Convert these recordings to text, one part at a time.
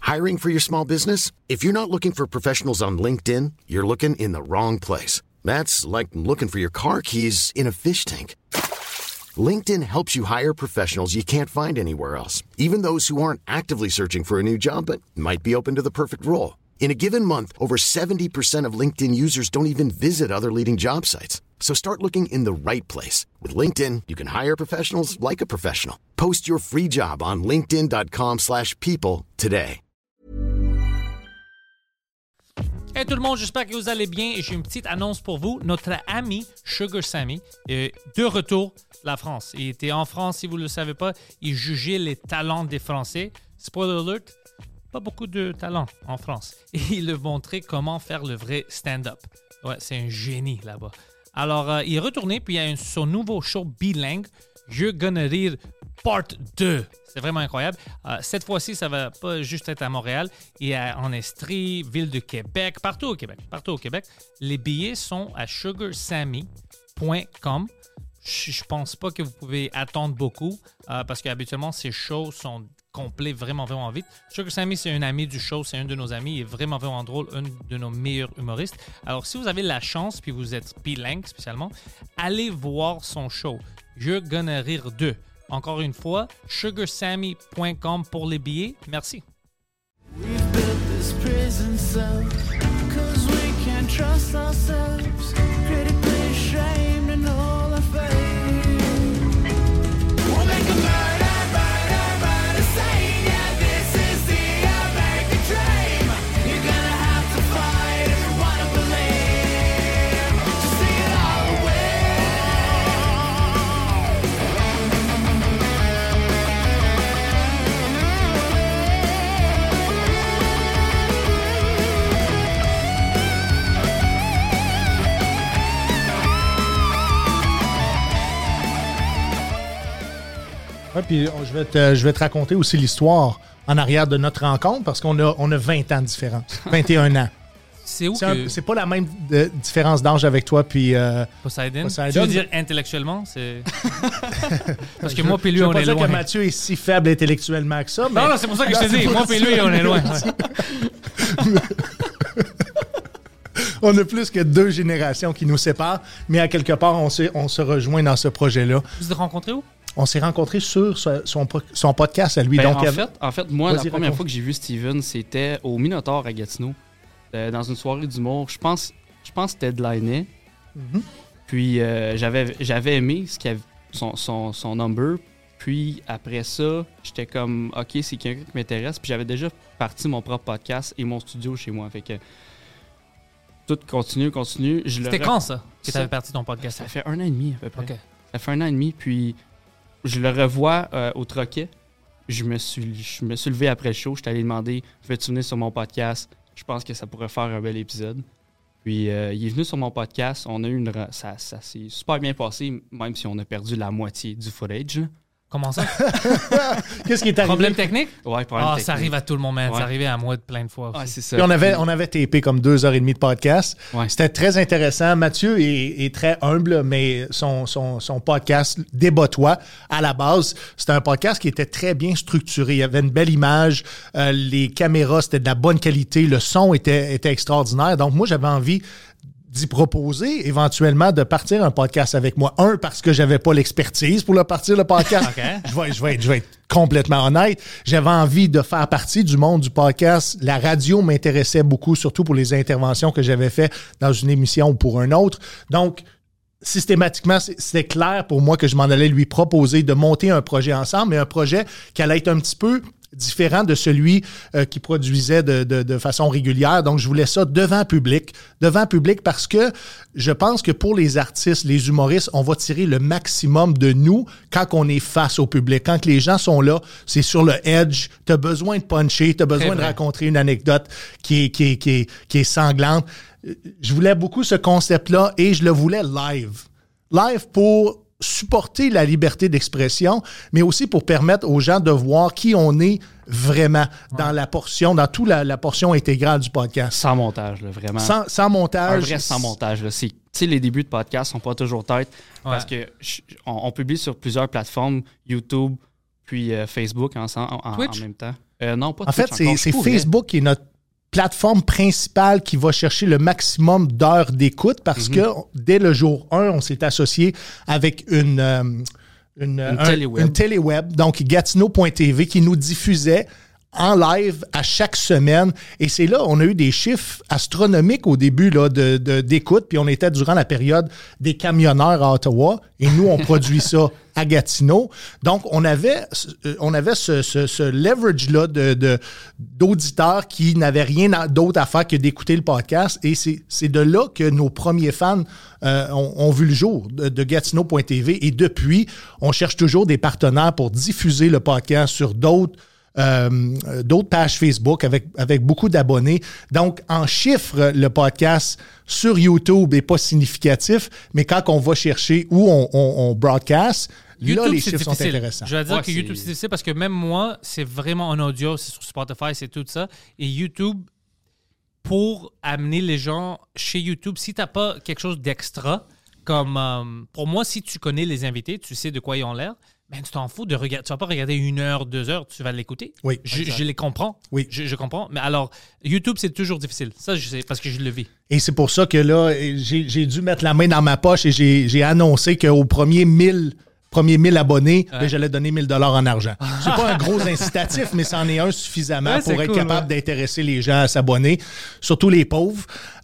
Hiring for your small business? If you're not looking for professionals on LinkedIn, you're looking in the wrong place. That's like looking for your car keys in a fish tank. LinkedIn helps you hire professionals you can't find anywhere else, even those who aren't actively searching for a new job but might be open to the perfect role. In a given month, over 70% of LinkedIn users don't even visit other leading job sites. So start looking in the right place. With LinkedIn, you can hire professionals like a professional. Post your free job on linkedin.com/people today. Hey tout le monde, j'espère que vous allez bien et j'ai une petite annonce pour vous. Notre ami Sugar Sammy est de retour de la France. Il était en France, si vous ne le savez pas. Il jugeait les talents des Français. Spoiler alert, pas beaucoup de talent en France. Et il a montré comment faire le vrai stand-up. Ouais, c'est un génie là-bas. Alors, il est retourné, puis il y a son nouveau show bilingue, You're Gonna Rire Part 2. C'est vraiment incroyable. Cette fois-ci, ça va pas juste être à Montréal. Il y a en Estrie, Ville de Québec, partout au Québec. Les billets sont à sugarsammy.com. Je pense pas que vous pouvez attendre beaucoup parce qu'habituellement, ces shows sont complets vraiment, vraiment vite. Sugar Sammy, c'est un ami du show, c'est un de nos amis, il est vraiment, vraiment drôle, un de nos meilleurs humoristes. Alors, si vous avez la chance, puis vous êtes bilingue spécialement, allez voir son show. You're Gonna Rire 2. Encore une fois, sugarsammy.com pour les billets. Merci. We've built this prison cell 'cause we can't trust ourselves. Critically ashamed and all our faith. We'll make a murder scene. Yeah, this is the American dream. You're gonna have to fight if you wanna believe. To see it all away. Ouais, puis je vais te raconter aussi l'histoire en arrière de notre rencontre parce qu'on a 20 ans de différence. 21 ans. C'est où C'est pas la même différence d'âge avec toi puis Poseidon? Poseidon. Tu veux dire intellectuellement? C'est... Parce que moi et lui, on est Je veux pas loin. dire que Mathieu est si faible intellectuellement que ça. Mais... Non, c'est pour ça que je te dis, moi et lui, on est loin. Ouais. On a plus que 2 générations qui nous séparent, mais à quelque part, on se rejoint dans ce projet-là. Vous êtes rencontrés où? On s'est rencontrés sur son podcast à lui. Ben, Donc, en fait, moi, la Vas-y, première raconte. fois que j'ai vu Steven, c'était au Minotaur à Gatineau, dans une soirée d'humour. Je pense que c'était de l'année. Mhm. Puis j'avais aimé son number. Puis après ça, j'étais comme, OK, c'est quelqu'un qui m'intéresse. Puis j'avais déjà parti mon propre podcast et mon studio chez moi. Fait que tout continue. C'était quand ça que tu avais parti ton podcast? Ça fait 1 an et demi à peu près. OK. Ça fait 1 an et demi, puis je le revois au Troquet. Je me suis levé après le show. Je suis allé demander, veux-tu venir sur mon podcast? Je pense que ça pourrait faire un bel épisode. Puis il est venu sur mon podcast. On a eu ça s'est super bien passé, même si on a perdu la moitié du footage. Là. Comment ça? qu'est-ce qui est arrivé? Problème technique? Ouais, problème technique. Ça arrive à tout le monde, man. Ouais. Ça arrivait à moi plein de fois aussi. Ouais, c'est ça. Puis on avait tapé comme 2h30 de podcast. Ouais. C'était très intéressant. Mathieu est très humble, mais son podcast Débat-toi, à la base, c'était un podcast qui était très bien structuré. Il y avait une belle image, les caméras, c'était de la bonne qualité, le son était extraordinaire. Donc moi, j'avais envie d'y proposer éventuellement de partir un podcast avec moi. Parce que j'avais pas l'expertise pour le partir le podcast. OK. Je vais être complètement honnête. J'avais envie de faire partie du monde du podcast. La radio m'intéressait beaucoup, surtout pour les interventions que j'avais faites dans une émission ou pour un autre. Donc, systématiquement, c'était clair pour moi que je m'en allais lui proposer de monter un projet ensemble, mais un projet qui allait être un petit peu différent de celui qui produisait de façon régulière. Donc, je voulais ça devant public parce que je pense que pour les artistes, les humoristes, on va tirer le maximum de nous quand on est face au public. Quand les gens sont là, c'est sur le edge, tu as besoin de puncher, tu as besoin de raconter une anecdote qui est sanglante. Je voulais beaucoup ce concept-là et je le voulais live. Live pour supporter la liberté d'expression, mais aussi pour permettre aux gens de voir qui on est vraiment dans la portion, dans toute la portion intégrale du podcast. Sans montage, là, vraiment. Sans montage. Un vrai sans montage. Là. Tu sais, les débuts de podcast sont pas toujours têtes parce que on publie sur plusieurs plateformes, YouTube, puis Facebook en Twitch? même temps. Non, pas En fait, Twitch encore. c'est Je pourrais. Facebook qui est notre plateforme principale qui va chercher le maximum d'heures d'écoute parce que dès le jour 1, on s'est associé avec une téléweb, donc Gatineau.tv, qui nous diffusait en live à chaque semaine. Et c'est là, on a eu des chiffres astronomiques au début là, d'écoute, puis on était durant la période des camionneurs à Ottawa, et nous, on produit ça à Gatineau. Donc, on avait ce leverage-là d'auditeurs qui n'avaient rien d'autre à faire que d'écouter le podcast. Et c'est de là que nos premiers fans ont vu le jour de Gatineau.tv. Et depuis, on cherche toujours des partenaires pour diffuser le podcast sur d'autres pages Facebook avec beaucoup d'abonnés. Donc, en chiffres, le podcast sur YouTube n'est pas significatif, mais quand on va chercher où on broadcast, YouTube, là, les c'est chiffres sont difficile. intéressants. Je vais dire Ouais, que YouTube, c'est difficile parce que même moi, c'est vraiment en audio, c'est sur Spotify, c'est tout ça. Et YouTube, pour amener les gens chez YouTube, si tu n'as pas quelque chose d'extra, comme pour moi, si tu connais les invités, tu sais de quoi ils ont l'air, ben, tu t'en fous de regarder. Tu vas pas regarder 1 heure, 2 heures, tu vas l'écouter. Oui, Je les comprends. Oui. Je comprends. Mais alors, YouTube, c'est toujours difficile. Ça, je sais parce que je le vis. Et c'est pour ça que là, j'ai dû mettre la main dans ma poche et j'ai annoncé qu'au premier 1000 abonnés, ben, j'allais donner 1 000 $ en argent. C'est pas un gros incitatif, mais c'en est un suffisamment Ouais, c'est pour être cool, capable d'intéresser les gens à s'abonner, surtout les pauvres.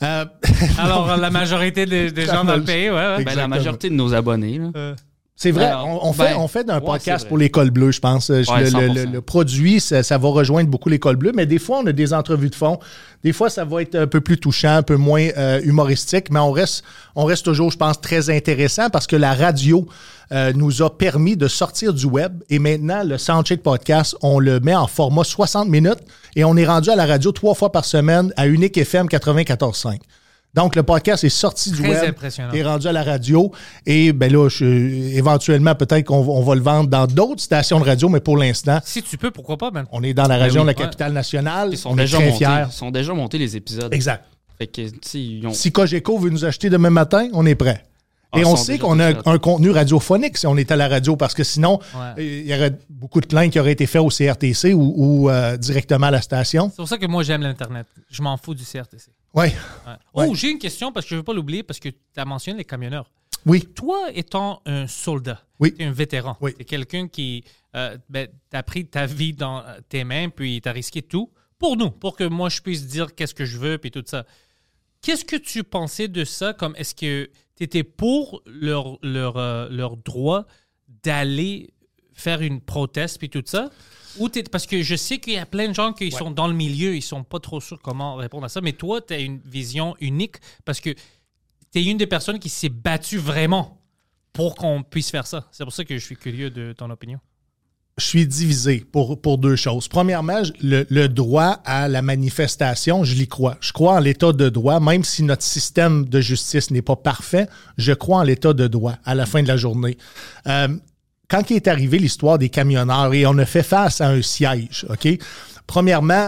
Alors, la majorité des gens dans le pays, ouais. Ben, la Exactement. majorité de nos abonnés. Là. C'est vrai, Alors, on fait un ouais, podcast c'est vrai. pour l'école bleue, je pense. Ouais, 100%. Le produit, ça va rejoindre beaucoup l'école bleue, mais des fois, on a des entrevues de fond. Des fois, ça va être un peu plus touchant, un peu moins humoristique, mais on reste toujours, je pense, très intéressant parce que la radio nous a permis de sortir du web et maintenant, le Soundcheck Podcast, on le met en format 60 minutes et on est rendu à la radio 3 fois par semaine à Unique FM 94.5. Donc, le podcast est sorti du Très web, impressionnant. est rendu à la radio. Et ben là, éventuellement, peut-être qu'on va le vendre dans d'autres stations de radio, mais pour l'instant, Si tu peux, pourquoi pas, man? on est dans la région de la oui. capitale nationale. Ils sont on est déjà très montés. fiers. Ils sont déjà montés les épisodes. Exact. Fait que, tu sais, ils ont... Si Cogeco veut nous acheter demain matin, on est prêt. Ah, Et ils on sont sait déjà qu'on a tous un contenu radiophonique si on est à la radio, parce que sinon, Ouais. il y aurait beaucoup de plaintes qui auraient été faites au CRTC ou directement à la station. C'est pour ça que moi, j'aime l'Internet. Je m'en fous du CRTC. Oui. Ouais. Ouais. Oh, j'ai une question parce que je ne veux pas l'oublier parce que tu as mentionné les camionneurs. Oui. Toi, étant un soldat, Oui. un vétéran, Oui. tu es quelqu'un qui t'as pris ta vie dans tes mains puis tu as risqué tout pour nous, pour que moi je puisse dire qu'est-ce que je veux puis tout ça. Qu'est-ce que tu pensais de ça? Comme est-ce que tu étais pour leur droit d'aller faire une proteste puis tout ça? Ou parce que je sais qu'il y a plein de gens qui sont dans le milieu, ils sont pas trop sûrs comment répondre à ça, mais toi, tu as une vision unique parce que tu es une des personnes qui s'est battue vraiment pour qu'on puisse faire ça. C'est pour ça que je suis curieux de ton opinion. Je suis divisé pour deux choses. Premièrement, le droit à la manifestation, je l'y crois. Je crois en l'état de droit, même si notre système de justice n'est pas parfait, je crois en l'état de droit à la fin de la journée. Quand il est arrivé l'histoire des camionneurs et on a fait face à un siège, OK? Premièrement,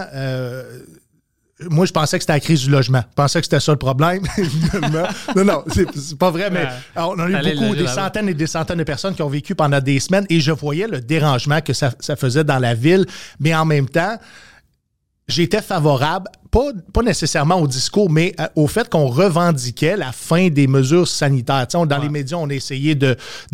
moi, je pensais que c'était la crise du logement. Je pensais que c'était ça le problème. non, c'est pas vrai, mais on a eu des centaines et des centaines de personnes qui ont vécu pendant des semaines et je voyais le dérangement que ça faisait dans la ville, mais en même temps, j'étais favorable, pas nécessairement au discours, mais au fait qu'on revendiquait la fin des mesures sanitaires. Tu sais, dans les médias, on a essayé de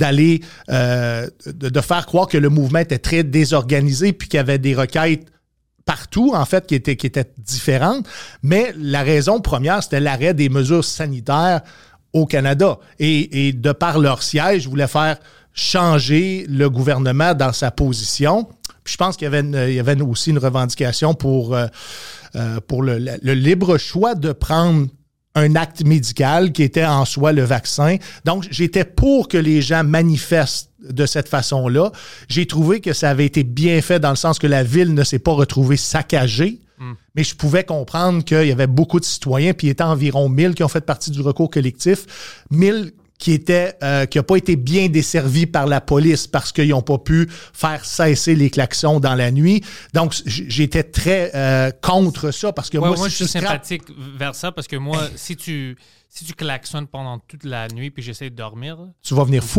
faire croire que le mouvement était très désorganisé puis qu'il y avait des requêtes partout, en fait, qui étaient différentes. Mais la raison première, c'était l'arrêt des mesures sanitaires au Canada. Et de par leur siège, ils voulaient faire changer le gouvernement dans sa position. Puis je pense qu'il y avait aussi une revendication pour le libre choix de prendre un acte médical qui était en soi le vaccin. Donc, j'étais pour que les gens manifestent de cette façon-là. J'ai trouvé que ça avait été bien fait dans le sens que la ville ne s'est pas retrouvée saccagée, mais je pouvais comprendre qu'il y avait beaucoup de citoyens, puis il y était environ 1000 qui ont fait partie du recours collectif, 1000 qui n'a pas été bien desservi par la police parce qu'ils n'ont pas pu faire cesser les klaxons dans la nuit. Donc, j'étais très contre ça parce que moi, je suis sympathique vers ça parce que moi, si tu klaxonnes pendant toute la nuit puis j'essaie de dormir, tu vas venir fou.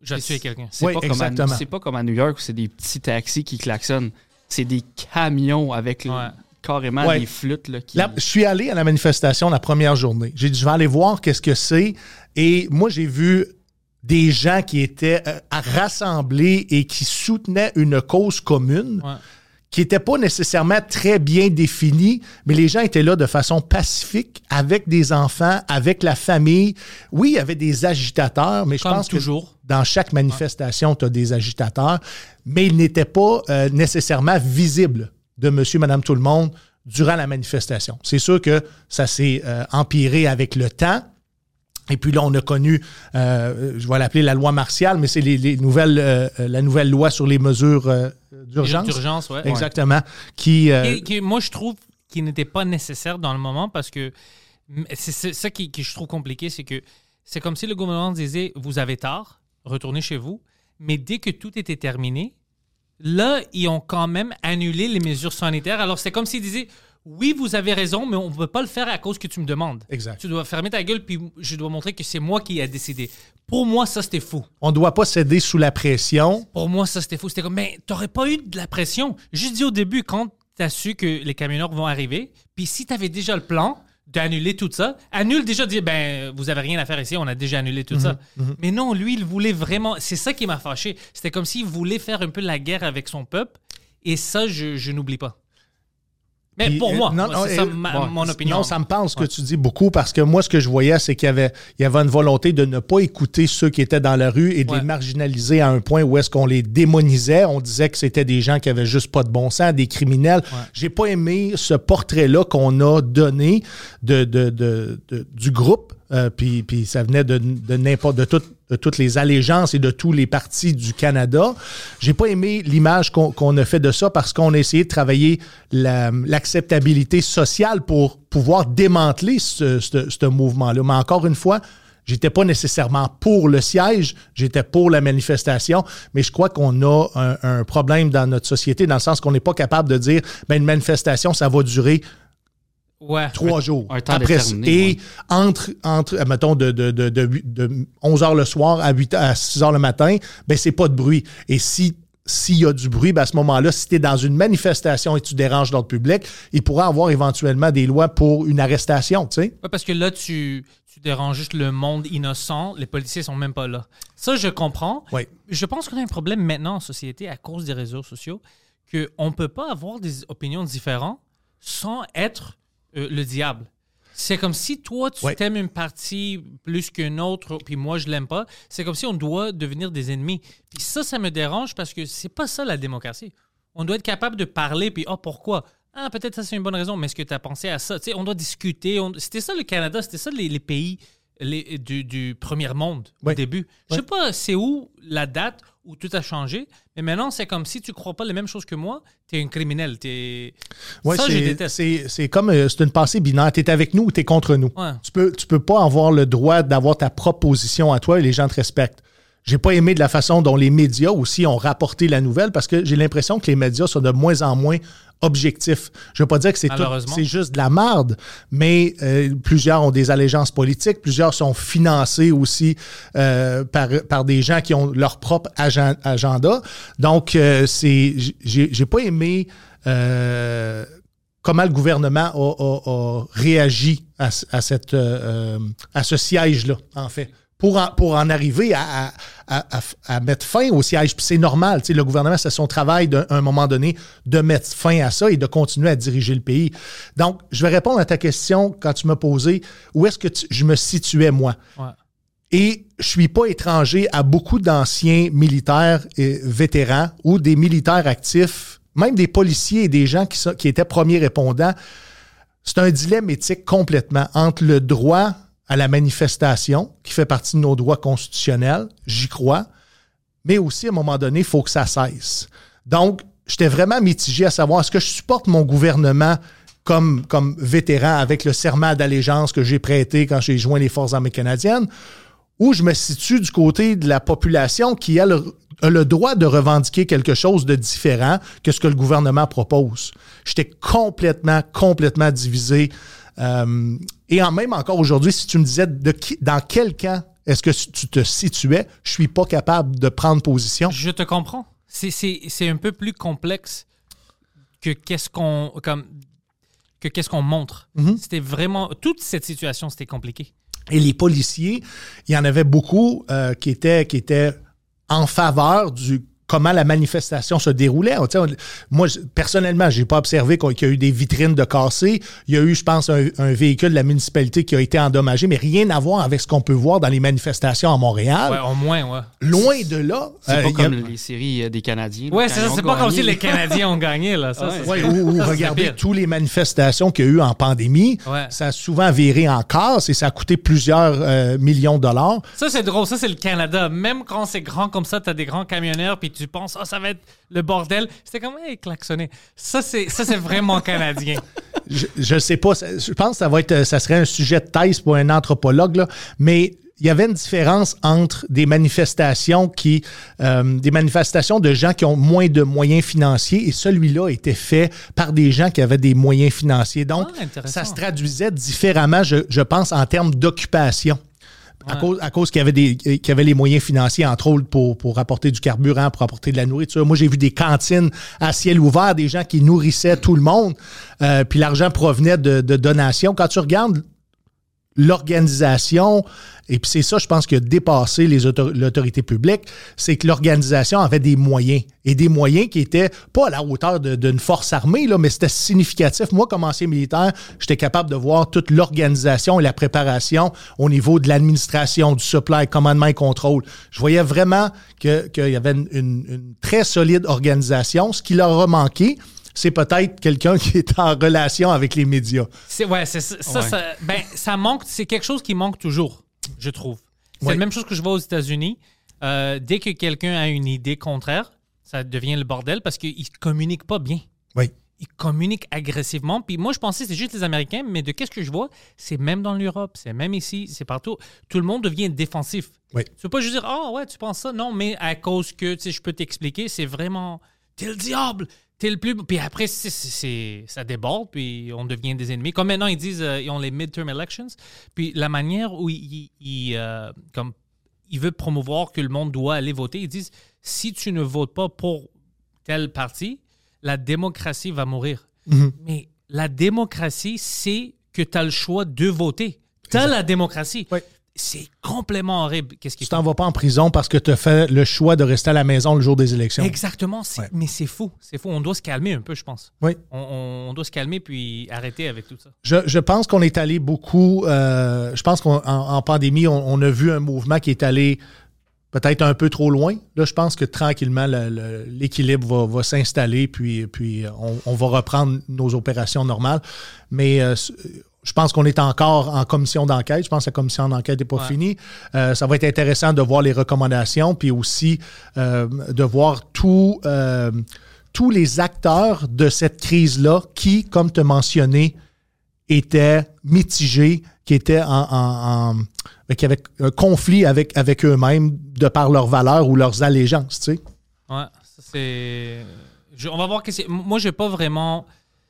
j'ai tué quelqu'un. C'est Oui, pas exactement. c'est pas comme à New York où c'est des petits taxis qui klaxonnent. C'est des camions avec carrément Ouais. des flûtes là, qui... Là, je suis allé à la manifestation la première journée. J'ai dit, je vais aller voir qu'est-ce que c'est. Et moi, j'ai vu des gens qui étaient rassemblés et qui soutenaient une cause commune. Ouais. Qui n'était pas nécessairement très bien définie, mais les gens étaient là de façon pacifique, avec des enfants, avec la famille. Oui, il y avait des agitateurs, mais je Comme pense toujours. que dans chaque manifestation, tu as des agitateurs, mais ils n'étaient pas nécessairement visibles de monsieur, madame, tout le monde durant la manifestation. C'est sûr que ça s'est empiré avec le temps. Et puis là, on a connu, je vais l'appeler la loi martiale, mais c'est les nouvelles, la nouvelle loi sur les mesures d'urgence. D'urgence, ouais. Exactement. Qui, Qui, moi, je trouve qu'il n'était pas nécessaire dans le moment parce que c'est ça qui je trouve compliqué, c'est que c'est comme si le gouvernement disait « Vous avez tort, retournez chez vous », mais dès que tout était terminé, là, ils ont quand même annulé les mesures sanitaires. Alors, c'est comme s'ils disaient « Oui, vous avez raison, mais on ne peut pas le faire à cause que tu me demandes. Exact. Tu dois fermer ta gueule, puis je dois montrer que c'est moi qui ai décidé. » Pour moi, ça, c'était fou. on ne doit pas céder sous la pression. Pour moi, ça, c'était fou. C'était comme, mais t'aurais pas eu de la pression. Juste dit au début, quand t'as su que les camionneurs vont arriver, puis si t'avais déjà le plan d'annuler tout ça, annule déjà, dire, ben, vous avez rien à faire ici, on a déjà annulé tout ça. Mais non, lui, il voulait vraiment, c'est ça qui m'a fâché. C'était comme s'il voulait faire un peu la guerre avec son peuple, et ça, je n'oublie pas. Mais Puis, pour moi, non, c'est ça mon opinion. Non, ça me parle ce que tu dis beaucoup parce que moi, ce que je voyais, c'est qu'il y avait une volonté de ne pas écouter ceux qui étaient dans la rue et de les marginaliser à un point où est-ce qu'on les démonisait. On disait que c'était des gens qui avaient juste pas de bon sens, des criminels. Ouais. J'ai pas aimé ce portrait-là qu'on a donné du groupe. Puis ça venait de toutes les allégeances et de tous les partis du Canada. J'ai pas aimé l'image qu'on a fait de ça parce qu'on a essayé de travailler l'acceptabilité sociale pour pouvoir démanteler ce mouvement-là. Mais encore une fois, j'étais pas nécessairement pour le siège, j'étais pour la manifestation, mais je crois qu'on a un problème dans notre société dans le sens qu'on n'est pas capable de dire ben une manifestation, ça va durer 3 jours. Un temps après, déterminé. Et entre mettons, de 11 h le soir à 6 h le matin, ben c'est pas de bruit. Et s'il y a du bruit, ben à ce moment-là, si tu es dans une manifestation et tu déranges l'ordre public, il pourra avoir éventuellement des lois pour une arrestation, tu sais. Ouais, parce que là, tu déranges juste le monde innocent. Les policiers sont même pas là. Ça, je comprends. Oui. Je pense qu'on a un problème maintenant en société à cause des réseaux sociaux qu'on ne peut pas avoir des opinions différentes sans être le diable. C'est comme si toi, tu t'aimes une partie plus qu'une autre, puis moi, je l'aime pas. C'est comme si on doit devenir des ennemis. Puis ça me dérange parce que c'est pas ça la démocratie. On doit être capable de parler, puis pourquoi? Ah, peut-être ça, c'est une bonne raison, mais est-ce que tu as pensé à ça? Tu sais, on doit discuter. C'était ça le Canada, c'était ça les pays du premier monde au début. Je sais pas c'est où la date où tout a changé, mais maintenant, c'est comme si tu crois pas les mêmes choses que moi, tu es un criminel. Ça, je déteste. C'est comme, c'est une pensée binaire. Tu es avec nous ou tu es contre nous. Ouais. Tu peux pas avoir le droit d'avoir ta propre position à toi et les gens te respectent. J'ai pas aimé de la façon dont les médias aussi ont rapporté la nouvelle parce que j'ai l'impression que les médias sont de moins en moins objectifs. Je veux pas dire que c'est juste de la marde, mais plusieurs ont des allégeances politiques, plusieurs sont financés aussi par des gens qui ont leur propre agenda. Donc, j'ai pas aimé comment le gouvernement a réagi à ce siège-là, en fait. Pour en arriver à mettre fin au siège. Puis c'est normal, tu sais, le gouvernement, c'est son travail à un moment donné de mettre fin à ça et de continuer à diriger le pays. Donc, je vais répondre à ta question quand tu m'as posé où est-ce que je me situais, moi. Ouais. Et je suis pas étranger à beaucoup d'anciens militaires et vétérans ou des militaires actifs, même des policiers et des gens qui étaient premiers répondants. C'est un dilemme éthique complètement entre le droit à la manifestation, qui fait partie de nos droits constitutionnels, j'y crois, mais aussi, à un moment donné, il faut que ça cesse. Donc, j'étais vraiment mitigé à savoir, est-ce que je supporte mon gouvernement comme vétéran avec le serment d'allégeance que j'ai prêté quand j'ai joint les Forces armées canadiennes, ou je me situe du côté de la population qui a le droit de revendiquer quelque chose de différent que ce que le gouvernement propose. J'étais complètement divisé. Et même encore aujourd'hui, si tu me disais dans quel camp Est-ce que tu te situais? Je suis pas capable de prendre position. Je te comprends. C'est un peu plus complexe que qu'est-ce qu'on montre. C'était vraiment... Toute cette situation, c'était compliqué. Et les policiers, il y en avait beaucoup qui étaient en faveur du comment la manifestation se déroulait. Moi, personnellement, j'ai pas observé qu'il y a eu des vitrines de cassées. Il y a eu, je pense, un véhicule de la municipalité qui a été endommagé, mais rien à voir avec ce qu'on peut voir dans les manifestations à Montréal. Ouais, au moins, ouais. Loin de là. C'est pas comme les séries des Canadiens. Ouais, quand c'est ils ça. ont C'est pas comme gagné. si les Canadiens ont gagné, là. Ça, Ouais. c'est- Ou ça, c'est regardez pire. toutes les manifestations qu'il y a eu en pandémie. Ouais. Ça a souvent viré en casse et ça a coûté plusieurs millions de dollars. Ça, c'est drôle. Ça, c'est le Canada. Même quand c'est grand comme ça, t'as des grands camionneurs, puis tu penses, ça va être le bordel. C'était comme, hey, klaxonner. Ça, c'est vraiment canadien. Je sais pas. Je pense que ça serait un sujet de thèse pour un anthropologue, là, mais il y avait une différence entre des manifestations des manifestations de gens qui ont moins de moyens financiers et celui-là était fait par des gens qui avaient des moyens financiers. Donc, intéressant. ça se traduisait différemment, je pense, en termes d'occupation. À cause qu'il y avait les moyens financiers, entre autres, pour apporter du carburant, pour apporter de la nourriture. Moi, j'ai vu des cantines à ciel ouvert, des gens qui nourrissaient tout le monde, puis l'argent provenait de donations. Quand tu regardes l'organisation, et puis c'est ça, je pense, qui a dépassé l'autorité publique, c'est que l'organisation avait des moyens. Et des moyens qui étaient pas à la hauteur d'une force armée, là, mais c'était significatif. Moi, comme ancien militaire, j'étais capable de voir toute l'organisation et la préparation au niveau de l'administration, du supply, commandement et contrôle. Je voyais vraiment qu'il y avait une très solide organisation. Ce qui leur a manqué, c'est peut-être quelqu'un qui est en relation avec les médias. Ouais, c'est ça. Ça manque. C'est quelque chose qui manque toujours, je trouve. C'est Ouais. la même chose que je vois aux États-Unis. Dès que quelqu'un a une idée contraire, ça devient le bordel parce qu'ils ne communiquent pas bien. Oui. Ils communiquent agressivement. Puis moi, je pensais que c'est juste les Américains, mais de qu'est-ce que je vois, c'est même dans l'Europe, c'est même ici, c'est partout. Tout le monde devient défensif. Oui. Tu ne peux pas juste dire, ah ouais, tu penses ça? Non, mais à cause que, tu sais, je peux t'expliquer, c'est vraiment, t'es le diable, t'es le plus... Puis après, ça déborde, puis on devient des ennemis. Comme maintenant, ils disent, ils ont les midterm elections, puis la manière où ils veulent promouvoir que le monde doit aller voter, ils disent, si tu ne votes pas pour tel parti, la démocratie va mourir. Mais la démocratie, c'est que tu as le choix de voter. Tu as la démocratie. Oui. C'est complètement horrible. Qu'est-ce qui Tu t'en vas pas en prison parce que tu as fait le choix de rester à la maison le jour des élections. Exactement. Ouais. Mais c'est fou. C'est fou. On doit se calmer un peu, je pense. Oui. On doit se calmer puis arrêter avec tout ça. Je pense qu'on est allé beaucoup... je pense qu'en pandémie, on a vu un mouvement qui est allé peut-être un peu trop loin. Là, je pense que tranquillement, l'équilibre va s'installer, puis on va reprendre nos opérations normales. Mais je pense qu'on est encore en commission d'enquête. Je pense que la commission d'enquête n'est pas finie. Ça va être intéressant de voir les recommandations, puis aussi de voir tous les acteurs de cette crise-là qui, comme tu as mentionné, étaient mitigés, qui étaient qui avaient un conflit avec eux-mêmes de par leurs valeurs ou leurs allégeances, tu sais. Ouais, ça, c'est... on va voir que c'est... Moi, j'ai pas vraiment...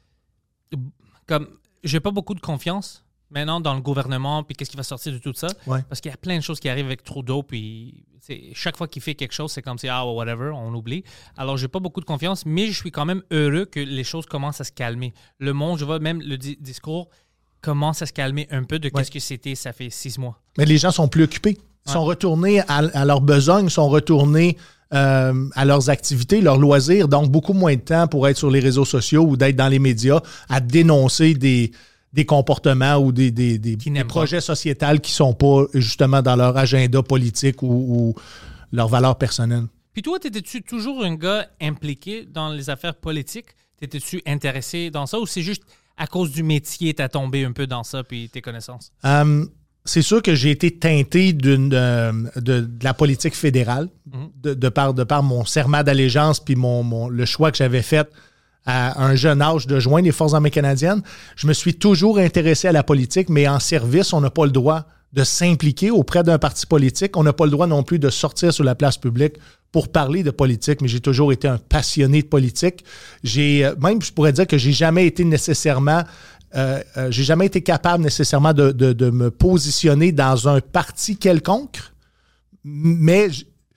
J'ai pas beaucoup de confiance maintenant dans le gouvernement puis qu'est-ce qui va sortir de tout ça. Ouais. Parce qu'il y a plein de choses qui arrivent avec Trudeau puis chaque fois qu'il fait quelque chose, c'est comme si, whatever, on oublie. Alors, j'ai pas beaucoup de confiance, mais je suis quand même heureux que les choses commencent à se calmer. Le monde, je vois même le discours commence à se calmer un peu de qu'est-ce que c'était, ça fait 6 mois. Mais les gens sont plus occupés. Ils sont retournés à leurs besognes, sont retournés à leurs activités, leurs loisirs, donc beaucoup moins de temps pour être sur les réseaux sociaux ou d'être dans les médias à dénoncer des comportements ou des projets sociétals qui ne sont pas justement dans leur agenda politique ou leurs valeurs personnelles. Puis toi, t'étais-tu toujours un gars impliqué dans les affaires politiques? T'étais-tu intéressé dans ça ou c'est juste à cause du métier, t'as tombé un peu dans ça puis tes connaissances? C'est sûr que j'ai été teinté de la politique fédérale de par mon serment d'allégeance puis le choix que j'avais fait à un jeune âge de joindre les Forces armées canadiennes. Je me suis toujours intéressé à la politique, mais en service, on n'a pas le droit de s'impliquer auprès d'un parti politique. On n'a pas le droit non plus de sortir sur la place publique pour parler de politique, mais j'ai toujours été un passionné de politique. Je pourrais dire que j'ai jamais été nécessairement j'ai jamais été capable nécessairement de me positionner dans un parti quelconque, mais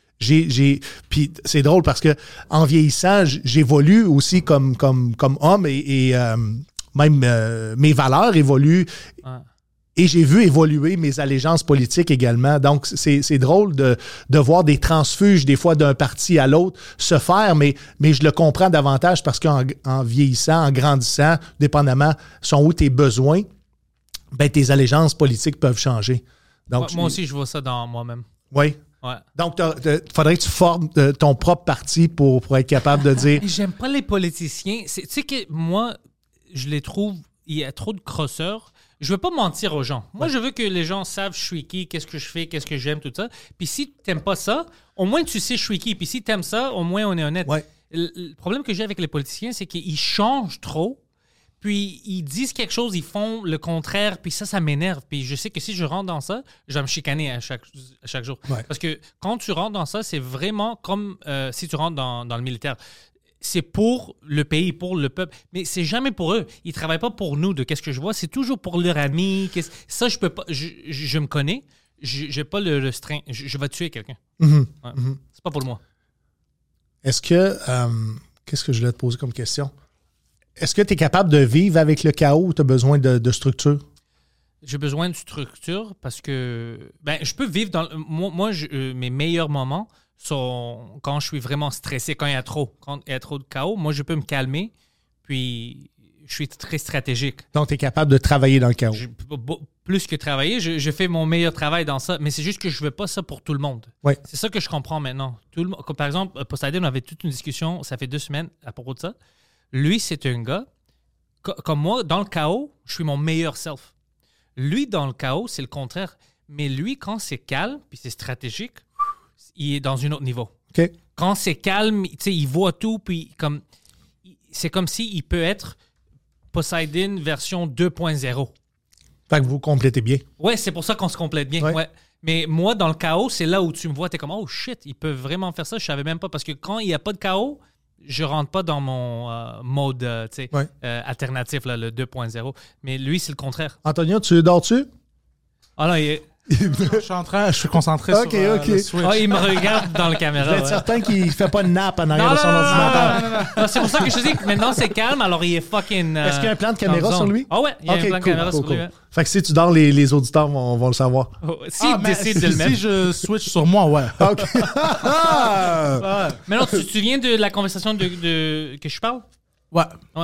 puis c'est drôle parce que en vieillissant, j'évolue aussi comme homme et même mes valeurs évoluent. Ouais. Et j'ai vu évoluer mes allégeances politiques également. Donc, c'est drôle de voir des transfuges, des fois, d'un parti à l'autre se faire, mais je le comprends davantage parce qu'en vieillissant, en grandissant, dépendamment sont où tes besoins, ben, tes allégeances politiques peuvent changer. Donc, Moi aussi, je vois ça dans moi-même. Oui. Ouais. Donc, il faudrait que tu formes ton propre parti pour être capable de dire... Et j'aime pas les politiciens. Tu sais que moi, je les trouve... Il y a trop de crosseurs. Je veux pas mentir aux gens. Moi, je veux que les gens savent je suis qui, qu'est-ce que je fais, qu'est-ce que j'aime, tout ça. Puis si t'aimes pas ça, au moins tu sais je suis qui. Puis si t'aimes ça, au moins on est honnête. Ouais. Le problème que j'ai avec les politiciens, c'est qu'ils changent trop. Puis ils disent quelque chose, ils font le contraire, puis ça m'énerve. Puis je sais que si je rentre dans ça, je vais me chicaner à chaque jour. Ouais. Parce que quand tu rentres dans ça, c'est vraiment comme si tu rentres dans le militaire. C'est pour le pays, pour le peuple, mais c'est jamais pour eux. Ils travaillent pas pour nous, de qu'est-ce que je vois. C'est toujours pour leur ami. Ça, je peux pas. Je me connais. Je vais pas le restreindre. Je vais tuer quelqu'un. Mhm. Ouais. C'est pas pour moi. Est-ce que... qu'est-ce que je voulais te poser comme question? Est-ce que tu es capable de vivre avec le chaos ou tu as besoin de structure? J'ai besoin de structure parce que je peux vivre dans... Moi mes meilleurs moments sont quand je suis vraiment stressé, quand il y a trop de chaos. Moi, je peux me calmer, puis je suis très stratégique. Donc, tu es capable de travailler dans le chaos. Plus que travailler, je fais mon meilleur travail dans ça, mais c'est juste que je veux pas ça pour tout le monde. Ouais. C'est ça que je comprends maintenant. Comme par exemple, Poseidon, on avait toute une discussion, ça fait 2 semaines à propos de ça. Lui, c'est un gars, comme moi, dans le chaos, je suis mon meilleur self. Lui, dans le chaos, c'est le contraire. Mais lui, quand c'est calme, puis c'est stratégique, il est dans un autre niveau. OK. Quand c'est calme, il voit tout, puis c'est comme s'il peut être Poseidon version 2.0. Fait que vous complétez bien. Ouais, c'est pour ça qu'on se complète bien. Ouais. Ouais. Mais moi, dans le chaos, c'est là où tu me vois, t'es comme, oh shit, ils peuvent vraiment faire ça. Je savais même pas, parce que quand il n'y a pas de chaos, je rentre pas dans mon mode Ouais. alternatif, là, le 2.0. Mais lui, c'est le contraire. Antonio, tu dors-tu? Ah là, il Je suis concentré Ok, sur ok. le Switch. il me regarde dans la Je caméra. vais être ouais. certain qu'il ne fait pas de nap en arrière de son ordinateur. Non, c'est pour ça que je te dis que maintenant c'est calme, alors il est fucking. Est-ce qu'il y a un plan de caméra sur lui? Ah ouais, il y a Ok, un plan de cool, caméra cool, sur lui. cool. ouais. Fait que si tu dors, les auditeurs vont le savoir. Oh, s'il Mais décide de le mettre. si je switch sur moi, ouais. OK. Mais non, tu te souviens de la conversation que je parle? Ouais. Ouais,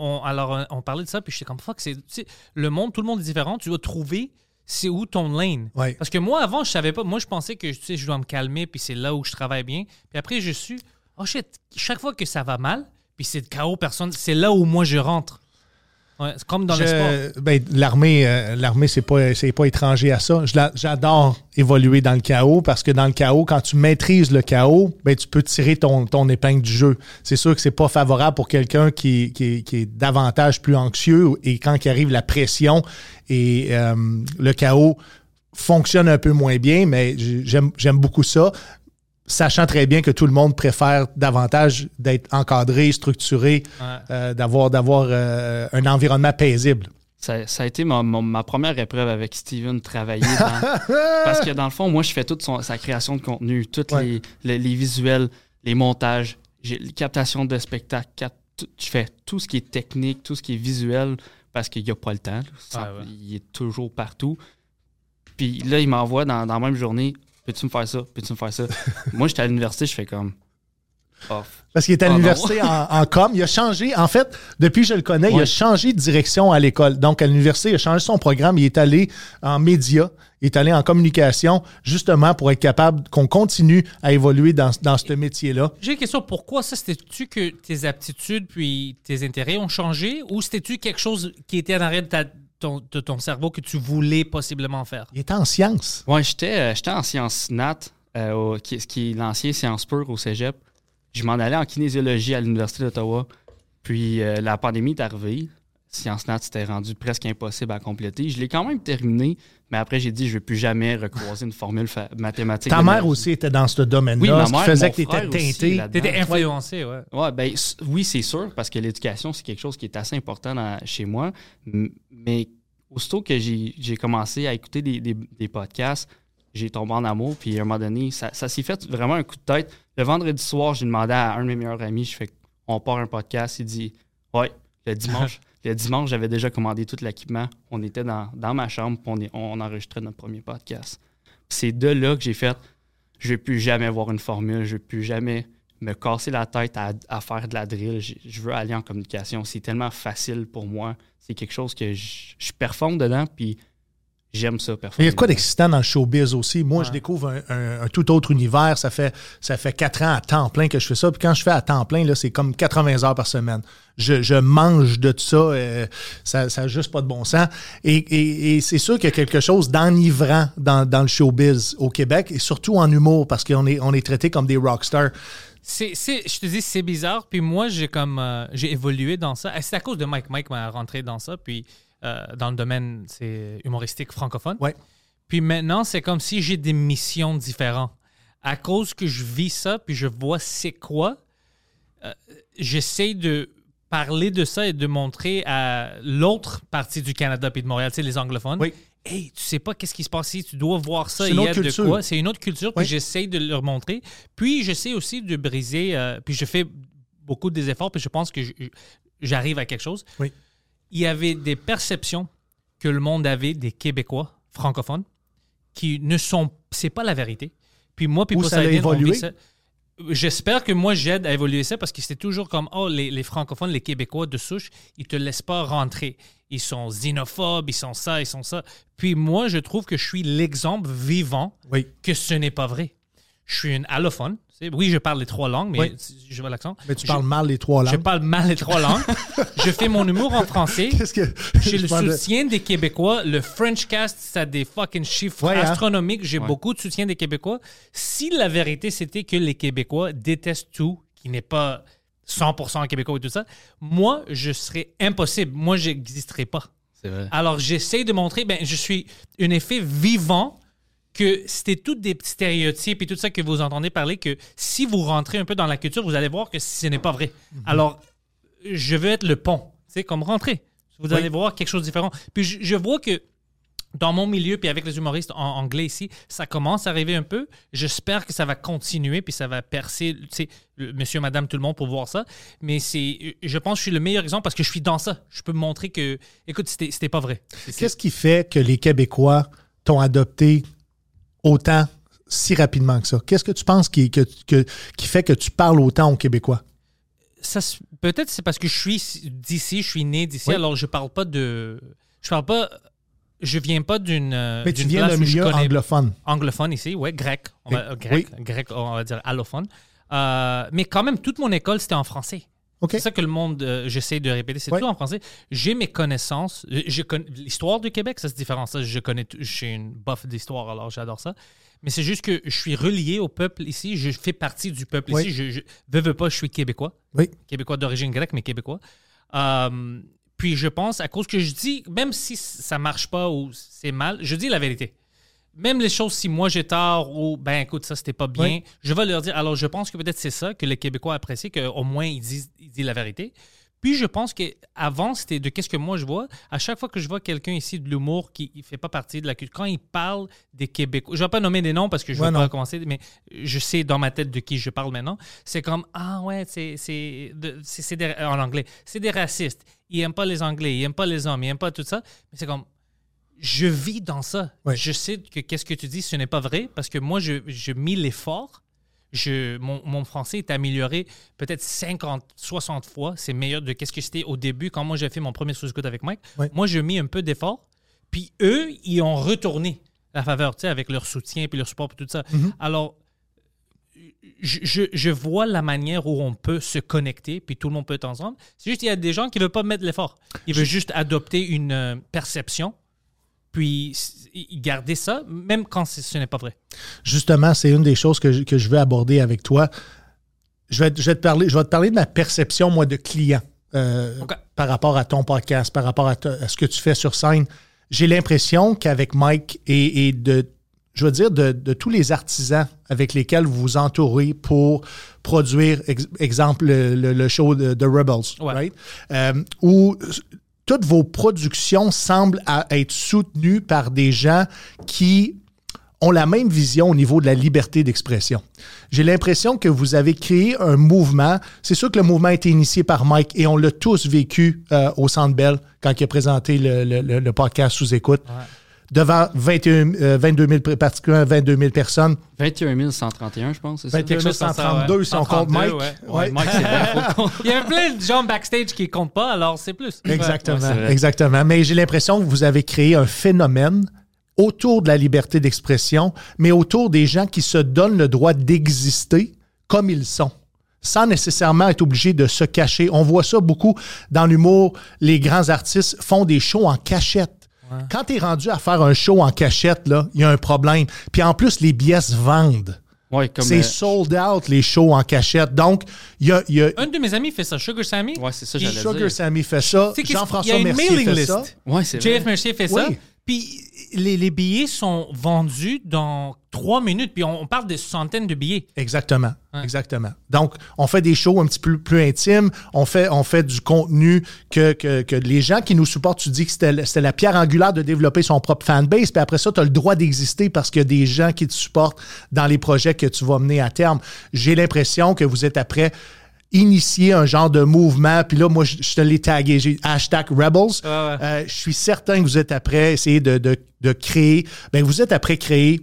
on parlait de ça, puis j'étais comme fuck, tu sais, le monde, tout le monde est différent. Tu dois trouver c'est où ton lane. Ouais. Parce que moi, avant, je savais pas. Moi, je pensais que je dois me calmer, puis c'est là où je travaille bien. Puis après, je suis, oh shit, chaque fois que ça va mal, puis c'est de chaos, personne, c'est là où moi je rentre. Ouais, c'est comme dans le sport. Ben, l'armée, c'est pas étranger à ça. J'adore évoluer dans le chaos parce que dans le chaos, quand tu maîtrises le chaos, ben, tu peux tirer ton épingle du jeu. C'est sûr que c'est pas favorable pour quelqu'un qui est davantage plus anxieux et quand il arrive la pression et le chaos fonctionne un peu moins bien, mais j'aime beaucoup ça. Sachant très bien que tout le monde préfère davantage d'être encadré, structuré, d'avoir un environnement paisible. Ça a été ma première épreuve avec Steven, travailler parce que dans le fond, moi, je fais toute sa création de contenu, tous les visuels, les montages, les captations de spectacles, je fais tout ce qui est technique, tout ce qui est visuel, parce qu'il n'y a pas le temps. Il est toujours partout. Puis là, il m'envoie dans la même journée, peux-tu me faire ça? Peux-tu me faire ça? Moi, j'étais à l'université, je fais comme off. Parce qu'il est à l'université en com. Il a changé, en fait, depuis que je le connais, il a changé de direction à l'école. Donc, à l'université, il a changé son programme. Il est allé en médias, il est allé en communication, justement pour être capable qu'on continue à évoluer dans ce métier-là. J'ai une question. Pourquoi ça? C'était-tu que tes aptitudes puis tes intérêts ont changé ou c'était-tu quelque chose qui était en arrière de ton cerveau que tu voulais possiblement faire? Il était en sciences. Ouais, j'étais en sciences nat, qui est l'ancien Sciences Pures au cégep. Je m'en allais en kinésiologie à l'Université d'Ottawa. Puis la pandémie est arrivée. Sciences Nat, c'était rendu presque impossible à compléter. Je l'ai quand même terminé, mais après, j'ai dit, je ne veux plus jamais recroiser une formule mathématique. Ta mère aussi était dans ce domaine-là, Oui, ma ce qui mère, faisait mon que tu étais frère aussi, teinté. là-dedans. T'étais influencé, ouais. Ouais, ben, oui, c'est sûr, parce que l'éducation, c'est quelque chose qui est assez important chez moi. Mais aussitôt que j'ai commencé à écouter des podcasts, j'ai tombé en amour. Puis à un moment donné, ça s'est fait vraiment un coup de tête. Le vendredi soir, j'ai demandé à un de mes meilleurs amis, je fais, on part un podcast. Il dit, ouais, le dimanche, j'avais déjà commandé tout l'équipement. On était dans ma chambre, puis on enregistrait notre premier podcast. Puis c'est de là que j'ai fait, je ne vais plus jamais voir une formule, je ne vais plus jamais me casser la tête à faire de la drill. Je veux aller en communication. C'est tellement facile pour moi. C'est quelque chose que je performe dedans, puis j'aime ça, performer. Il y a de quoi d'excitant dans le showbiz aussi. Moi, je découvre un tout autre univers. Ça fait 4 ans à temps plein que je fais ça. Puis quand je fais à temps plein, là, c'est comme 80 heures par semaine. Je mange de tout ça. Ça n'a juste pas de bon sens. Et c'est sûr qu'il y a quelque chose d'enivrant dans le showbiz au Québec, et surtout en humour, parce qu'on est traités comme des rockstars. Je te dis, c'est bizarre. Puis moi, j'ai évolué dans ça. C'est à cause de Mike. Mike m'a rentré dans ça. Puis dans le domaine humoristique francophone. Ouais. Puis maintenant, c'est comme si j'ai des missions différentes. À cause que je vis ça, puis je vois c'est quoi, j'essaie de parler de ça et de montrer à l'autre partie du Canada puis de Montréal, tu sais, les anglophones. Oui. Hey, tu sais pas qu'est-ce qui se passe ici, tu dois voir ça. C'est une il y a autre de culture. quoi. C'est une autre culture, puis Oui. j'essaie de leur montrer. Puis j'essaie aussi de briser, puis je fais beaucoup des efforts, puis je pense que j'arrive à quelque chose. Oui. Il y avait des perceptions que le monde avait des Québécois francophones qui ne sont... C'est pas la vérité. Puis moi, puis Où ça a Poseidon, on évolué? vit ça. J'espère que moi, j'aide à évoluer ça parce que c'était toujours comme, les francophones, les Québécois de souche, ils te laissent pas rentrer. Ils sont xénophobes, ils sont ça, ils sont ça. Puis moi, je trouve que je suis l'exemple vivant Oui. que ce n'est pas vrai. Je suis une allophone. Oui, je parle les 3 langues, mais Oui. je vois l'accent. Mais tu parles mal les 3 Je langues. parle mal les 3 langues. Je fais mon humour en français. Qu'est-ce que... J'ai le je parle de- soutien des Québécois. Le Frenchcast, ça a des fucking chiffres Ouais, hein? astronomiques. J'ai beaucoup de soutien des Québécois. Si la vérité, c'était que les Québécois détestent tout, qui n'est pas 100% québécois et tout ça, moi, je serais impossible. Moi, je n'existerais pas. C'est vrai. Alors, j'essaie de montrer, je suis un effet vivant que c'était tous des petits stéréotypes et tout ça que vous entendez parler, que si vous rentrez un peu dans la culture, vous allez voir que ce n'est pas vrai. Alors, je veux être le pont, c'est comme rentrer. Vous allez voir quelque chose de différent. Puis je vois que dans mon milieu, puis avec les humoristes en anglais ici, ça commence à arriver un peu. J'espère que ça va continuer, puis ça va percer, tu sais, monsieur, madame, tout le monde pour voir ça. Mais je pense que je suis le meilleur exemple parce que je suis dans ça. Je peux me montrer que, écoute, c'était pas vrai. Qu'est-ce qui fait que les Québécois t'ont adopté autant si rapidement que ça? Qu'est-ce que tu penses qui fait que tu parles autant aux Québécois? Peut-être c'est parce que je suis d'ici, je suis né d'ici, Oui. alors je viens pas d'une Mais tu d'une viens place d'un où je milieu connais anglophone. anglophone ici, ouais, grec, on va dire allophone. Mais quand même, toute mon école, c'était en français. OK. C'est ça que le monde, j'essaie de répéter, c'est Ouais. tout en français. J'ai mes connaissances. L'histoire du Québec, ça c'est différent. Ça, je suis une buff d'histoire, alors j'adore ça. Mais c'est juste que je suis relié au peuple ici. Je fais partie du peuple Oui. ici. Je veux pas, je suis québécois. Oui. Québécois d'origine grecque, mais québécois. Puis je pense, à cause que je dis, même si ça marche pas ou c'est mal, je dis la vérité. Même les choses, si moi j'ai tort ou, ben écoute, ça c'était pas bien, Oui. je vais leur dire. Alors je pense que peut-être c'est ça que les Québécois apprécient, qu'au moins ils disent la vérité. Puis je pense qu'avant, c'était de qu'est-ce que moi je vois. À chaque fois que je vois quelqu'un ici de l'humour qui ne fait pas partie de la culture, quand il parle des Québécois, je ne vais pas nommer des noms parce que je ne Ouais, vais non. pas commencer, mais je sais dans ma tête de qui je parle maintenant. C'est comme, ah ouais, en anglais, c'est des racistes. Ils n'aiment pas les Anglais, ils n'aiment pas les hommes, ils n'aiment pas tout ça. Mais c'est comme, je vis dans ça. Ouais. Je sais que qu'est-ce que tu dis, ce n'est pas vrai parce que moi, je mis l'effort. Mon français est amélioré peut-être 50, 60 fois. C'est meilleur de qu'est-ce que c'était au début quand moi j'ai fait mon premier sous-écoute avec Mike. Ouais. Moi, j'ai mis un peu d'effort. Puis eux, ils ont retourné la faveur, tu sais, avec leur soutien puis leur support et tout ça. Alors, je vois la manière où on peut se connecter puis tout le monde peut être ensemble. C'est juste qu'il y a des gens qui ne veulent pas mettre l'effort. Ils veulent juste adopter une perception puis garder ça, même quand ce n'est pas vrai. Justement, c'est une des choses que je veux aborder avec toi. Je vais te parler de ma perception, moi, de client. OK. par rapport à ton podcast, par rapport à ce que tu fais sur scène. J'ai l'impression qu'avec Mike et de tous les artisans avec lesquels vous vous entourez pour produire, exemple, le show de The Rebels, Ouais. right? Où toutes vos productions semblent être soutenues par des gens qui ont la même vision au niveau de la liberté d'expression. J'ai l'impression que vous avez créé un mouvement. C'est sûr que le mouvement a été initié par Mike et on l'a tous vécu au Centre Bell quand il a présenté le podcast Sous écoute. Ouais. Devant 22 000, particulièrement 22 000 personnes. 21 131, je pense, c'est ça? 21 chose comme ça, 132 ouais. si on compte 132, Mike. ouais. Ouais, Mike, c'est vrai. Faut qu'on- Il y avait plein de gens backstage qui comptent pas, alors c'est plus. Exactement, Ouais, c'est vrai. exactement. Mais j'ai l'impression que vous avez créé un phénomène autour de la liberté d'expression, mais autour des gens qui se donnent le droit d'exister comme ils sont, sans nécessairement être obligés de se cacher. On voit ça beaucoup dans l'humour. Les grands artistes font des shows en cachette. Quand tu es rendu à faire un show en cachette, là, il y a un problème. Puis en plus, les billets se vendent. Ouais, comme. C'est sold out, les shows en cachette. Donc, il y a Un de mes amis fait ça, Sugar Sammy. Ouais, c'est ça, Puis j'allais Sugar dire. Sammy fait ça. C'est qu'il y Jean-François a une Mercier mailing fait list. ça. Ouais, c'est JF vrai. Mercier fait ça. Oui. Puis les billets sont vendus dans 3 minutes. Puis on parle de centaines de billets. Exactement, Ouais. exactement. Donc, on fait des shows un petit peu plus intimes. On fait du contenu que les gens qui nous supportent, tu dis que c'était la pierre angulaire de développer son propre fanbase. Puis après ça, tu as le droit d'exister parce qu'il y a des gens qui te supportent dans les projets que tu vas mener à terme. J'ai l'impression que vous êtes après initier un genre de mouvement. Puis là, moi, je te l'ai tagué. J'ai #Rebels. Ouais. Je suis certain que vous êtes après essayer de créer. Ben, vous êtes après créer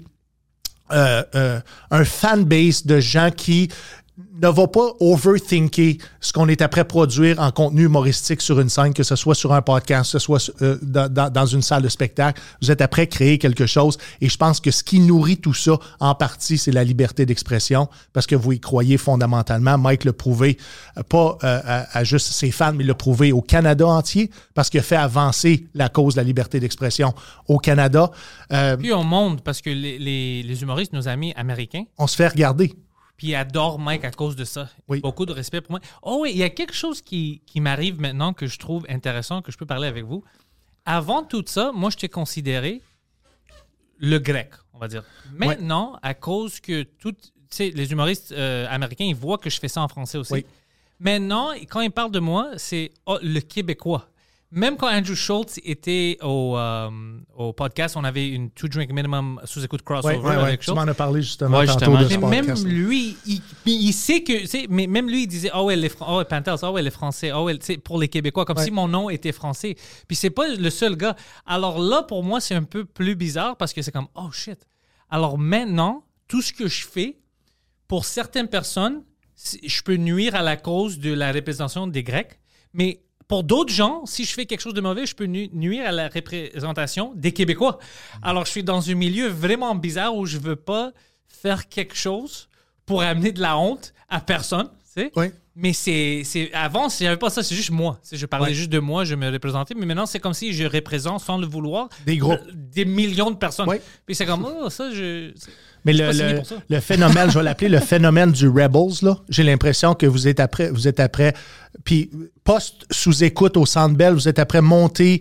un fanbase de gens qui ne va pas overthinker ce qu'on est après produire en contenu humoristique sur une scène, que ce soit sur un podcast, que ce soit dans une salle de spectacle. Vous êtes après créer quelque chose et je pense que ce qui nourrit tout ça, en partie, c'est la liberté d'expression parce que vous y croyez fondamentalement. Mike l'a prouvé, pas à juste ses fans, mais il l'a prouvé au Canada entier parce qu'il a fait avancer la cause de la liberté d'expression au Canada. Puis on monte parce que les humoristes, nos amis américains, On se fait regarder. puis ils adorent Mike à cause de ça. Oui. Beaucoup de respect pour moi. Oh oui, il y a quelque chose qui m'arrive maintenant que je trouve intéressant, que je peux parler avec vous. Avant tout ça, moi, je t'ai considéré le grec, on va dire. Maintenant, à cause que les humoristes américains, ils voient que je fais ça en français aussi. Oui. Maintenant, quand ils parlent de moi, c'est le Québécois. Même quand Andrew Schultz était au podcast, on avait une 2 drink minimum sous-écoute crossover avec Tu Schultz. m'en as parlé justement Ouais, tantôt justement. de ce Mais même podcast. lui, il sait que, mais même lui, il disait, Pantelis, les Français, pour les Québécois, comme Ouais. si mon nom était français. Puis c'est pas le seul gars. Alors là, pour moi, c'est un peu plus bizarre parce que c'est comme, oh shit. Alors maintenant, tout ce que je fais, pour certaines personnes, je peux nuire à la cause de la représentation des Grecs, mais pour d'autres gens, si je fais quelque chose de mauvais, je peux nuire à la représentation des Québécois. Alors, je suis dans un milieu vraiment bizarre où je veux pas faire quelque chose pour amener de la honte à personne, tu sais. Oui. Mais avant, il n'y avait pas ça, c'est juste moi. Je parlais Ouais. juste de moi, je me représentais, mais maintenant, c'est comme si je représente, sans le vouloir, Des groupes. des millions de personnes. Ouais. Puis c'est comme, ça, Mais pas signé pour ça. le phénomène, je vais l'appeler le phénomène du Rebels, là. J'ai l'impression que vous êtes après, puis post sous écoute au Centre Bell, vous êtes après monter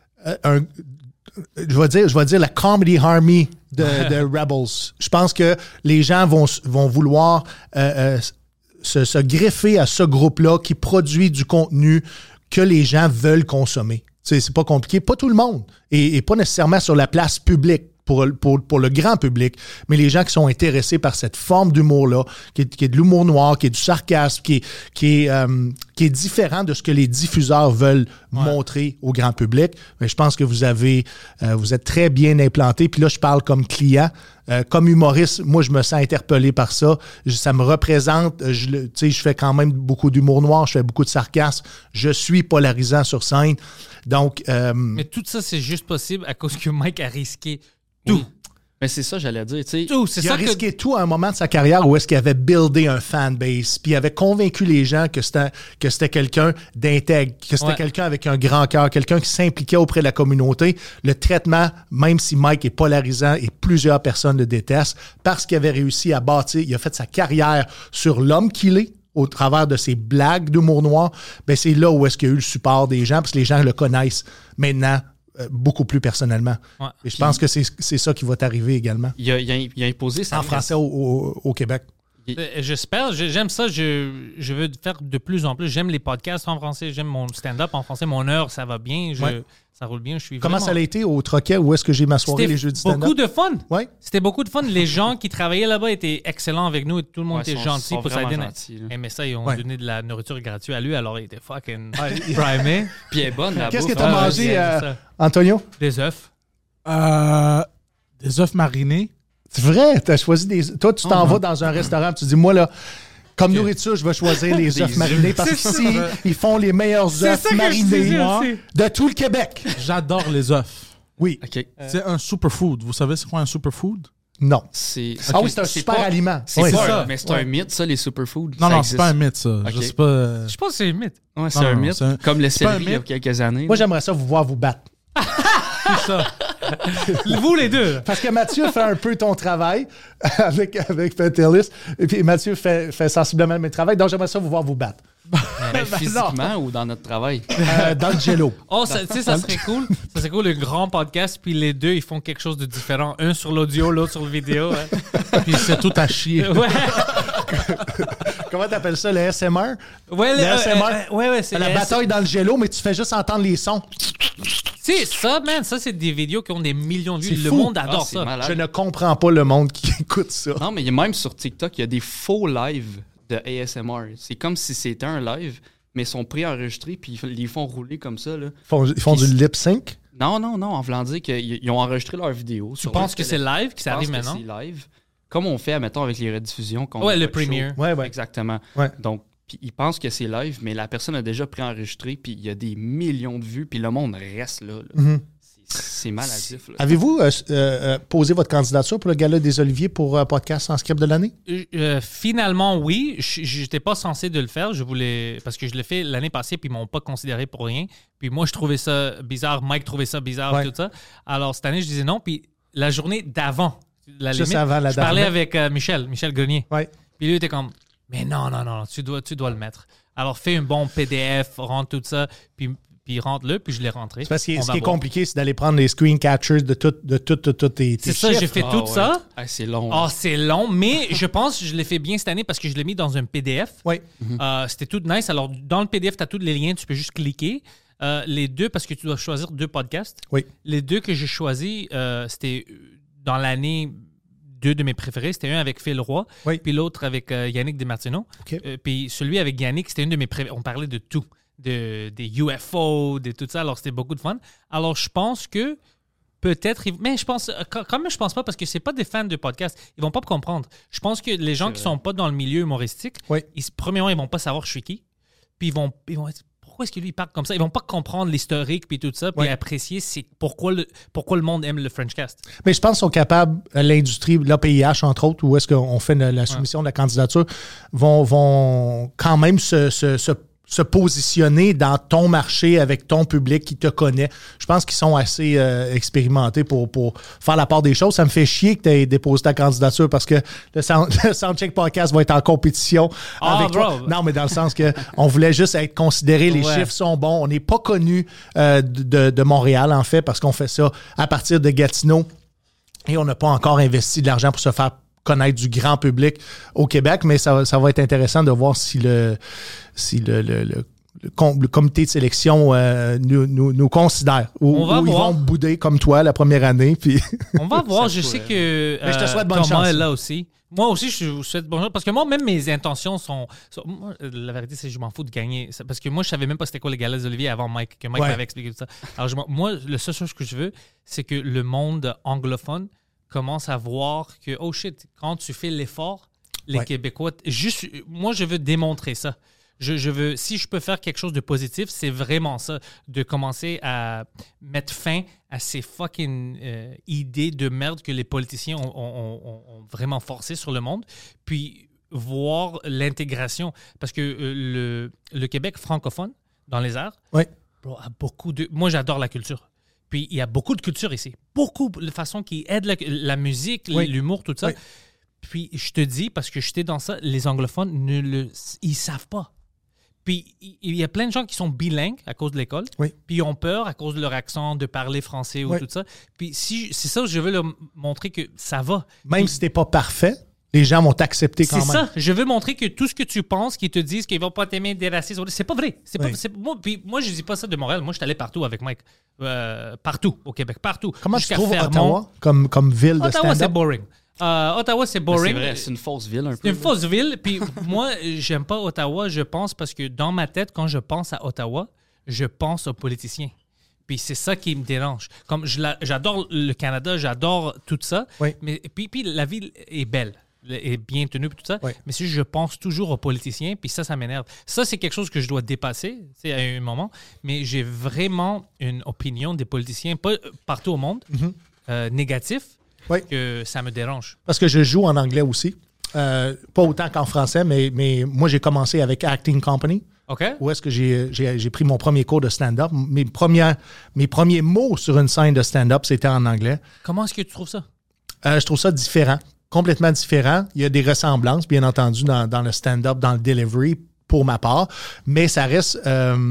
je vais dire la comedy army de Rebels. Je pense que les gens vont vouloir se greffer à ce groupe-là qui produit du contenu que les gens veulent consommer. C'est pas compliqué. Pas tout le monde. Et pas nécessairement sur la place publique. Pour le grand public, mais les gens qui sont intéressés par cette forme d'humour-là, qui est de l'humour noir, qui est du sarcasme, qui est différent de ce que les diffuseurs veulent montrer au grand public, mais je pense que vous êtes très bien implanté. Puis là, je parle comme client. Comme humoriste, moi, je me sens interpellé par ça. Ça me représente. Je fais quand même beaucoup d'humour noir, je fais beaucoup de sarcasme. Je suis polarisant sur scène. Donc, Mais tout ça, c'est juste possible à cause que Mike a risqué tout. Oui. Mais c'est ça, j'allais dire. Tu sais, Tout. C'est il a ça que. risqué tout à un moment de sa carrière où est-ce qu'il avait buildé un fanbase, puis il avait convaincu les gens que c'était quelqu'un d'intègre, que c'était Ouais. quelqu'un avec un grand cœur, quelqu'un qui s'impliquait auprès de la communauté. Le traitement, même si Mike est polarisant et plusieurs personnes le détestent, parce qu'il avait réussi à bâtir, il a fait sa carrière sur l'homme qu'il est au travers de ses blagues d'humour noir, ben c'est là où est-ce qu'il y a eu le support des gens, parce que les gens le connaissent maintenant beaucoup plus personnellement. Ouais. Et je pense que c'est ça qui va t'arriver également. Il a imposé sa En français au Québec. J'espère, j'aime ça, je veux faire de plus en plus. J'aime les podcasts en français, j'aime mon stand-up en français, mon heure, ça va bien, ça roule bien. Je suis Comment vraiment... ça a été au Troquet? Où est-ce que j'ai ma soirée les jeudis stand-up? Beaucoup de fun. Ouais. C'était beaucoup de fun. Les gens qui travaillaient là-bas étaient excellents avec nous et tout le monde était Ils gentil sont pour s'aider. vraiment gentils, là. Mais ça, ils ont Ouais. donné de la nourriture gratuite à lui, alors il était fucking primé. Puis elle est bonne, la Qu'est-ce bouffe. que t'as Ouais, mangé, c'est ça. Antonio? Des œufs. Des œufs marinés. C'est vrai, t'as choisi des... Toi, tu t'en non. vas dans un restaurant et tu dis, moi, là, comme nourriture, je vais choisir les œufs marinés parce C'est qu'ici, ils font les meilleurs C'est œufs ça que je marinés disais aussi. de tout le Québec. J'adore les œufs. Oui. OK. C'est un superfood. Vous savez c'est quoi un superfood? Non. C'est Ah oui, c'est un super pas- aliment. C'est Oui, pas ça. mais c'est un mythe, ça, les superfoods. Non, Ça non, existe. c'est pas un mythe, ça. Ok. Je sais pas. Je pense que c'est un mythe. Ouais, c'est Non, un non, mythe. c'est un- Comme le c'est pas un céleri il y a mythe. quelques années. Moi, j'aimerais ça vous voir vous battre. C'est ça. Vous les deux. Parce que Mathieu fait un peu ton travail avec Pentelis, et puis Mathieu fait sensiblement le même travail, donc j'aimerais ça vous voir vous battre. Ben, physiquement ou dans notre travail? Dans le jello. Oh, tu sais, ça serait cool. Ça serait cool, le grand podcast, puis les deux, ils font quelque chose de différent. Un sur l'audio, l'autre sur le vidéo. Hein. Puis c'est tout à chier. Ouais. Comment t'appelles ça, le SMR? Ouais, Le ASMR? ouais, c'est La bataille dans le jello, mais tu fais juste entendre les sons. C'est ça, man. Ça, c'est des vidéos qui ont des millions de vues. C'est Le fou. monde adore c'est ça. malade. Je ne comprends pas le monde qui écoute ça. Non, mais il y a même sur TikTok, il y a des faux lives de ASMR. C'est comme si c'était un live, mais ils sont préenregistrés puis ils les font rouler comme ça. Là. Ils font du lip sync. Non, en voulant dire qu'ils ont enregistré leur vidéo. Tu penses que c'est live, que ça arrive maintenant? C'est live. Comme on fait, admettons, avec les rediffusions. qu'on Ouais, a le pas de show. premiere. Ouais. Exactement. Ouais. Donc, puis ils pensent que c'est live, mais la personne a déjà préenregistré, puis il y a des millions de vues, puis le monde reste là. Mm-hmm. C'est maladif. Là. Avez-vous posé votre candidature pour le Gala des Oliviers pour podcast sans script de l'année? Finalement, oui. J'étais pas censé de le faire. Je voulais... Parce que je l'ai fait l'année passée, puis ils m'ont pas considéré pour rien. Puis moi, je trouvais ça bizarre. Mike trouvait ça bizarre, Ouais. tout ça. Alors, cette année, je disais non. Puis la journée d'avant, la Juste limite, avant la je parlais dernière. avec Michel Grenier. Ouais. Puis lui, il était comme, mais non, tu dois le mettre. Alors, fais un bon PDF, rentre tout ça, puis rentre-le, puis je l'ai rentré. C'est parce que On ce va qui est voir. compliqué, c'est d'aller prendre les screen captures de tout tes C'est ça, chiffres. j'ai fait tout ça. Ah, c'est long. Ah, c'est long, mais je pense que je l'ai fait bien cette année parce que je l'ai mis dans un PDF. Oui. C'était tout nice. Alors, dans le PDF, tu as tous les liens, tu peux juste cliquer. Les deux, parce que tu dois choisir 2 podcasts. Oui. Les 2 que j'ai choisis, c'était dans l'année 2 de mes préférés. C'était un avec Phil Roy, Oui. puis l'autre avec Yannick Desmartino. OK. Puis celui avec Yannick, c'était une de mes préférés. On parlait de tout. Des UFO, de tout ça. Alors, c'était beaucoup de fun. Alors, je pense que peut-être... Mais je pense... Quand même, je pense pas, parce que c'est pas des fans de podcast. Ils vont pas me comprendre. Je pense que les gens qui sont pas dans le milieu humoristique, Oui. premièrement, ils vont pas savoir je suis qui. Puis ils vont être... Pourquoi est-ce que lui, il parle comme ça? Ils vont pas comprendre l'historique puis tout ça, puis Oui. apprécier c'est pourquoi le monde aime le Frenchcast. Mais je pense qu'ils sont capables, l'industrie, l'APIH, entre autres, où est-ce qu'on fait la soumission de la candidature, vont quand même se positionner dans ton marché avec ton public qui te connaît. Je pense qu'ils sont assez expérimentés pour faire la part des choses. Ça me fait chier que tu aies déposé ta candidature parce que le Soundcheck Podcast va être en compétition avec toi. bro. Non, mais dans le sens que on voulait juste être considéré. Les Ouais. chiffres sont bons. On n'est pas connu de Montréal, en fait, parce qu'on fait ça à partir de Gatineau et on n'a pas encore investi de l'argent pour se faire connaître du grand public au Québec, mais ça va être intéressant de voir si le comité de sélection nous considère. Ou On va ils voir. vont bouder comme toi la première année. Puis On va voir. Ça Je pourrait. sais que Mais je te souhaite bonne Thomas chance. est là aussi. Moi aussi, je vous souhaite bonne chance. Parce que moi, même mes intentions sont moi, la vérité, c'est que je m'en fous de gagner. Parce que moi, je savais même pas c'était quoi les galas d'Olivier avant Mike, que Mike Ouais. m'avait expliqué tout ça. Alors, moi, la seule chose que je veux, c'est que le monde anglophone commence à voir que, oh shit, quand tu fais l'effort, les Ouais. Québécois, moi, je veux démontrer ça. Je veux, si je peux faire quelque chose de positif, c'est vraiment ça, de commencer à mettre fin à ces fucking idées de merde que les politiciens ont vraiment forcé sur le monde, puis voir l'intégration. Parce que le Québec francophone, dans les arts, Oui. bro, a beaucoup de... Moi, j'adore la culture. Puis il y a beaucoup de culture ici. Beaucoup de façon qui aide la musique, Oui. l'humour, tout ça. Oui. Puis je te dis, parce que j'étais dans ça, les anglophones, ils savent pas. Puis il y a plein de gens qui sont bilingues à cause de l'école. Oui. Puis ils ont peur à cause de leur accent, de parler français ou Oui. tout ça. Puis c'est ça, je veux leur montrer que ça va. Même Puis- si t'es pas parfait, les gens vont t'accepter quand c'est même. ça. Je veux montrer que tout ce que tu penses, qu'ils te disent qu'ils vont pas t'aimer, des racistes, c'est pas vrai. Oui. Moi, je dis pas ça de Montréal. Moi, je suis allé partout avec Mike. Partout au Québec, partout. Comment tu Jusqu'à trouves Fermont. Ottawa comme ville de Ottawa, c'est stand-up? boring. Ottawa, c'est Mais boring. C'est vrai, c'est une fausse ville un peu. C'est une fausse ville. Puis moi, j'aime pas Ottawa, je pense, parce que dans ma tête, quand je pense à Ottawa, je pense aux politiciens. Puis c'est ça qui me dérange. Comme j'adore le Canada, j'adore tout ça. Oui. Mais puis la ville est belle, est bien tenue, puis tout ça. Oui. Mais si je pense toujours aux politiciens, puis ça m'énerve. Ça, c'est quelque chose que je dois dépasser, à un moment. Mais j'ai vraiment une opinion des politiciens, pas partout au monde, négatif, Oui. que ça me dérange. Parce que je joue en anglais aussi. Pas autant qu'en français, mais moi, j'ai commencé avec Acting Company, OK? où est-ce que j'ai pris mon premier cours de stand-up. Mes premiers mots sur une scène de stand-up, c'était en anglais. Comment est-ce que tu trouves ça? Je trouve ça différent, complètement différent. Il y a des ressemblances, bien entendu, dans le stand-up, dans le delivery, pour ma part, mais ça reste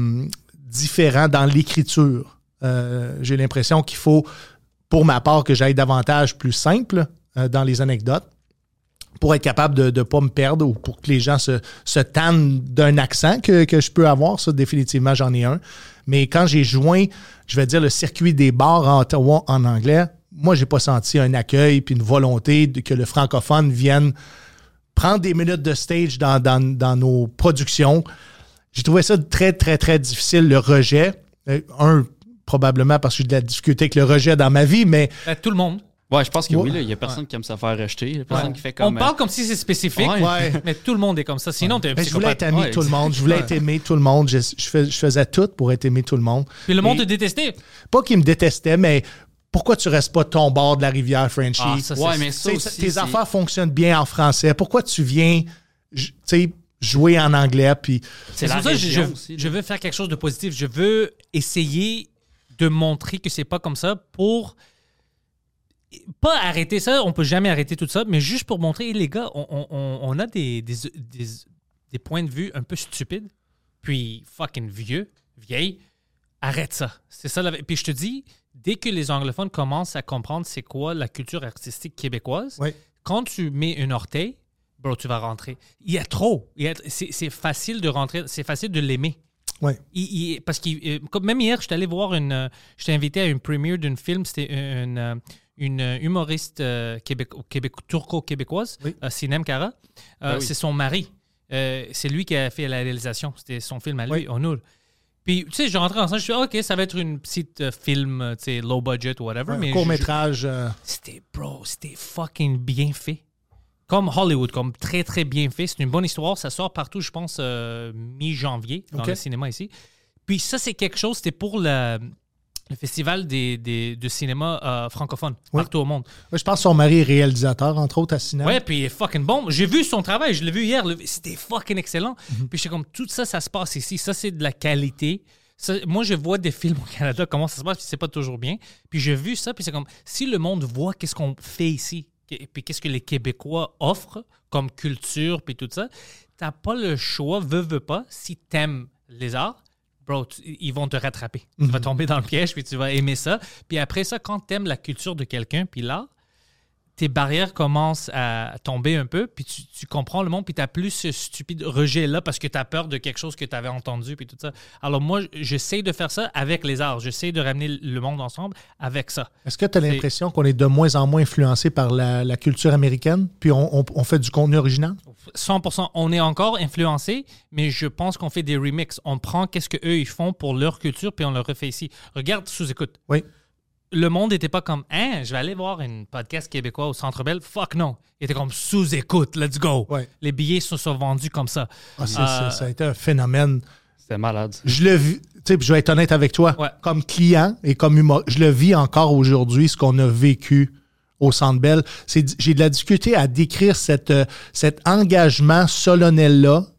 différent dans l'écriture. J'ai l'impression qu'il faut, pour ma part, que j'aille davantage plus simple dans les anecdotes pour être capable de ne pas me perdre ou pour que les gens se tannent d'un accent que je peux avoir. Ça, définitivement, j'en ai un. Mais quand j'ai joint, je vais dire, le circuit des bars à Ottawa en anglais, moi, j'ai pas senti un accueil puis une volonté que le francophone vienne prendre des minutes de stage dans nos productions. J'ai trouvé ça très, très, très difficile, le rejet. Probablement parce que j'ai de la difficulté avec le rejet dans ma vie, mais Tout le monde. Ouais, je pense que Ouais. oui, il n'y a personne qui aime se faire rejeter. Il y a personne qui fait On comme. parle comme si c'est spécifique, Ouais. mais tout le monde est comme ça. Sinon, t'es un mais je voulais psychopathe. être ami de tout le monde. Je voulais être aimé de tout le monde. Je faisais tout pour être aimé de tout le monde. Puis le monde Et- te détestait. Pas qu'ils me détestaient, mais pourquoi tu restes pas de ton bord de la rivière, Frenchie? Ah, ça, c'est- Ouais, mais Tu ça sais, aussi. tes c'est- affaires fonctionnent bien en français. Pourquoi tu viens jouer en anglais? Puis C'est la pour ça que région aussi, je veux faire quelque chose de positif. Je veux essayer de montrer que c'est pas comme ça pour pas arrêter ça. On peut jamais arrêter tout ça, mais juste pour montrer, les gars, on a des points de vue un peu stupides, puis fucking vieilles. Arrête ça. C'est ça. Puis je te dis, dès que les anglophones commencent à comprendre c'est quoi la culture artistique québécoise, Oui. quand tu mets un orteil, bro, tu vas rentrer. Il y a trop. C'est facile de rentrer. C'est facile de l'aimer. ouais. Parce que comme même hier, j'étais allé voir j'étais invité à une premiere d'un film. C'était une humoriste turco-québécoise, Oui. Sinem Kara. oui. C'est son mari. C'est lui qui a fait la réalisation. C'était son film à lui, Oui. Onur. Puis, tu sais, je rentrais ensemble, je suis OK, ça va être une petite film, tu sais, low budget ou whatever. mais Court-métrage. c'était fucking bien fait. Comme Hollywood, comme très, très bien fait. C'est une bonne histoire. Ça sort partout, je pense, mi-janvier, dans OK. le cinéma ici. Puis ça, c'est quelque chose, c'était pour le festival de cinéma francophone, Oui. partout au monde. Moi, je pense que son mari est réalisateur, entre autres, à Cinéma. Ouais, puis il est fucking bon. J'ai vu son travail, je l'ai vu hier. C'était fucking excellent. Puis j'étais comme, tout ça, ça se passe ici. Ça, c'est de la qualité. Ça, moi, je vois des films au Canada, comment ça se passe, puis c'est pas toujours bien. Puis j'ai vu ça, puis c'est comme, si le monde voit qu'est-ce qu'on fait ici, puis qu'est-ce que les Québécois offrent comme culture, puis tout ça, t'as pas le choix, veux pas, si t'aimes les arts, bro, ils vont te rattraper. Tu vas tomber dans le piège, puis tu vas aimer ça. Puis après ça, quand t'aimes la culture de quelqu'un, puis l'art, tes barrières commencent à tomber un peu, puis tu comprends le monde, puis tu n'as plus ce stupide rejet-là parce que tu as peur de quelque chose que tu avais entendu, puis tout ça. Alors moi, j'essaie de faire ça avec les arts. J'essaie de ramener le monde ensemble avec ça. Est-ce que tu as l'impression qu'on est de moins en moins influencé par la culture américaine, puis on fait du contenu original? 100%, on est encore influencé, mais je pense qu'on fait des remixes. On prend qu'est-ce qu'eux, ils font pour leur culture, puis on le refait ici. Regarde Sous-Écoute. Oui. Le monde n'était pas comme, hein, je vais aller voir une podcast québécois au Centre Bell. Fuck non. Il était comme Sous-Écoute, let's go. Ouais. Les billets sont vendus comme ça. Ah, ça a été un phénomène. C'était malade. Je le vis, tu sais, puis je vais être honnête avec toi, Ouais. comme client et comme humoriste, je le vis encore aujourd'hui, ce qu'on a vécu au Centre Bell. J'ai de la difficulté à décrire cet engagement solennel-là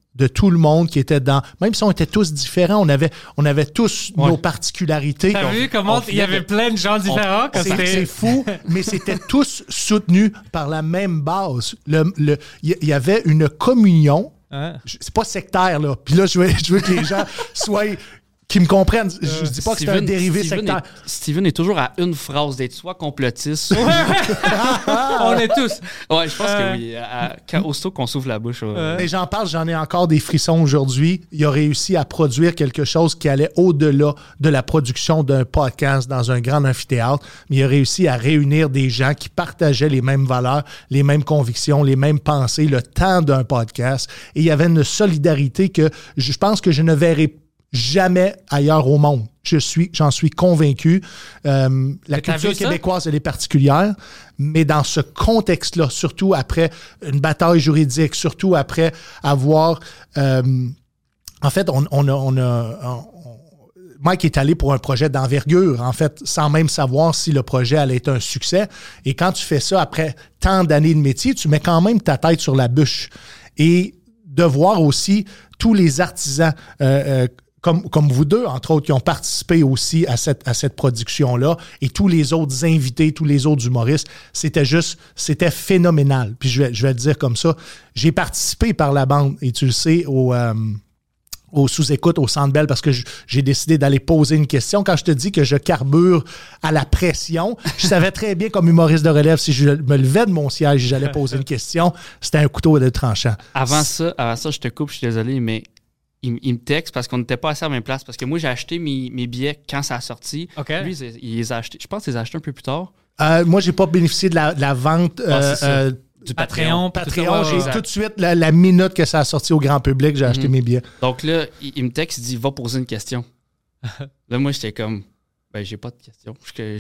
de tout le monde qui était dans... Même si on était tous différents, on avait tous nos particularités. T'as vu comment il y avait plein de gens différents? quand C'est fou, mais c'était tous soutenus par la même base. Il y avait une communion. Hein? C'est pas sectaire, là. Puis là, je veux que les gens qui me comprennent. Je dis pas que c'est un dérivé sectaire. Steven est toujours à une phrase d'être soit complotiste. On est tous. Ouais, je pense que oui. Aussitôt qu'on s'ouvre la bouche. Mais j'en parle, j'en ai encore des frissons aujourd'hui. Il a réussi à produire quelque chose qui allait au-delà de la production d'un podcast dans un grand amphithéâtre. Mais il a réussi à réunir des gens qui partageaient les mêmes valeurs, les mêmes convictions, les mêmes pensées, le temps d'un podcast. Et il y avait une solidarité que je pense que je ne verrai jamais ailleurs au monde. J'en suis convaincu. La culture québécoise, elle est particulière, mais dans ce contexte-là, surtout après une bataille juridique, surtout après avoir... en fait, Mike est allé pour un projet d'envergure, en fait, sans même savoir si le projet allait être un succès. Et quand tu fais ça après tant d'années de métier, tu mets quand même ta tête sur la bûche. Et de voir aussi tous les artisans... Comme vous deux, entre autres, qui ont participé aussi à cette production-là, et tous les autres invités, tous les autres humoristes, c'était phénoménal. Puis je vais le dire comme ça, j'ai participé par la bande, et tu le sais, au sous-écoute, au Centre Bell, parce que j'ai décidé d'aller poser une question. Quand je te dis que je carbure à la pression, je savais très bien comme humoriste de relève, si je me levais de mon siège et j'allais poser une question, c'était un couteau de tranchant. Avant ça, je te coupe, je suis désolé, mais il me texte parce qu'on n'était pas assez à la même place. Parce que moi, j'ai acheté mes billets quand ça a sorti. Okay. Lui, il les a achetés. Je pense qu'il les a achetés un peu plus tard. Moi, j'ai pas bénéficié de la vente du Patreon. J'ai tout de suite, la minute que ça a sorti au grand public, j'ai acheté mes billets. Donc là, il me texte, il dit « Va poser une question. » Là, moi, j'étais comme « Ben, j'ai pas de question.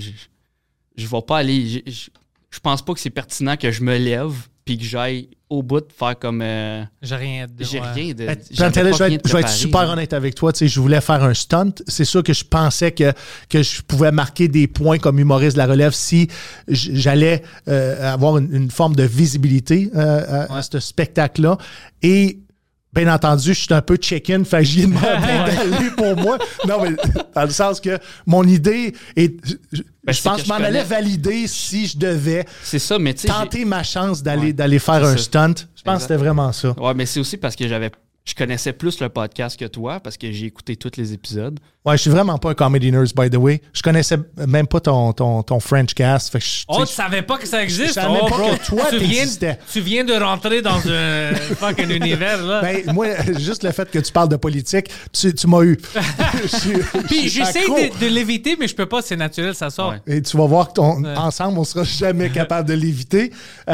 Je vais pas aller... Je pense pas que c'est pertinent que je me lève puis que j'aille au bout de faire comme... J'ai rien de... J'ai rien de... Je vais être super honnête avec toi. Tu sais, je voulais faire un stunt. C'est sûr que je pensais que je pouvais marquer des points comme humoriste de la relève si j'allais avoir une forme de visibilité à ce spectacle-là. Et bien entendu, je suis un peu check-in, fait que j'y ai demandé d'aller pour moi. Non, mais dans le sens que mon idée est... je pense que je m'en allais valider si je devais tenter ma chance d'aller faire un stunt. Je pense que c'était vraiment ça. Ouais, mais c'est aussi parce que je connaissais plus le podcast que toi parce que j'ai écouté tous les épisodes. Ouais, je suis vraiment pas un comedy nerd, by the way. Je connaissais même pas ton French cast. Fait que tu savais pas que ça existe? Je savais pas que toi, t'existais. Tu viens de rentrer dans un fucking univers, là. Ben, moi, juste le fait que tu parles de politique, tu m'as eu. Puis j'essaie de l'éviter, mais je peux pas, c'est naturel, ça sort. Ouais. Et tu vas voir qu'ensemble, on sera jamais capable de l'éviter.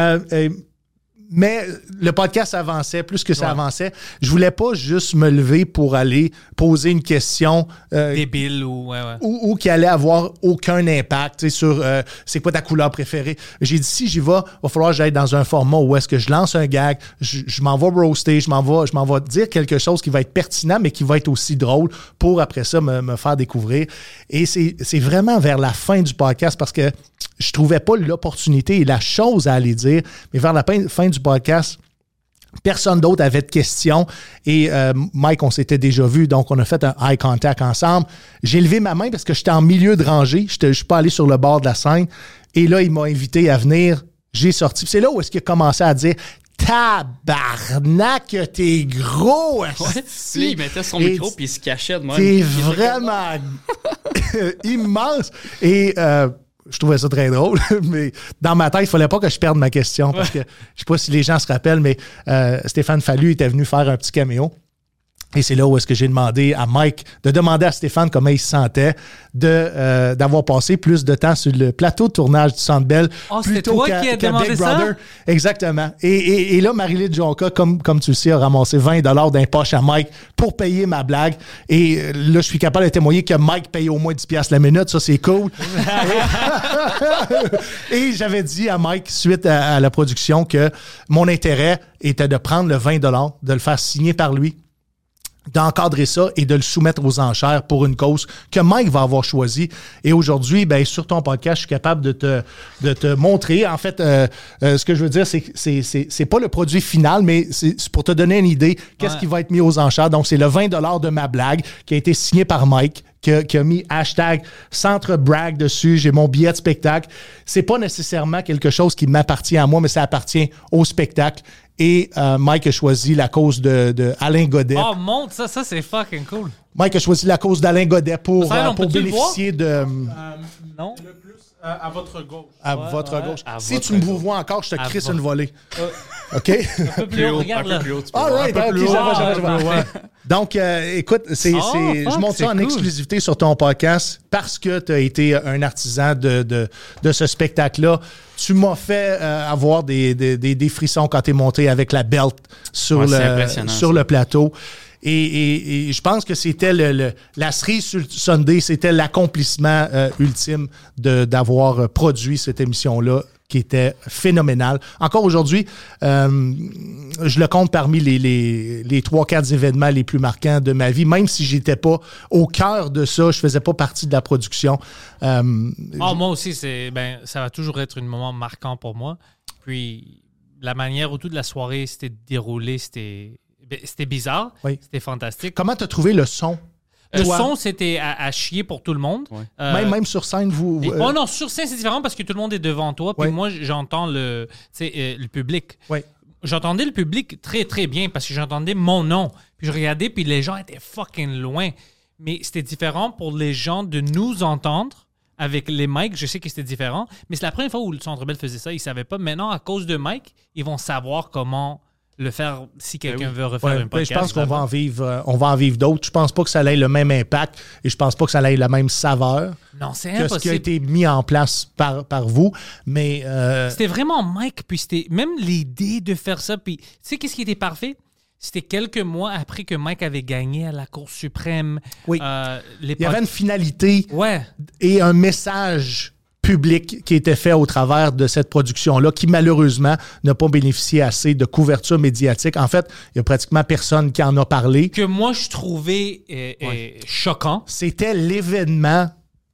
Mais le podcast avançait, plus que ça avançait. Je voulais pas juste me lever pour aller poser une question débile ou qui allait avoir aucun impact sur c'est quoi ta couleur préférée. J'ai dit si j'y vais, il va falloir que j'aille dans un format où est-ce que je lance un gag, je m'en vais roaster, je m'en vais dire quelque chose qui va être pertinent mais qui va être aussi drôle pour après ça me faire découvrir. Et c'est vraiment vers la fin du podcast parce que je trouvais pas l'opportunité et la chose à aller dire, mais vers la fin du podcast, personne d'autre avait de questions. Et Mike, on s'était déjà vu, donc on a fait un eye contact ensemble. J'ai levé ma main parce que j'étais en milieu de rangée. Je ne suis pas allé sur le bord de la scène. Et là, il m'a invité à venir. J'ai sorti. Puis c'est là où est-ce qu'il a commencé à dire « Tabarnak, t'es gros! » Ouais. Puis il mettait son micro puis il se cachait de moi. T'es vraiment immense. Et... je trouvais ça très drôle, mais dans ma tête, il ne fallait pas que je perde ma question parce que je ne sais pas si les gens se rappellent, mais Stéphane Fallu était venu faire un petit caméo. Et c'est là où est-ce que j'ai demandé à Mike de demander à Stéphane comment il se sentait d'avoir passé plus de temps sur le plateau de tournage du Centre Bell plutôt qu'à Big Brother. Ça? Exactement. Et là, Marie-Lise Jonca, comme tu le sais, a ramassé 20$ d'un poche à Mike pour payer ma blague. Et là, je suis capable de témoigner que Mike paye au moins 10$ la minute. Ça, c'est cool. Et j'avais dit à Mike, suite à la production, que mon intérêt était de prendre le 20$, de le faire signer par lui, d'encadrer ça et de le soumettre aux enchères pour une cause que Mike va avoir choisie. Et aujourd'hui, ben, sur ton podcast, je suis capable de te montrer. En fait, ce que je veux dire, c'est pas le produit final, mais c'est pour te donner une idée qu'est-ce qui va être mis aux enchères. Donc, c'est le 20 $ de ma blague qui a été signé par Mike, qui a mis hashtag Centre Brag dessus. J'ai mon billet de spectacle. C'est pas nécessairement quelque chose qui m'appartient à moi, mais ça appartient au spectacle. Et Mike a choisi la cause de Alain Godet. Oh, monte ça c'est fucking cool. Mike a choisi la cause d'Alain Godet pour Ça, on peut-tu le bénéficier de... Non? Le plus à votre gauche. À votre gauche. à Si votre tu me vois encore, je te crisse votre- une volée. OK? Un peu plus haut, regarde là. All right, Un peu OK, plus haut, ça va. Donc, écoute, je fuck, montre c'est ça en cool. exclusivité sur ton podcast parce que tu as été un artisan de ce spectacle-là. Tu m'as fait avoir des frissons quand tu es monté avec la belt sur, Ouais, c'est impressionnant, sur ça. le plateau. Et je pense que c'était la cerise sur le Sunday, c'était l'accomplissement ultime d'avoir produit cette émission-là qui était phénoménale. Encore aujourd'hui, je le compte parmi les 3-4 événements les plus marquants de ma vie, même si j'étais pas au cœur de ça, je faisais pas partie de la production. Moi aussi, ça va toujours être un moment marquant pour moi. Puis la manière où toute la soirée s'était déroulée, c'était bizarre, Oui. c'était fantastique. Comment tu as trouvé le son? Le Toi? son, c'était à chier pour tout le monde. Ouais. Même sur scène, vous... Oh non, sur scène, c'est différent parce que tout le monde est devant toi. Puis Ouais. moi, j'entends le public. Ouais. J'entendais le public très, très bien parce que j'entendais mon nom. Puis je regardais, puis les gens étaient fucking loin. Mais c'était différent pour les gens de nous entendre avec les mics. Je sais que c'était différent. Mais c'est la première fois où le Centre Bell faisait ça. Ils ne savaient pas. Maintenant, à cause de Mike, ils vont savoir comment le faire si quelqu'un veut refaire Ouais, un podcast. je pense qu'on va en vivre d'autres. Je pense pas que ça ait le même impact et je pense pas que ça ait la même saveur Non, c'est que ce qui a impossible. été mis en place par vous. Mais C'était vraiment Mike, puis c'était même l'idée de faire ça. Puis tu sais qu'est-ce qui était parfait? C'était quelques mois après que Mike avait gagné à la Cour suprême. Oui. Les il y avait une finalité Ouais. et un message public qui était fait au travers de cette production-là, qui malheureusement n'a pas bénéficié assez de couverture médiatique. En fait, il y a pratiquement personne qui en a parlé. Que moi, je trouvais choquant. C'était l'événement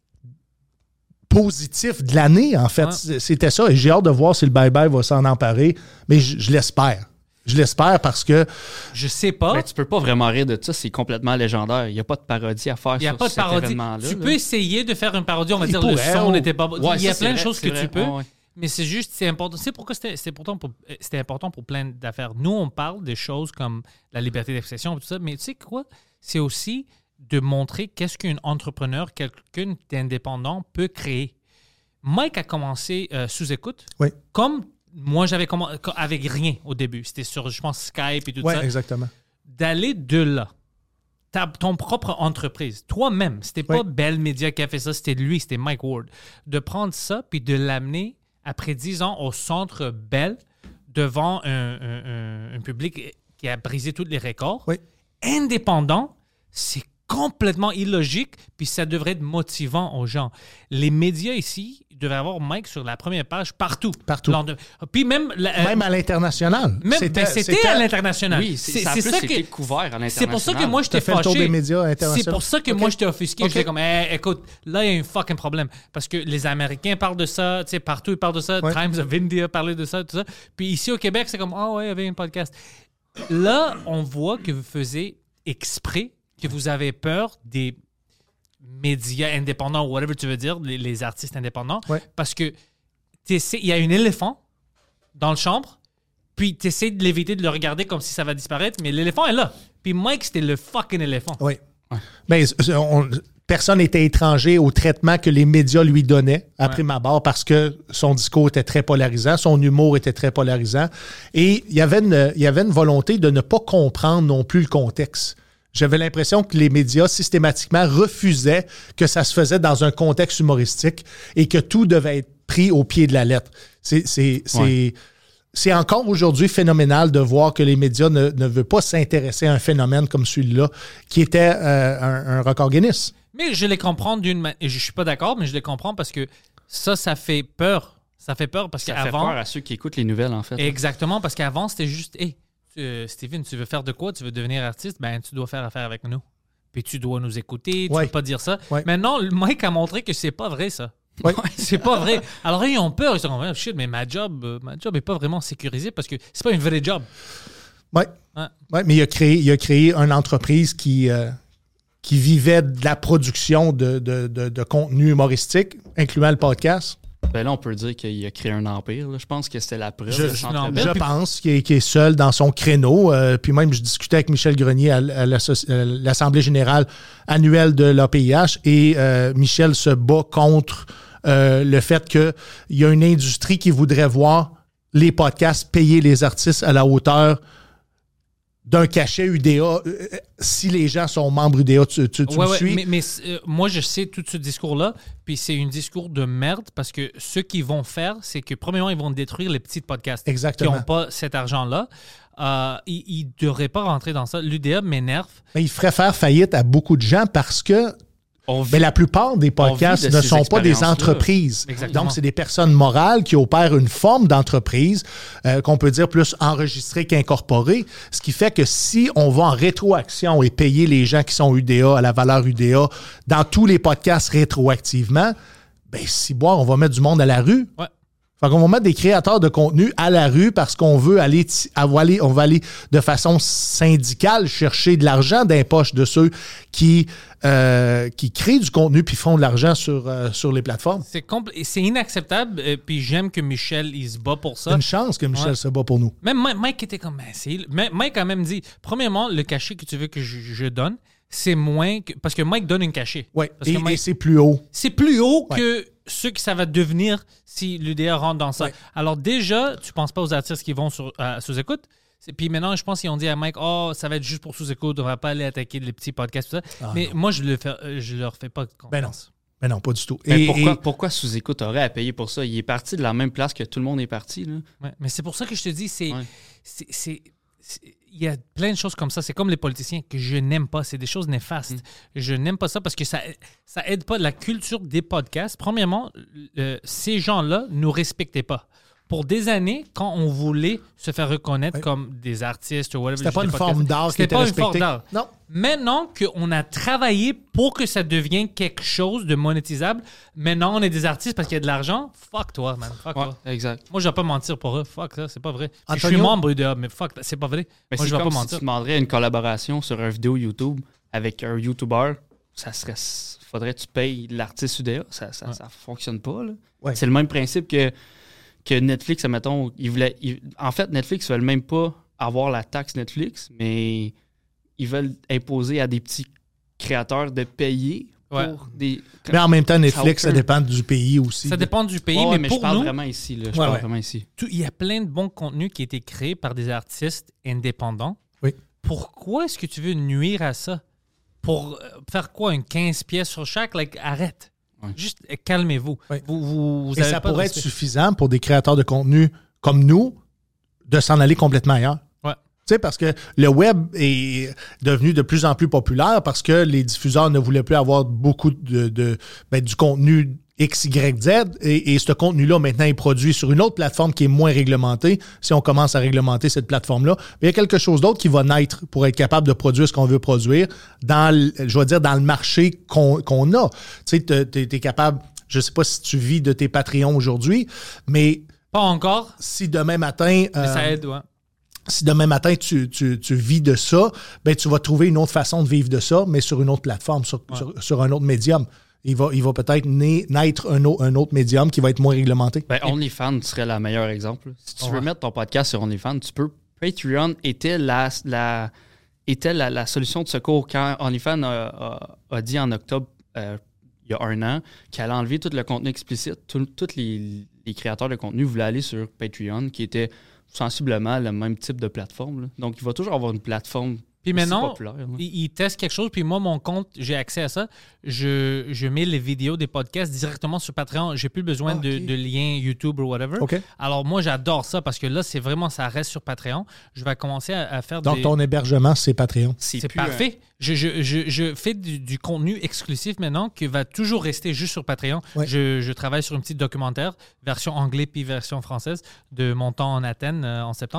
positif de l'année, en fait. Ouais. C'était ça. Et j'ai hâte de voir si le bye-bye va s'en emparer. Mais je l'espère. Je l'espère parce que Je sais pas. Ben, tu peux pas vraiment rire de ça, c'est complètement légendaire. Il n'y a pas de parodie à faire Il n'y a sur pas de cet parodie. événement-là. Tu là. peux essayer de faire une parodie, on va Il dire pourrait, le son oh. n'était pas bon. Ouais, Il y a ça, c'est plein de vrai, choses c'est que vrai. tu peux. Ouais, ouais. Mais c'est juste, c'est important. Tu sais pourquoi c'était important pour plein d'affaires. Nous, on parle des choses comme la liberté d'expression et tout ça, mais tu sais quoi? C'est aussi de montrer qu'est-ce qu'un entrepreneur, quelqu'un d'indépendant peut créer. Mike a commencé sous écoute. Oui. Comme moi, j'avais commencé avec rien au début. C'était sur, je pense, Skype et tout oui, ça. exactement. D'aller de là, ton propre entreprise, toi-même, c'était pas Oui. Bell Media qui a fait ça, c'était lui, c'était Mike Ward. De prendre ça puis de l'amener après 10 ans au centre Bell devant un public qui a brisé tous les records. Oui. Indépendant, c'est complètement illogique, puis ça devrait être motivant aux gens. Les médias ici devraient avoir Mike sur la première page partout. Partout. Puis même... Même à l'international. C'était à l'international. Oui, ça a plus été couvert à l'international. C'est pour ça que moi, T'as j'étais fait le tour fâché. des médias C'est internationaux. pour ça que Ok. moi, j'étais offusqué. Ok. J'étais comme, hey, écoute, là, il y a un fucking problème. Parce que les Américains parlent de ça, tu sais, partout, ils parlent de ça. Ouais. Times of India parlait de ça, tout ça. Puis ici, au Québec, c'est comme, ah ouais, il y avait un podcast. Là, on voit que vous faisiez exprès, que vous avez peur des médias indépendants, ou whatever tu veux dire, les artistes indépendants. Ouais. Parce que il y a un éléphant dans le chambre, puis tu essaies de l'éviter, de le regarder comme si ça va disparaître, mais l'éléphant est là. Puis Mike, c'était le fucking éléphant. Oui. Ben, personne n'était étranger au traitement que les médias lui donnaient après ma barre parce que son discours était très polarisant, son humour était très polarisant. Et il y avait une volonté de ne pas comprendre non plus le contexte. J'avais l'impression que les médias systématiquement refusaient que ça se faisait dans un contexte humoristique et que tout devait être pris au pied de la lettre. C'est encore aujourd'hui phénoménal de voir que les médias ne veulent pas s'intéresser à un phénomène comme celui-là, qui était un record Guinness. Mais je les comprends d'une manière. Je suis pas d'accord, mais je les comprends parce que ça fait peur. Ça fait peur parce Ça fait qu'avant. peur à ceux qui écoutent les nouvelles, en fait. Exactement, parce qu'avant, c'était juste, hey, Steven, tu veux faire de quoi? Tu veux devenir artiste? Ben, tu dois faire affaire avec nous. Puis tu dois nous écouter. Tu Ouais. peux pas dire ça. Ouais. Maintenant, Mike a montré que c'est pas vrai, ça. Ouais. C'est pas vrai. Alors, ils ont peur. Ils se disent, oh, shit, mais ma job est pas vraiment sécurisée parce que c'est pas une vraie job. Ouais. Ouais. Ouais, mais il a créé une entreprise qui vivait de la production de contenu humoristique, incluant le podcast. Ben là, on peut dire qu'il a créé un empire. Là. Je pense que c'était la preuve. Je, de non, Centre ben, Bell. je pense qu'il est seul dans son créneau. Puis même, je discutais avec Michel Grenier à l'Assemblée générale annuelle de l'APIH et Michel se bat contre le fait qu'il y a une industrie qui voudrait voir les podcasts payer les artistes à la hauteur d'un cachet UDA si les gens sont membres UDA. Tu me suis? Mais moi, je sais tout ce discours-là, puis c'est un discours de merde parce que ce qu'ils vont faire, c'est que, premièrement, ils vont détruire les petits podcasts Exactement. qui n'ont pas cet argent-là. Ils ne devraient pas rentrer dans ça. L'UDA m'énerve. Mais il ferait faire faillite à beaucoup de gens parce que On vit- mais la plupart des podcasts On vit de ne ces sont pas des expériences-là. entreprises. Exactement. Donc, c'est des personnes morales qui opèrent une forme d'entreprise qu'on peut dire plus enregistrée qu'incorporée. Ce qui fait que si on va en rétroaction et payer les gens qui sont UDA à la valeur UDA dans tous les podcasts rétroactivement, ben si boire, on va mettre du monde à la rue. Ouais. Fait qu'on va mettre des créateurs de contenu à la rue parce qu'on veut on va aller de façon syndicale chercher de l'argent dans les poches de ceux qui créent du contenu puis font de l'argent sur les plateformes. C'est inacceptable, puis j'aime que Michel, il se bat pour ça. C'est une chance que Michel Ouais. se bat pour nous. Même Mike était comme, Mike a même dit, premièrement, le cachet que tu veux que je donne, c'est moins que... Parce que Mike donne un cachet. Oui, Parce que et Mike- c'est plus haut. c'est plus haut Ouais. que ce que ça va devenir si l'UDA rentre dans ça. Ouais. Alors déjà, tu penses pas aux artistes qui vont sous-écoute. Puis maintenant, je pense qu'ils ont dit à Mike, oh, ça va être juste pour sous-écoute, on va pas aller attaquer les petits podcasts, tout ça. Mais moi, je leur fais pas confiance. Ben non. Mais non, pas du tout. Ben, Et- pourquoi Sous-Écoute aurait à payer pour ça? Il est parti de la même place que tout le monde est parti. Là. Ouais, mais c'est pour ça que je te dis, Ouais. il y a plein de choses comme ça. C'est comme les politiciens que je n'aime pas. C'est des choses néfastes. Je n'aime pas ça parce que ça aide pas la culture des podcasts. Premièrement, ces gens-là ne nous respectaient pas. Pour des années, quand on voulait se faire reconnaître comme des artistes ou whatever, C'était pas des une podcasts, forme d'art qui c'était était pas une respectée. forme d'art. Non. Maintenant qu'on a travaillé pour que ça devienne quelque chose de monétisable, maintenant on est des artistes parce qu'il y a de l'argent. Fuck toi, man. Fuck Ouais, toi. exact. Moi, je vais pas mentir pour eux. Fuck ça, c'est pas vrai. Je Antonio? suis membre UDA, mais fuck, c'est pas vrai. Mais Moi, c'est je vais comme pas si mentir. tu demanderais une collaboration sur une vidéo YouTube avec un YouTuber, ça serait... Faudrait que tu payes l'artiste UDA. Ça fonctionne pas. Là. Ouais. C'est le même principe que Netflix, admettons. En fait, Netflix ne veulent même pas avoir la taxe Netflix, mais ils veulent imposer à des petits créateurs de payer pour Ouais. des... Mais en même temps, Netflix, Ça ça aucun- dépend du pays aussi. Ça dépend du pays, Ouais, mais je pour parle nous, vraiment ici. Là. Je Ouais, parle ouais. vraiment ici. il y a plein de bons contenus qui ont été créés par des artistes indépendants. Oui. Pourquoi est-ce que tu veux nuire à ça? Pour faire quoi? Une 15 pièces sur chaque? Arrête. Ouais. Juste calmez-vous. Oui. Vous Et avez ça pas de pourrait être respect. suffisant pour des créateurs de contenu comme nous de s'en aller complètement ailleurs. Ouais. Tu sais, parce que le web est devenu de plus en plus populaire parce que les diffuseurs ne voulaient plus avoir beaucoup du contenu X, Y, Z. Et ce contenu-là, maintenant, est produit sur une autre plateforme qui est moins réglementée. Si on commence à réglementer cette plateforme-là, il y a quelque chose d'autre qui va naître pour être capable de produire ce qu'on veut produire dans le marché qu'on a. Tu sais, t'es capable... Je sais pas si tu vis de tes Patreons aujourd'hui, mais Pas encore, si demain matin... mais ça aide, ouais. Si demain matin, tu vis de ça, ben tu vas trouver une autre façon de vivre de ça, mais sur une autre plateforme, sur un autre médium. Il va peut-être naître un autre médium qui va être moins réglementé. Ben, OnlyFans serait le meilleur exemple. Si tu veux mettre ton podcast sur OnlyFans, tu peux. Patreon était la solution de secours quand OnlyFans a dit en octobre, il y a un an, qu'elle allait enlever tout le contenu explicite. Tous les créateurs de contenu voulaient aller sur Patreon, qui était sensiblement le même type de plateforme. Là. Donc, il va toujours avoir une plateforme Puis aussi maintenant, populaire. là. ils testent quelque chose, puis moi, mon compte, j'ai accès à ça. Je mets les vidéos des podcasts directement sur Patreon. J'ai plus besoin de liens YouTube ou whatever. OK. Alors, moi, j'adore ça parce que là, c'est vraiment, ça reste sur Patreon. Je vais commencer à faire Donc, des... ton hébergement, c'est Patreon. C'est plus parfait. Je fais du contenu exclusif maintenant qui va toujours rester juste sur Patreon. Ouais. Je travaille sur un petit documentaire, version anglais puis version française, de mon temps en Athènes en septembre.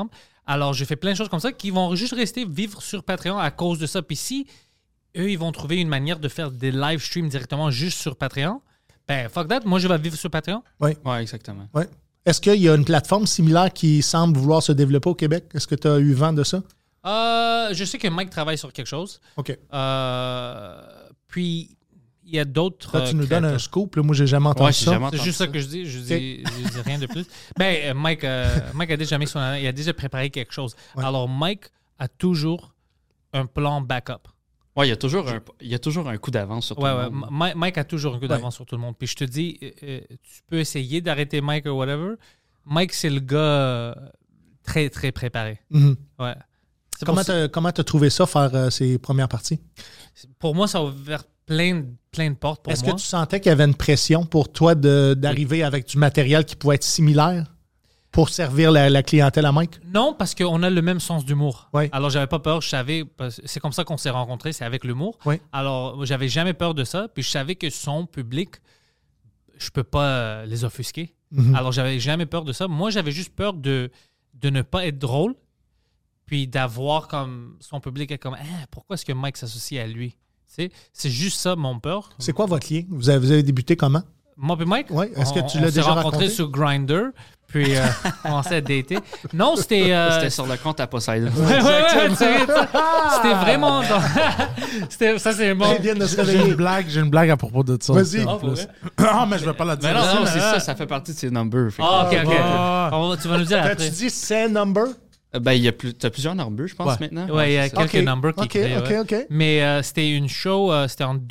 Alors, j'ai fait plein de choses comme ça qui vont juste rester vivre sur Patreon à cause de ça. Puis si eux, ils vont trouver une manière de faire des live streams directement juste sur Patreon, ben, fuck that, moi, je vais vivre sur Patreon. Ouais, exactement. Ouais. Est-ce qu'il y a une plateforme similaire qui semble vouloir se développer au Québec? Est-ce que tu as eu vent de ça? Je sais que Mike travaille sur quelque chose. OK. Puis, il y a d'autres... Là, tu nous donnes un créateurs. scoop. Là, moi, j'ai jamais entendu j'ai ça. jamais C'est entendu juste ça que je dis. Je dis rien de plus. Ben, Mike a déjà mis il a déjà préparé quelque chose. Ouais. Alors, Mike a toujours un plan backup. Ouais, il y a toujours un coup d'avance sur tout Ouais, le ouais. monde. Mike a toujours un coup d'avance sur tout le monde. Puis je te dis, tu peux essayer d'arrêter Mike ou whatever. Mike, c'est le gars très, très préparé. Mhm. Ouais. C'est pour Comment t'as trouvé ça, faire ces premières parties? Pour moi, ça a ouvert plein de portes pour Est-ce moi. que tu sentais qu'il y avait une pression pour toi d'arriver avec du matériel qui pouvait être similaire pour servir la clientèle à Mike? Non, parce qu'on a le même sens d'humour. Ouais. Alors, j'avais pas peur. Je savais, c'est comme ça qu'on s'est rencontrés, c'est avec l'humour. Ouais. Alors, j'avais jamais peur de ça. Puis, je savais que son public, je peux pas les offusquer. Mhm. Alors, j'avais jamais peur de ça. Moi, j'avais juste peur de ne pas être drôle, puis d'avoir comme son public est comme, pourquoi est-ce que Mike s'associe à lui? Tu sais, c'est juste ça, mon peur. C'est quoi votre lien? Vous avez débuté comment? Moi et Mike? Ouais. Est-ce que tu on l'as s'est déjà rencontrés raconté? sur Grindr, puis on commençait à dater. Non, c'était... C'était sur le compte à Poseidon. Ouais, tu sais, c'était vraiment... ça, c'est bon. Ils viennent de se J'ai réveiller. une blague à propos de ça. Vas-y. en Ah, pour plus. vrai? Ah, mais je vais pas la dire. Mais non, Non, c'est ça fait partie de ses numbers. Fait que- Ah, OK. Ah. Tu vas nous dire après. T'as-tu dit c'est number? Ben, t'as plusieurs numbers, je pense, Ouais. maintenant. Ouais, il y a c'est ça. quelques Ok. numbers qui OK, créent, ouais. OK. Mais c'était une show, c'était en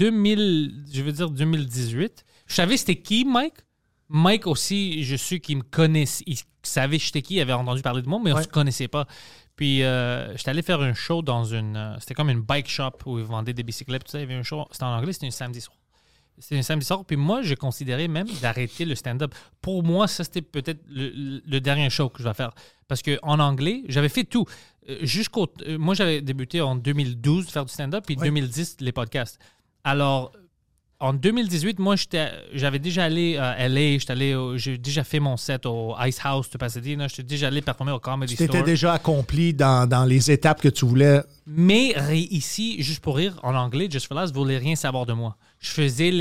2018. Je savais c'était qui, Mike. Mike aussi, je suis qu'il me connaissait. Il savait j'étais qui, il avait entendu parler de moi, mais on Ouais. se connaissait pas. Puis, j'étais allé faire un show dans une... c'était comme une bike shop où ils vendaient des bicyclettes. Tout ça. Il y avait un show, c'était en anglais, c'était un samedi soir. C'était un samedi soir. Puis moi, j'ai considéré même d'arrêter le stand-up. Pour moi, ça, c'était peut-être le dernier show que je vais faire. Parce qu'en anglais, j'avais fait tout. Moi, j'avais débuté en 2012 faire du stand-up, puis Ouais. 2010, les podcasts. Alors, en 2018, moi, j'avais déjà allé à LA. J'ai déjà fait mon set au Ice House de Pasadena. J'étais déjà allé performer au Comedy Tu t'étais Store. déjà accompli dans les étapes que tu voulais. Mais ici, juste pour rire, en anglais, Just for Laughs ne voulait rien savoir de moi. Je faisais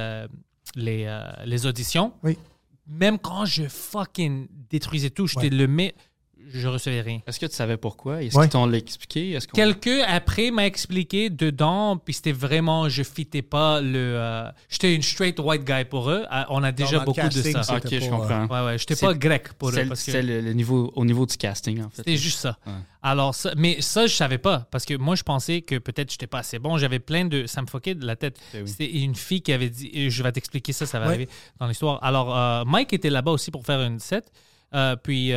les auditions. Oui. Même quand je fucking détruisais tout, j'étais le mais je recevais rien. Est-ce que tu savais pourquoi? Est-ce Ouais. qu'ils t'ont l'expliqué? Quelqu'un après m'a expliqué dedans, puis c'était vraiment, je fitais pas j'étais une straight white guy pour eux. On a déjà dans le beaucoup casting, de ça. Ok, C'était je pas, comprends. Ouais, j'étais C'est- pas grec pour eux. Parce que C'est le niveau, au niveau du casting, en fait. c'était juste ça. Ouais. Alors, mais ça, je savais pas. Parce que moi, je pensais que peut-être j'étais pas assez bon. J'avais plein de... Ça me fuckait de la tête. Ben oui. C'était une fille qui avait dit... et je vais t'expliquer ça, ça va Ouais. arriver dans l'histoire. Alors, Mike était là-bas aussi pour faire une set. Puis,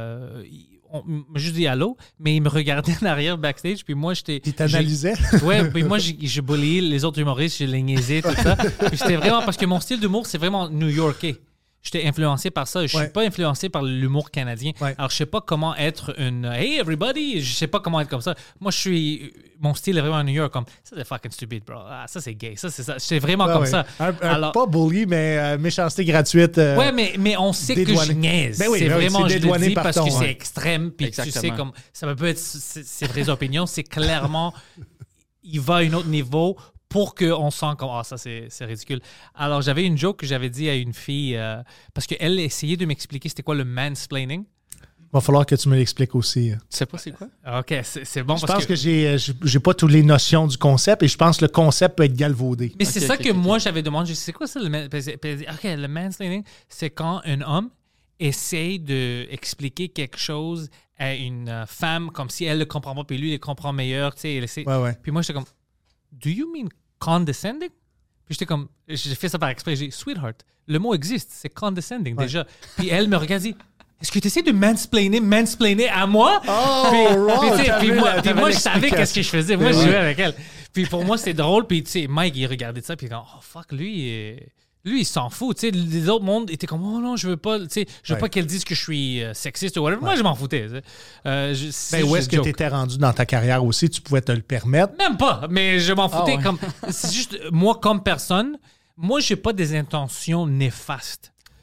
on m'a juste dit allô, mais il me regardait en arrière backstage. Puis moi, j'étais... Puis t'analysais. Ouais, puis moi, je bulliais les autres humoristes, je les niaisais, tout ça. Puis c'était vraiment... Parce que mon style d'humour, c'est vraiment new-yorkais. J'étais influencé par ça. Je Ouais. suis pas influencé par l'humour canadien. Ouais. Alors, je sais pas comment être une Hey everybody! Je sais pas comment être comme ça. Moi, mon style est vraiment à New York. Comme ça, c'est fucking stupid, bro. Ah, ça, c'est gay. Ça, c'est ça. J'étais vraiment comme Ouais. ça. Alors, Pas bully, mais méchanceté gratuite. ouais, mais on sait dédouané. que je niaise. Ben oui, c'est ben oui, vraiment, c'est je le dédouané dis par parce ton, que c'est ouais. extrême. Puis tu sais, Exactement. comme ça peut être ses vraies opinions. C'est clairement, il va à un autre niveau pour qu'on sent comme ça c'est ridicule. Alors j'avais une joke que j'avais dit à une fille parce qu'elle essayait de m'expliquer c'était quoi le mansplaining. Va falloir que tu me l'expliques aussi. Tu sais pas c'est quoi? Ok, c'est bon Je parce pense que j'ai pas toutes les notions du concept et je pense que le concept peut être galvaudé. mais c'est Ok, ça ok, que ok. moi j'avais demandé. C'est quoi ça le mansplaining? Puis elle dit, ok, le mansplaining, c'est quand un homme essaye d'expliquer quelque chose à une femme comme si elle le comprend pas puis lui il le comprend meilleur. Tu sais, elle essaie. Ouais. Puis moi j'étais comme, do you mean condescending? Puis j'étais comme, j'ai fait ça par exprès, j'ai dit, sweetheart, le mot existe, c'est condescending déjà. Puis elle me regarde et dit, est-ce que tu essaies de mansplainer à moi? Oh, Puis, tu sais, t'avais puis moi, je savais l'explication. qu'est-ce que je faisais. Moi, je jouais avec elle. Puis pour moi, c'était drôle. Puis tu sais, Mike, il regardait ça, puis il dit, oh fuck, lui, il s'en fout. Tu sais, les autres mondes étaient comme, oh non, je veux pas, tu sais, je veux Ouais. pas qu'elle dise que je suis sexiste ou whatever. Moi, je m'en foutais. Tu sais. C'est Ben, où juste est-ce que une tu joke. étais rendu dans ta carrière aussi? Tu pouvais te le permettre. Même pas, mais je m'en foutais. ouais. Comme, c'est juste, moi, comme personne, moi, j'ai pas des intentions néfastes.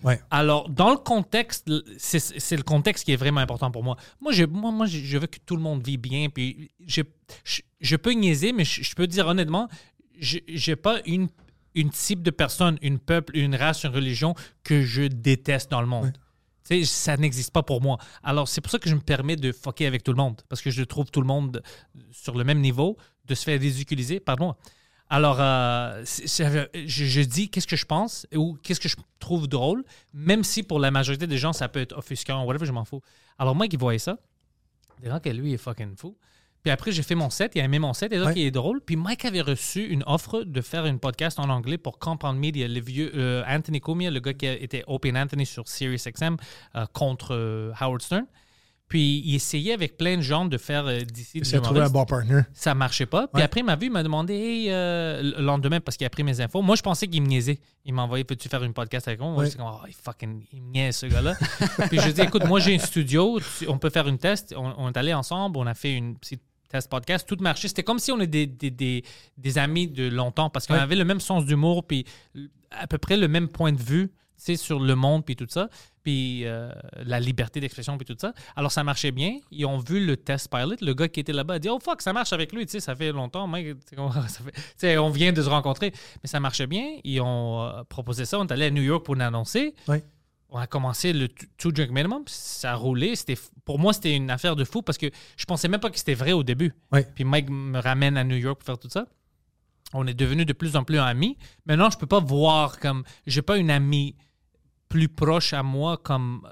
Ouais. Alors, dans le contexte, c'est le contexte qui est vraiment important pour moi. Moi, je veux que tout le monde vit bien. Puis je peux niaiser, mais je peux dire honnêtement, j'ai pas une type de personne, une peuple, une race, une religion que je déteste dans le monde. Ouais. Tu sais, ça n'existe pas pour moi. Alors, c'est pour ça que je me permets de fucker avec tout le monde. Parce que je trouve tout le monde sur le même niveau, de se faire ridiculiser. Pardon. Alors, je dis qu'est-ce que je pense ou qu'est-ce que je trouve drôle, même si pour la majorité des gens, ça peut être offusquant ou whatever, je m'en fous. Alors, moi qui voyais ça, des gens que lui, il est fucking fou. Puis après, j'ai fait mon set, il a aimé mon set, et là, qui est drôle. Puis Mike avait reçu une offre de faire une podcast en anglais pour Compound Media, le vieux Anthony Cumia, le gars qui était Open Anthony sur SiriusXM contre Howard Stern. Puis il essayait avec plein de gens de faire d'ici Il s'est trouvé un bon partner. Ça marchait pas. Puis après, il m'a vu, il m'a demandé hey, le lendemain, parce qu'il a pris mes infos. Moi, je pensais qu'il me niaisait. Il m'a envoyé, peux-tu faire une podcast avec moi? Moi, j'étais comme, oh, il me niaise, ce gars-là. Puis je lui ai dit, écoute, moi, j'ai un studio, on peut faire une test. On est allés ensemble, on a fait une petite test podcast, tout marchait. C'était comme si on était des amis de longtemps, parce qu'on avait le même sens d'humour, puis à peu près le même point de vue, tu sais, sur le monde, puis tout ça. Puis la liberté d'expression, puis tout ça. Alors, ça marchait bien. Ils ont vu le test pilot. Le gars qui était là-bas a dit « Oh, fuck, ça marche avec lui. Tu sais, ça fait longtemps. Mec, on vient de se rencontrer. » Mais ça marchait bien. Ils ont proposé ça. On est allé à New York pour l'annoncer. Oui. On a commencé le Two Drink Minimum. Ça a roulé. Pour moi, c'était une affaire de fou parce que je pensais même pas que c'était vrai au début. Oui. Puis Mike me ramène à New York pour faire tout ça. On est devenus de plus en plus amis. Maintenant, je peux pas voir comme... J'ai pas une amie plus proche à moi comme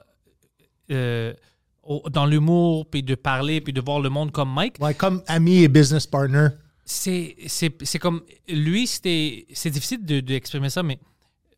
dans l'humour, puis de parler, puis de voir le monde comme Mike. Ouais, comme ami et business partner. C'est comme... Lui, c'est difficile d'exprimer ça, mais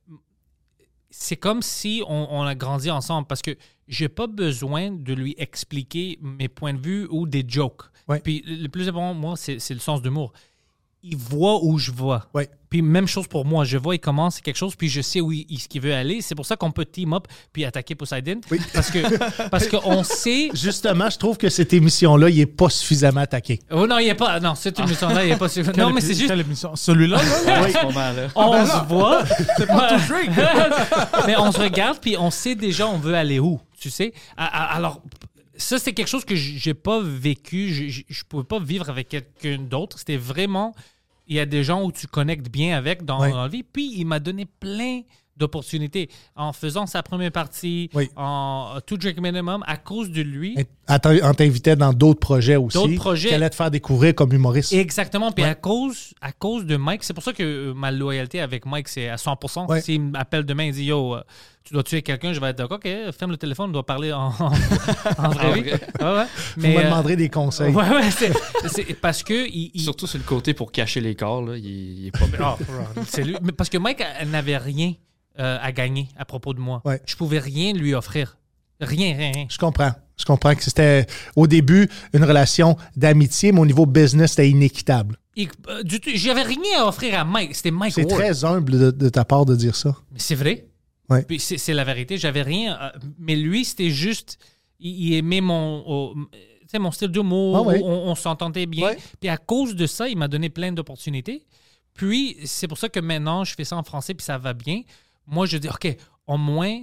c'est comme si on a grandi ensemble parce que j'ai pas besoin de lui expliquer mes points de vue ou des jokes. Ouais. Puis le plus important, moi, c'est le sens d'humour. Il voit où je vois. Ouais. Puis même chose pour moi. Je vois, il commence quelque chose, puis je sais où ce qu'il veut aller. C'est pour ça qu'on peut team up puis attaquer Poseidon. Oui. Parce qu'on sait... Justement, je trouve que cette émission-là, il n'est pas suffisamment attaqué. Oh non, il n'est pas... Non, cette émission-là, il n'est pas suffisamment... Non, mais c'est juste... Quelle émission? Celui-là, là? À ce moment-là. On se voit... C'est pas tout Drake. Mais on se regarde, puis on sait déjà on veut aller où, tu sais. Alors... Ça, c'est quelque chose que j'ai pas vécu. Je pouvais pas vivre avec quelqu'un d'autre. C'était vraiment... Il y a des gens où tu connectes bien avec dans la vie. Puis, il m'a donné plein d'opportunités. En faisant sa première partie, en Two Drink Minimum, à cause de lui... On t'invitait dans d'autres projets aussi. D'autres projets. Qui allaient te faire découvrir comme humoriste. Exactement. Puis à cause de Mike, c'est pour ça que ma loyauté avec Mike, c'est à 100%. Ouais. S'il m'appelle demain et dit « Yo, tu dois tuer quelqu'un », je vais être « OK, ferme le téléphone, on doit parler en vraie vie. » Vous me demanderez des conseils. C'est parce que... Surtout sur le côté pour cacher les corps, là, il est pas bien. C'est lui. Mais parce que Mike elle n'avait rien à gagner à propos de moi. Ouais. Je pouvais rien lui offrir. Rien. Je comprends que c'était au début une relation d'amitié, mais au niveau business, c'était inéquitable. J'avais rien à offrir à Mike. C'était Mike C'est Ward. très humble de ta part de dire ça. Mais c'est vrai. Ouais. Puis c'est la vérité. J'avais rien. Mais lui, c'était juste... Il aimait mon style d'humour. On s'entendait bien. Ouais. Puis à cause de ça, il m'a donné plein d'opportunités. Puis c'est pour ça que maintenant, je fais ça en français puis ça va bien. Moi, je dis, OK, au moins...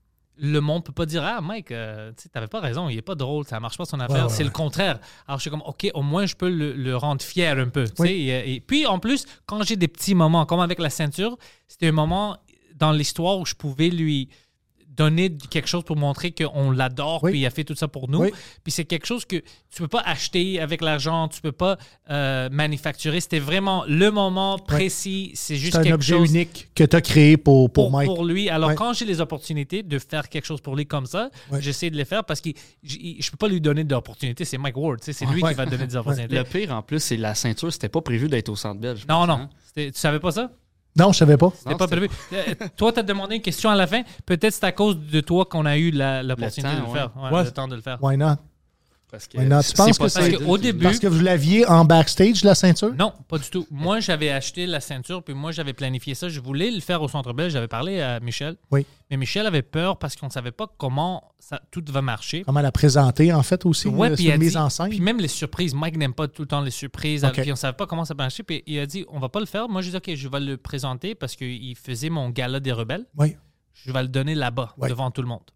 Le monde peut pas dire « Ah, Mike, tu n'avais pas raison, il est pas drôle, ça marche pas son affaire. » C'est le contraire. Alors, je suis comme « OK, au moins, je peux le rendre fier un peu. Oui. Et puis, en plus, quand j'ai des petits moments, comme avec la ceinture, c'était un moment dans l'histoire où je pouvais lui donner quelque chose pour montrer qu'on l'adore, puis il a fait tout ça pour nous. Oui. Puis c'est quelque chose que tu peux pas acheter avec l'argent, tu peux pas manufacturer. C'était vraiment le moment précis. C'est juste C'est un quelque objet chose unique que tu as créé pour Mike. pour lui. Alors, quand j'ai les opportunités de faire quelque chose pour lui comme ça, j'essaie de les faire parce que je peux pas lui donner d'opportunités. C'est Mike Ward. C'est lui qui va te donner des opportunités. Le pire, en plus, c'est la ceinture. C'était pas prévu d'être au Centre Bell. Non. Tu savais pas ça? Non, je savais pas. C'était pas prévu. Toi, tu as demandé une question à la fin. Peut-être c'est à cause de toi qu'on a eu l'opportunité de le faire. Ouais. Le temps de le faire. Why not? Parce que Why not? Tu penses que Parce c'est qu'au début... parce que vous l'aviez en backstage, la ceinture? Non, pas du tout. Moi, j'avais acheté la ceinture, puis moi, j'avais planifié ça. Je voulais le faire au Centre Bell. J'avais parlé à Michel. Oui. Mais Michel avait peur parce qu'on ne savait pas comment tout va marcher. Comment la présenter, en fait, aussi? Ouais, puis c'est il a une mise dit- en scène? Puis même les surprises. Mike n'aime pas tout le temps les surprises. Ok. Puis on ne savait pas comment ça va marcher. Puis il a dit, on va pas le faire. Moi, je dis, OK, je vais le présenter parce qu'il faisait mon gala des rebelles. Oui. je vais le donner là-bas, devant tout le monde.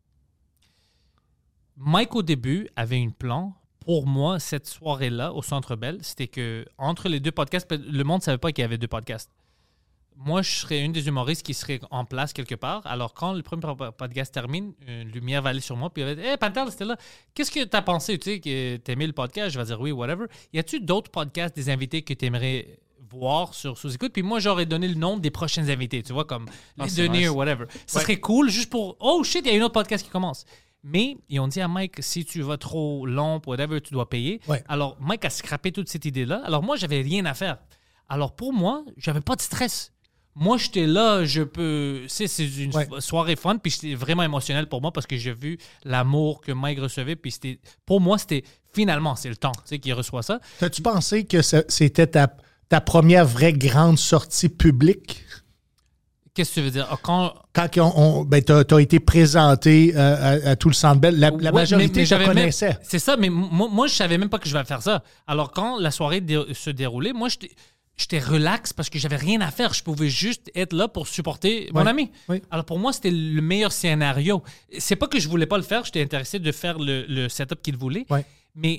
Mike, au début, avait un plan. Pour moi, cette soirée-là, au Centre Bell, c'était que entre les deux podcasts, le monde ne savait pas qu'il y avait deux podcasts. Moi, je serais une des humoristes qui serait en place quelque part. Alors, quand le premier podcast termine, une lumière va aller sur moi, puis il va dire « Hey, Pantel, c'était là. Qu'est-ce que tu as pensé? Tu sais, que tu aimais le podcast? » Je vais dire « Oui, whatever. » Y a-tu d'autres podcasts, des invités que tu aimerais voir sur sous-écoute? Puis moi, j'aurais donné le nom des prochains invités, tu vois, comme les Denis ou whatever. Ça serait cool juste pour « Oh shit, il y a une autre podcast qui commence. » Mais ils ont dit à Mike, si tu vas trop long, whatever, tu dois payer. Ouais. Alors, Mike a scrappé toute cette idée-là. Alors, moi, j'avais rien à faire. Alors, pour moi, j'avais pas de stress. Moi, j'étais là, c'est une soirée fun, puis c'était vraiment émotionnel pour moi parce que j'ai vu l'amour que Mike recevait, puis pour moi, c'était finalement, c'est le temps, tu sais, qu'il reçoit ça. T'as-tu pensé que c'était ta première vraie grande sortie publique? Qu'est-ce que tu veux dire? Quand t'as été présenté à tout le Centre Bell, la majorité te connaissait. C'est ça, mais moi, je savais même pas que je vais faire ça. Alors, quand la soirée se déroulait, moi, j'étais relax parce que j'avais rien à faire. Je pouvais juste être là pour supporter mon ami. Oui. Alors, pour moi, c'était le meilleur scénario. C'est pas que je voulais pas le faire. J'étais intéressé de faire le setup qu'il voulait. Oui. Mais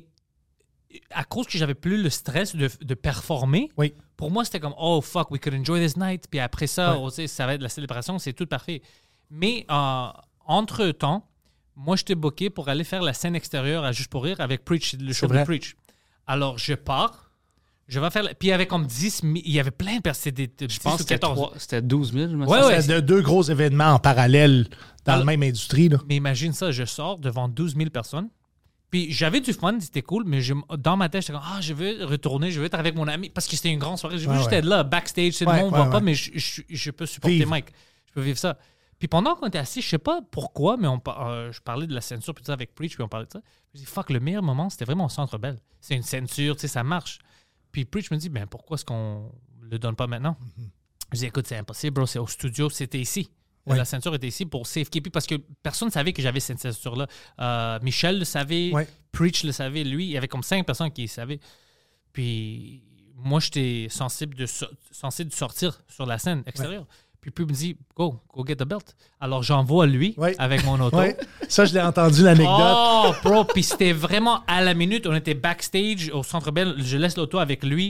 à cause que j'avais plus le stress de performer, pour moi, c'était comme « Oh, fuck, we could enjoy this night. » Puis après ça, ça va être la célébration. C'est tout parfait. Mais entre-temps, moi, j'étais booké pour aller faire la scène extérieure à Juste pour rire avec Preach, le show de Preach. Alors, je pars. Je vais faire. Puis il y avait comme 10 000. Il y avait plein de personnes. Je pense que c'était 12 000. C'était deux gros événements en parallèle dans la même industrie. Là. Mais imagine ça, je sors devant 12 000 personnes. Puis j'avais du fun, c'était cool, mais dans ma tête, j'étais comme je veux retourner, je veux être avec mon ami. Parce que c'était une grande soirée. Je veux juste être là, backstage. Le monde ne voit pas, mais je peux supporter Mike. Je peux vivre ça. Puis pendant qu'on était assis, je sais pas pourquoi, mais je parlais de la censure, puis tout ça avec Preach, puis on parlait de ça. Je dis, fuck, le meilleur moment, c'était vraiment au Centre Bell. C'est une censure, tu sais, ça marche. Puis Preach me dit, ben pourquoi est-ce qu'on le donne pas maintenant? Je dis, écoute, c'est impossible, bro, c'est au studio, c'était ici. La ceinture était ici pour safekeeping parce que personne ne savait que j'avais cette ceinture-là. Michel le savait, Preach le savait, lui, il y avait comme 5 personnes qui le savaient. Puis moi, j'étais sensible de sortir sur la scène extérieure. Puis me dit, go get the belt. Alors, j'envoie lui avec mon auto. Ça, je l'ai entendu, l'anecdote. Oh, bro, puis c'était vraiment à la minute. On était backstage au Centre Bell. Je laisse l'auto avec lui.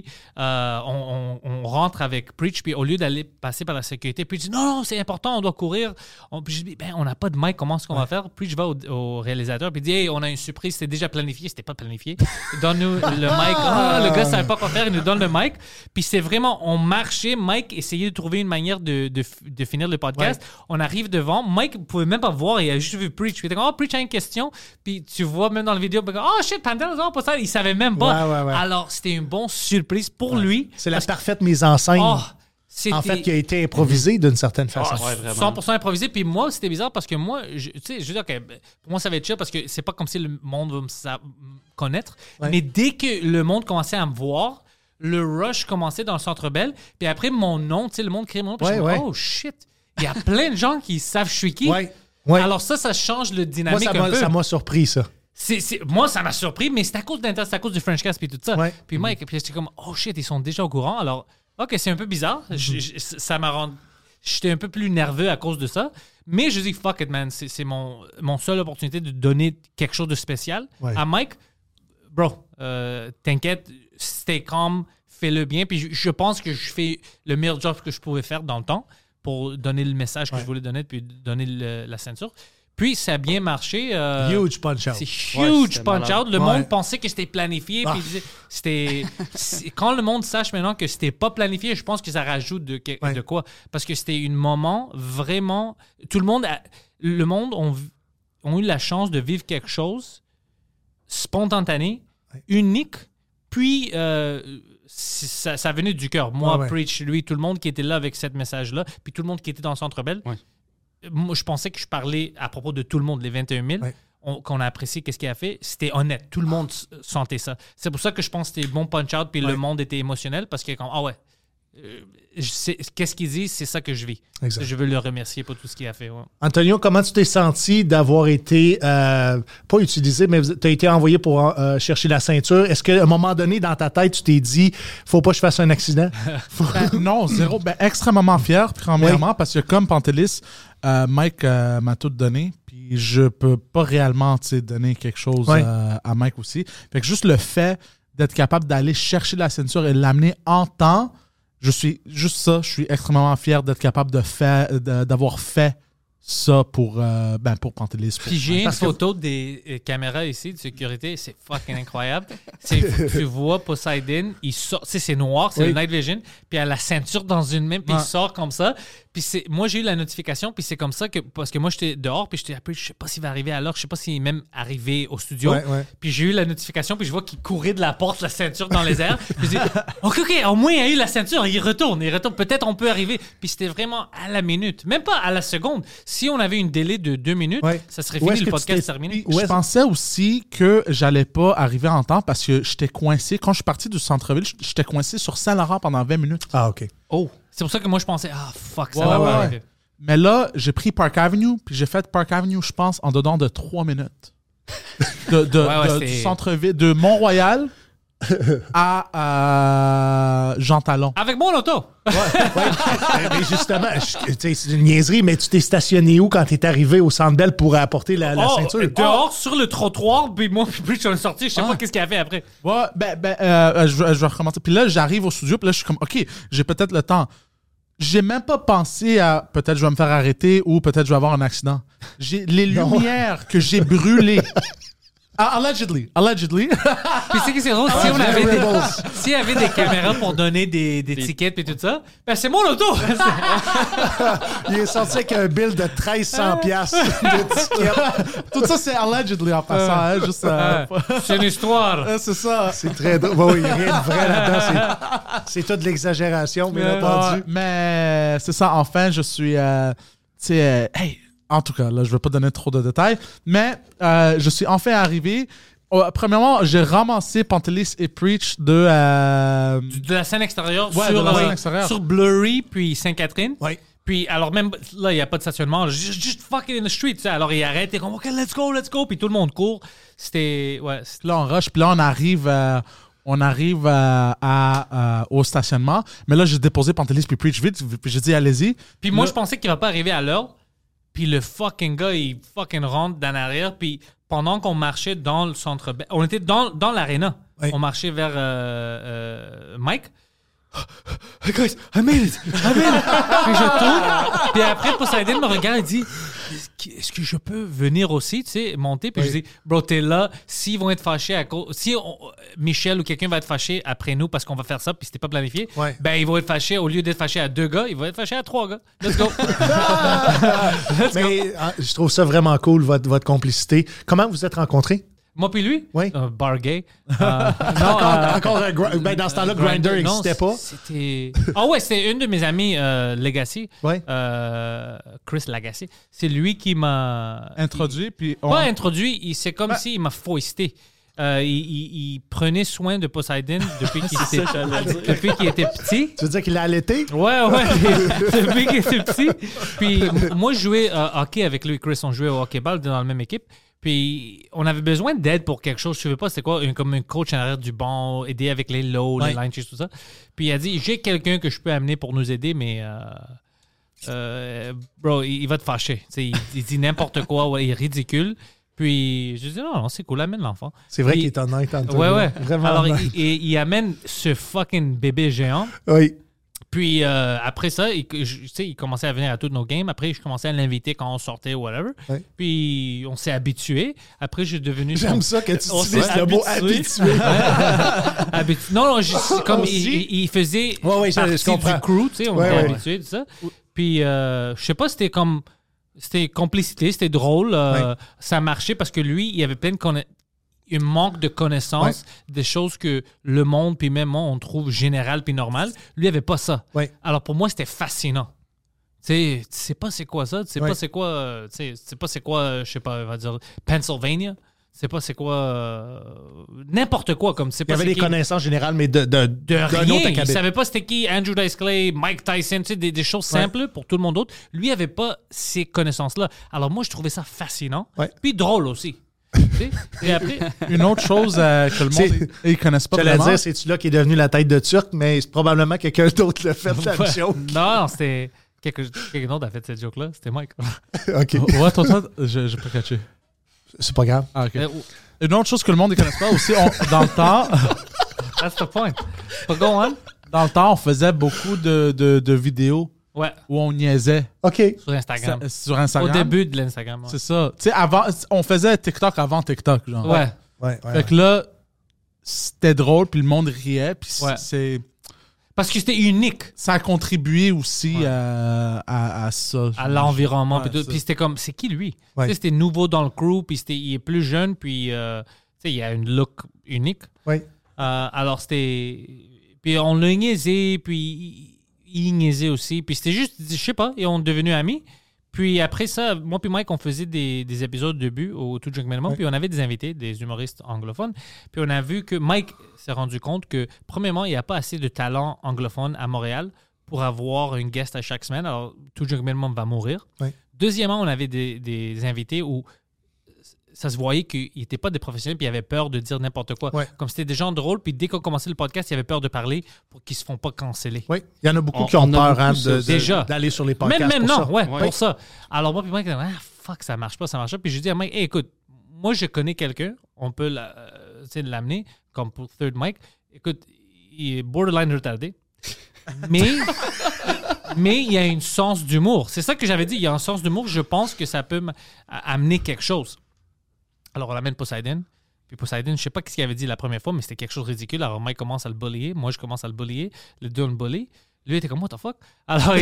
On rentre avec Preach. Puis au lieu d'aller passer par la sécurité, Preach dit, non, c'est important, on doit courir. Puis je dis, on n'a pas de mic, comment est-ce qu'on va faire? Preach va au réalisateur. Puis il dit, hey, on a une surprise, c'était déjà planifié. C'était pas planifié. Donne-nous le mic. Le gars ne savait pas quoi faire. Il nous donne le mic. Puis c'est vraiment, on marchait. Mike essayait de trouver une manière de finir le podcast. On arrive devant. Mike ne pouvait même pas voir. Il a juste vu Preach. Puis il dit, Preach a une question. Puis tu vois même dans la vidéo, shit, Pantel, non, pas ça. Il savait même pas. Alors, c'était une bonne surprise pour lui. C'est la parfaite mise en scène. En fait, qui a été improvisée d'une certaine façon. 100% improvisé. Puis moi, c'était bizarre parce que moi, je veux dire, pour moi, ça va être chill parce que c'est pas comme si le monde va me connaître. Mais dès que le monde commençait à me voir, le rush commençait dans le Centre Bell. Puis après, mon nom, tu sais, le monde crée mon nom. Puis je me dis, oh shit, il y a plein de gens qui savent je suis qui. Alors ça change le dynamique un peu. Ça m'a surpris, ça. Moi, ça m'a surpris, mais c'est à cause d'Inter, c'est à cause du Frenchcast et tout ça. Puis Mike, puis j'étais comme, oh shit, ils sont déjà au courant. Alors, OK, c'est un peu bizarre. Ça m'a rendu... J'étais un peu plus nerveux à cause de ça. Mais je dis, fuck it, man. C'est mon seule opportunité de donner quelque chose de spécial à Mike. Bro, t'inquiète, stay calm, fais-le bien. Puis je pense que je fais le meilleur job que je pouvais faire dans le temps pour donner le message que je voulais donner, puis donner la ceinture. Puis ça a bien marché. Huge punch-out. C'est huge punch-out. Le monde pensait que c'était planifié. Puis quand le monde sache maintenant que c'était pas planifié, je pense que ça rajoute de quoi. Parce que c'était un moment vraiment... Tout le monde ont eu la chance de vivre quelque chose spontané, unique, puis ça venait du cœur. Moi, Preach, lui, tout le monde qui était là avec ce message-là, puis tout le monde qui était dans le Centre Bell. Moi, je pensais que je parlais à propos de tout le monde, les 21 000, qu'on a apprécié qu'est-ce qu'il a fait. C'était honnête. Tout le monde sentait ça. C'est pour ça que je pense que c'était bon punch-out, puis le monde était émotionnel, parce que qu'est-ce qu'il dit, c'est ça que je vis. Exact. Je veux le remercier pour tout ce qu'il a fait. Ouais. Antonio, comment tu t'es senti d'avoir été, pas utilisé, mais tu as été envoyé pour chercher la ceinture? Est-ce qu'à un moment donné, dans ta tête, tu t'es dit, faut pas que je fasse un accident? Non, zéro. Ben, extrêmement fier, premièrement, parce que comme Pantelis, Mike m'a tout donné, puis je peux pas réellement donner quelque chose à Mike aussi. Fait que juste le fait d'être capable d'aller chercher la ceinture et l'amener en temps, je suis extrêmement fier d'être capable d'avoir fait ça pour Pantelis. Puis j'ai une photo des caméras ici de sécurité, c'est fucking incroyable. Tu vois Poseidon, il sort, c'est noir, c'est le night vision, puis il a la ceinture dans une main, puis il sort comme ça. Puis moi j'ai eu la notification, puis c'est comme ça que parce que moi j'étais dehors, puis j'étais un peu, je sais pas s'il va arriver à l'heure, je sais pas s'il est même arrivé au studio. Puis j'ai eu la notification, puis je vois qu'il courait de la porte, la ceinture dans les airs. Puis je dis OK, au moins il a eu la ceinture, il retourne, peut-être on peut arriver. Puis c'était vraiment à la minute, même pas à la seconde. Si on avait une délai de 2 minutes, ça serait fini, le podcast terminé. Je pensais aussi que j'allais pas arriver en temps parce que j'étais coincé. Quand je suis parti du centre-ville, j'étais coincé sur Saint-Laurent pendant 20 minutes. Ah, OK. Oh, c'est pour ça que moi je pensais, fuck, ça va pas arriver. Mais là, j'ai pris Park Avenue, puis j'ai fait Park Avenue, je pense, en dedans de 3 minutes. Du centre-ville, de Mont-Royal à Jean Talon. Avec mon auto. Mais justement, c'est une niaiserie, mais tu t'es stationné où quand t'es arrivé au Centre Bell pour apporter la ceinture? Dehors, sur le trottoir, puis moi, puis je suis sorti, je sais pas qu'est-ce qu'il a fait après. Ouais, je vais recommencer. Puis là, j'arrive au studio, puis là, je suis comme, OK, j'ai peut-être le temps. J'ai même pas pensé à peut-être je vais me faire arrêter ou peut-être je vais avoir un accident. J'ai les lumières que j'ai brûlées. Allegedly. Puis c'est que c'est drôle, s'il y avait des caméras pour donner des tickets et tout ça, ben c'est mon auto! Il est sorti avec un bill de 1300$ de tickets. Tout ça, c'est allegedly en passant. C'est une histoire. C'est ça. C'est très drôle. Il n'y a rien de vrai là-dedans. C'est tout de l'exagération, bien entendu. Mais c'est ça. Enfin, je suis... en tout cas, là, je ne vais pas donner trop de détails, mais je suis enfin arrivé. Premièrement, j'ai ramassé Pantelis et Preach de la scène extérieure sur Blurry puis Sainte-Catherine. Oui. Puis, alors même là, il n'y a pas de stationnement. Just fucking in the street. T'sais. Alors, il arrête, il est comme, OK, let's go. Puis tout le monde court. C'était... Ouais, là, on rush. Puis là, on arrive au stationnement. Mais là, j'ai déposé Pantelis puis Preach vite. Puis j'ai dit, allez-y. Puis moi, je pensais qu'il ne va pas arriver à l'heure. Puis le fucking gars, il fucking rentre dans l'arrière. Puis pendant qu'on marchait dans le centre... On était dans l'aréna. Oui. On marchait vers Mike. Hey guys, I made it! Puis je tourne. Puis après, Poseidon me regarde et dit, est-ce que je peux venir aussi, tu sais, monter? Puis je dis, bro, t'es là. S'ils vont être fâchés à cause... Michel ou quelqu'un va être fâché après nous parce qu'on va faire ça, puis c'était pas planifié, ben ils vont être fâchés, au lieu d'être fâchés à 2 gars, ils vont être fâchés à 3 gars. Let's go! Mais je trouve ça vraiment cool, votre complicité. Comment vous êtes rencontrés? Moi puis lui? Oui. Bar gay. Encore dans ce temps-là, Grindr n'existait pas. C'était... c'était une de mes amies, Legacy. Ouais. Chris Lagacy. C'est lui qui m'a... Introduit, puis... Pas introduit, c'est comme s'il m'a foisté. Il prenait soin de Poseidon depuis qu'il était petit. Tu veux dire qu'il l'a allaité? Ouais. Depuis qu'il était petit. Puis moi, je jouais hockey avec lui et Chris. On jouait au hockey-ball dans la même équipe. Puis on avait besoin d'aide pour quelque chose. Je ne sais pas c'était quoi, comme un coach en arrière du banc, aider avec les lows, les line chase, tout ça. Puis il a dit, j'ai quelqu'un que je peux amener pour nous aider, mais bro, il va te fâcher. Il dit n'importe quoi, il est ridicule. Puis je dis, non, c'est cool, amène l'enfant. C'est vrai qu'il est honnête, Antoine. Ouais. Vraiment alors, honnête. il amène ce fucking bébé géant. Oui. Puis après ça, il commençait à venir à toutes nos games. Après, je commençais à l'inviter quand on sortait ou whatever. Ouais. Puis on s'est habitué. Après, j'ai devenu... J'aime ça que tu utilises le mot habitué. Non, comme il faisait partie du crew, tu sais, on était habitués, tout ça. Puis je sais pas, c'était comme... C'était complicité, c'était drôle. Ça marchait parce que lui, il avait plein de un manque de connaissances, des choses que le monde, puis même moi, on trouve général puis normal. Lui, il avait pas ça. Alors pour moi, c'était fascinant. Tu sais pas c'est quoi ça, tu sais pas c'est quoi, je sais pas, je sais pas, on va dire Pennsylvania. C'est pas c'est quoi. N'importe quoi, comme c'est Il y pas avait c'est des qui. connaissances générales, mais d'un De autre rien. Il acabit. savait pas c'était qui Andrew Dice Clay, Mike Tyson, tu sais, des choses simples pour tout le monde d'autre. Lui avait pas ces connaissances-là. Alors moi, je trouvais ça fascinant. Ouais. Puis drôle aussi. Tu sais? Et après, Une autre chose que le monde ils connaissent pas J'allais vraiment. dire, c'est-tu là qui est devenu la tête de Turc, mais c'est probablement quelqu'un d'autre l'a fait la ouais. joke. Non, c'était. Quelqu'un d'autre a fait cette joke-là. C'était Mike. OK. Ouais, toi, j'ai pas catché. C'est pas grave. Ah, ok. Euh, Une autre chose que le monde ne connaisse pas aussi, dans le temps, That's the point. But go on. on faisait beaucoup de vidéos Ouais, où on niaisait OK. sur Instagram. sur Instagram. Au début de l'Instagram. Ouais. C'est ça. Tu sais, avant, on faisait TikTok avant TikTok, genre. Ouais. Ouais, Fait que là, c'était drôle, puis le monde riait, puis Ouais. Parce que c'était unique ça a contribué aussi à ça. à l'environnement. Ouais, puis tout. ça. Puis c'était comme, c'est qui lui? Ouais. Tu sais, c'était nouveau dans le crew, puis il est plus jeune, puis tu sais, il a une look unique. Oui. Alors c'était. Puis on l'a niaisé, puis il niaisait aussi. Puis c'était juste, je sais pas, et on est devenus amis. Puis après ça, moi puis Mike, on faisait des épisodes de début au Two Drink Minimum, puis on avait des invités, des humoristes anglophones. Puis on a vu que Mike s'est rendu compte que, premièrement, il n'y a pas assez de talent anglophone à Montréal pour avoir une guest à chaque semaine. Alors, Two Drink Minimum va mourir. Oui. Deuxièmement, on avait des invités où ça se voyait qu'ils n'étaient pas des professionnels, puis ils avaient peur de dire n'importe quoi. Ouais. Comme c'était des gens drôles, puis dès qu'on commençait le podcast, ils avaient peur de parler pour qu'ils se font pas canceller. Oui. Il y en a beaucoup On- qui ont on a peur beaucoup ça, déjà. d'aller sur les podcasts. Même pour maintenant, ça. ouais, Ouais. pour ça. Alors moi, puis Mike, fuck, ça marche pas. Puis j'ai dit à Mike, hey, écoute, moi, je connais quelqu'un, on peut tu sais, l'amener, comme pour Third Mike. Écoute, il est borderline retardé, mais il y a un sens d'humour. C'est ça que j'avais dit, il y a un sens d'humour. Je pense que ça peut amener quelque chose. Alors, on amène Poseidon. Puis Poseidon, je sais pas ce qu'il avait dit la première fois, mais c'était quelque chose de ridicule. Alors, Mike commence à le bullier. Moi, je commence à le bullier. Les deux, on le bully. Lui, il était comme, what the fuck? Alors,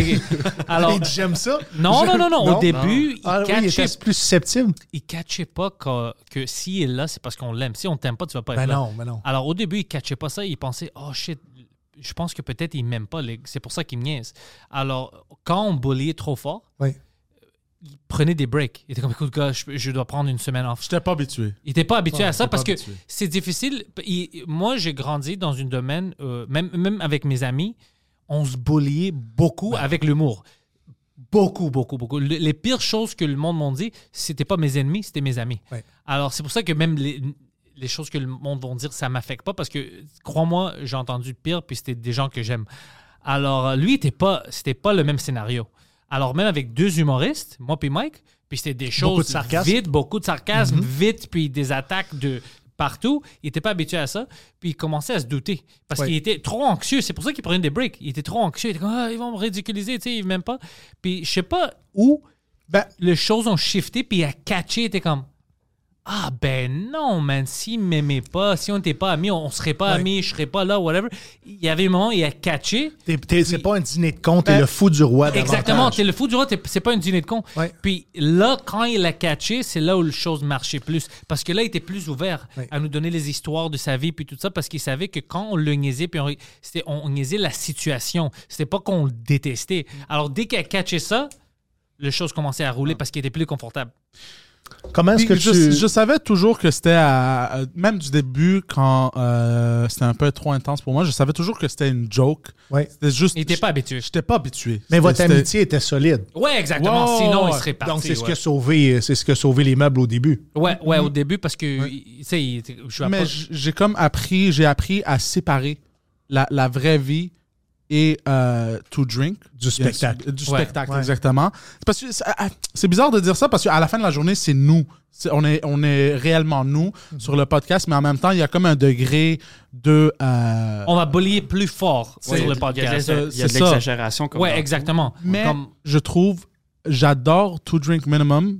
Il dit, j'aime ça. non. Non? Au début, Ah oui, il était plus susceptible. il catchait pas que s'il est là, c'est parce qu'on l'aime. Si on t'aime pas, tu vas pas être Ben là. non, ben non. Alors, au début, il catchait pas ça. Il pensait, oh shit, je pense que peut-être il m'aime pas. C'est pour ça qu'il me niaise. Alors, quand on bulliait trop fort, Oui. il prenait des breaks. Il était comme, écoute, gars, je dois prendre une semaine off. J'étais pas habitué. Il n'était pas habitué Ouais, à ça j'étais parce pas que habitué. c'est difficile. Moi, j'ai grandi dans un domaine, même avec mes amis, on se bulliait beaucoup avec l'humour. Beaucoup. Les pires choses que le monde m'a dit, c'était pas mes ennemis, c'était mes amis. Ouais. Alors, c'est pour ça que même les choses que le monde va dire, ça m'affecte pas parce que, crois-moi, j'ai entendu le pire, puis c'était des gens que j'aime. Alors, lui, c'était pas le même scénario. Alors, même avec deux humoristes, moi puis Mike, puis c'était des Beaucoup choses de sarcasme. vite, beaucoup de sarcasme, vite, puis des attaques de partout. Il n'était pas habitué à ça, puis il commençait à se douter parce Ouais. qu'il était trop anxieux. C'est pour ça qu'il prenait des breaks. Il était trop anxieux. Il était comme, ah, ils vont me ridiculiser, tu sais, ils m'aiment pas. Puis je sais pas où Ben, les choses ont shifté, puis il a catché, il était comme, ah ben non, man, s'il m'aimait pas, si on n'était pas amis, on serait pas Ouais. amis, je serais pas là, whatever. Il y avait un moment, il a catché. c'est pas un dîner de con, t'es le fou du roi davantage. Exactement, t'es le fou du roi, c'est pas un dîner de con. Ouais. Puis là, quand il a catché, c'est là où les choses marchaient plus. Parce que là, il était plus ouvert Ouais. à nous donner les histoires de sa vie, puis tout ça, parce qu'il savait que quand on le niaisait, puis on niaisait la situation. C'était pas qu'on le détestait. Alors, dès qu'il a catché ça, les choses commençaient à rouler parce qu'il était plus confortable. Comment est-ce que Puis tu... je savais toujours que c'était même du début quand c'était un peu trop intense pour moi, je savais toujours que c'était une joke. Ouais. C'était juste Il était pas habitué. j'étais pas habitué. Mais votre C'était- amitié était solide. Ouais, exactement. Ouais, Sinon, ouais. il serait parti. Donc, c'est ce, ouais. qui a sauvé, c'est ce qui a sauvé les meubles au début. Ouais, au début, parce que, tu sais, je vais Mais pas... j'ai comme j'ai appris à séparer la vraie vie et to drink. Du spectacle. Du Ouais. spectacle, Ouais. exactement. C'est parce que c'est bizarre de dire ça parce qu'à la fin de la journée, c'est nous. On est réellement nous sur le podcast, mais en même temps, il y a comme un degré de... On va bullier plus fort Ouais, sur le il y a podcast. de c'est ça. l'exagération. comme Ouais, dans- exactement. Mais Comme- je trouve, j'adore To Drink Minimum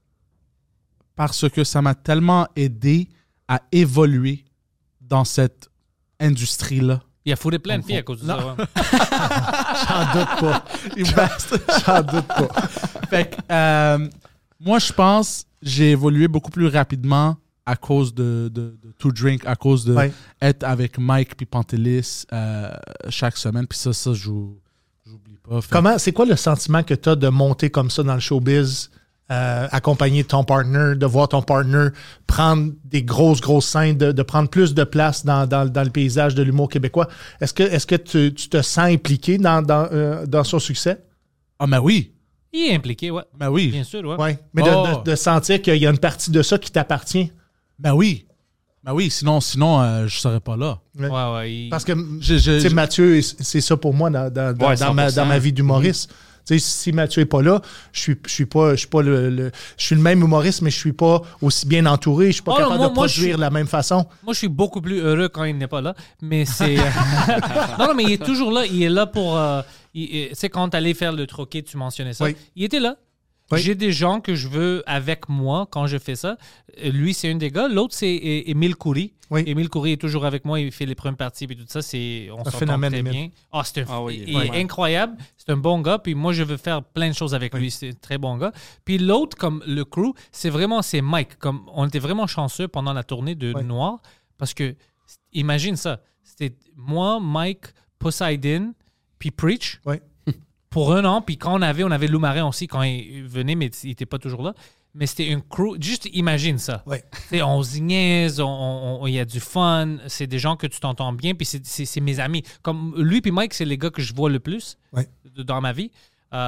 parce que ça m'a tellement aidé à évoluer dans cette industrie-là. il a fourré plein de filles à cause de ça. ouais. J'en doute pas. Il me reste- J'en doute pas. Fait que, moi, je pense j'ai évolué beaucoup plus rapidement à cause de To Drink, à cause de Ouais. être avec Mike puis Pantelis chaque semaine. Puis ça, j'oublie pas. Fait- C'est quoi le sentiment que tu as de monter comme ça dans le showbiz accompagné de ton partner, de voir ton partner prendre des grosses scènes, de prendre plus de place dans le paysage de l'humour québécois. Est-ce que tu te sens impliqué dans son succès? Ah, mais oui. Il est impliqué, ouais. Ben oui. Bien sûr, ouais. Oui. Mais de sentir qu'il y a une partie de ça qui t'appartient. Ben oui. Ben oui, sinon je serais pas là. Ouais. Parce que Je- tu sais, Mathieu, c'est ça pour moi dans 100%. ma vie d'humoriste. Tu sais, si Mathieu est pas là, je suis pas je suis le même humoriste, mais je suis pas aussi bien entouré. Je suis pas capable de produire de la même façon. Moi, je suis beaucoup plus heureux quand il n'est pas là. Mais c'est. non, mais il est toujours là. Il est là pour. Tu sais, quand tu allais faire le troquet, tu mentionnais ça. Oui. Il était là. Oui. J'ai des gens que je veux avec moi quand je fais ça. Lui, c'est un des gars. L'autre, c'est Émile Coury. Oui. Émile Coury est toujours avec moi. Il fait les premières parties et tout ça. On s'entend phénomène, très Émile. bien. Ah, oui, il est incroyable. C'est un bon gars. Puis moi, je veux faire plein de choses avec lui. C'est un très bon gars. Puis l'autre, comme le crew, c'est Mike. Comme on était vraiment chanceux pendant la tournée de Noir. Parce que, imagine ça. C'était moi, Mike, Poseidon, puis Preach. Oui. Pour un an, puis quand on avait Lou Marin aussi quand il venait, mais il n'était pas toujours là. Mais c'était une crew. Juste imagine ça. Ouais. T'sais, on se niaise, il y a du fun, c'est des gens que tu t'entends bien, puis c'est mes amis. Comme lui puis Mike, c'est les gars que je vois le plus dans ma vie.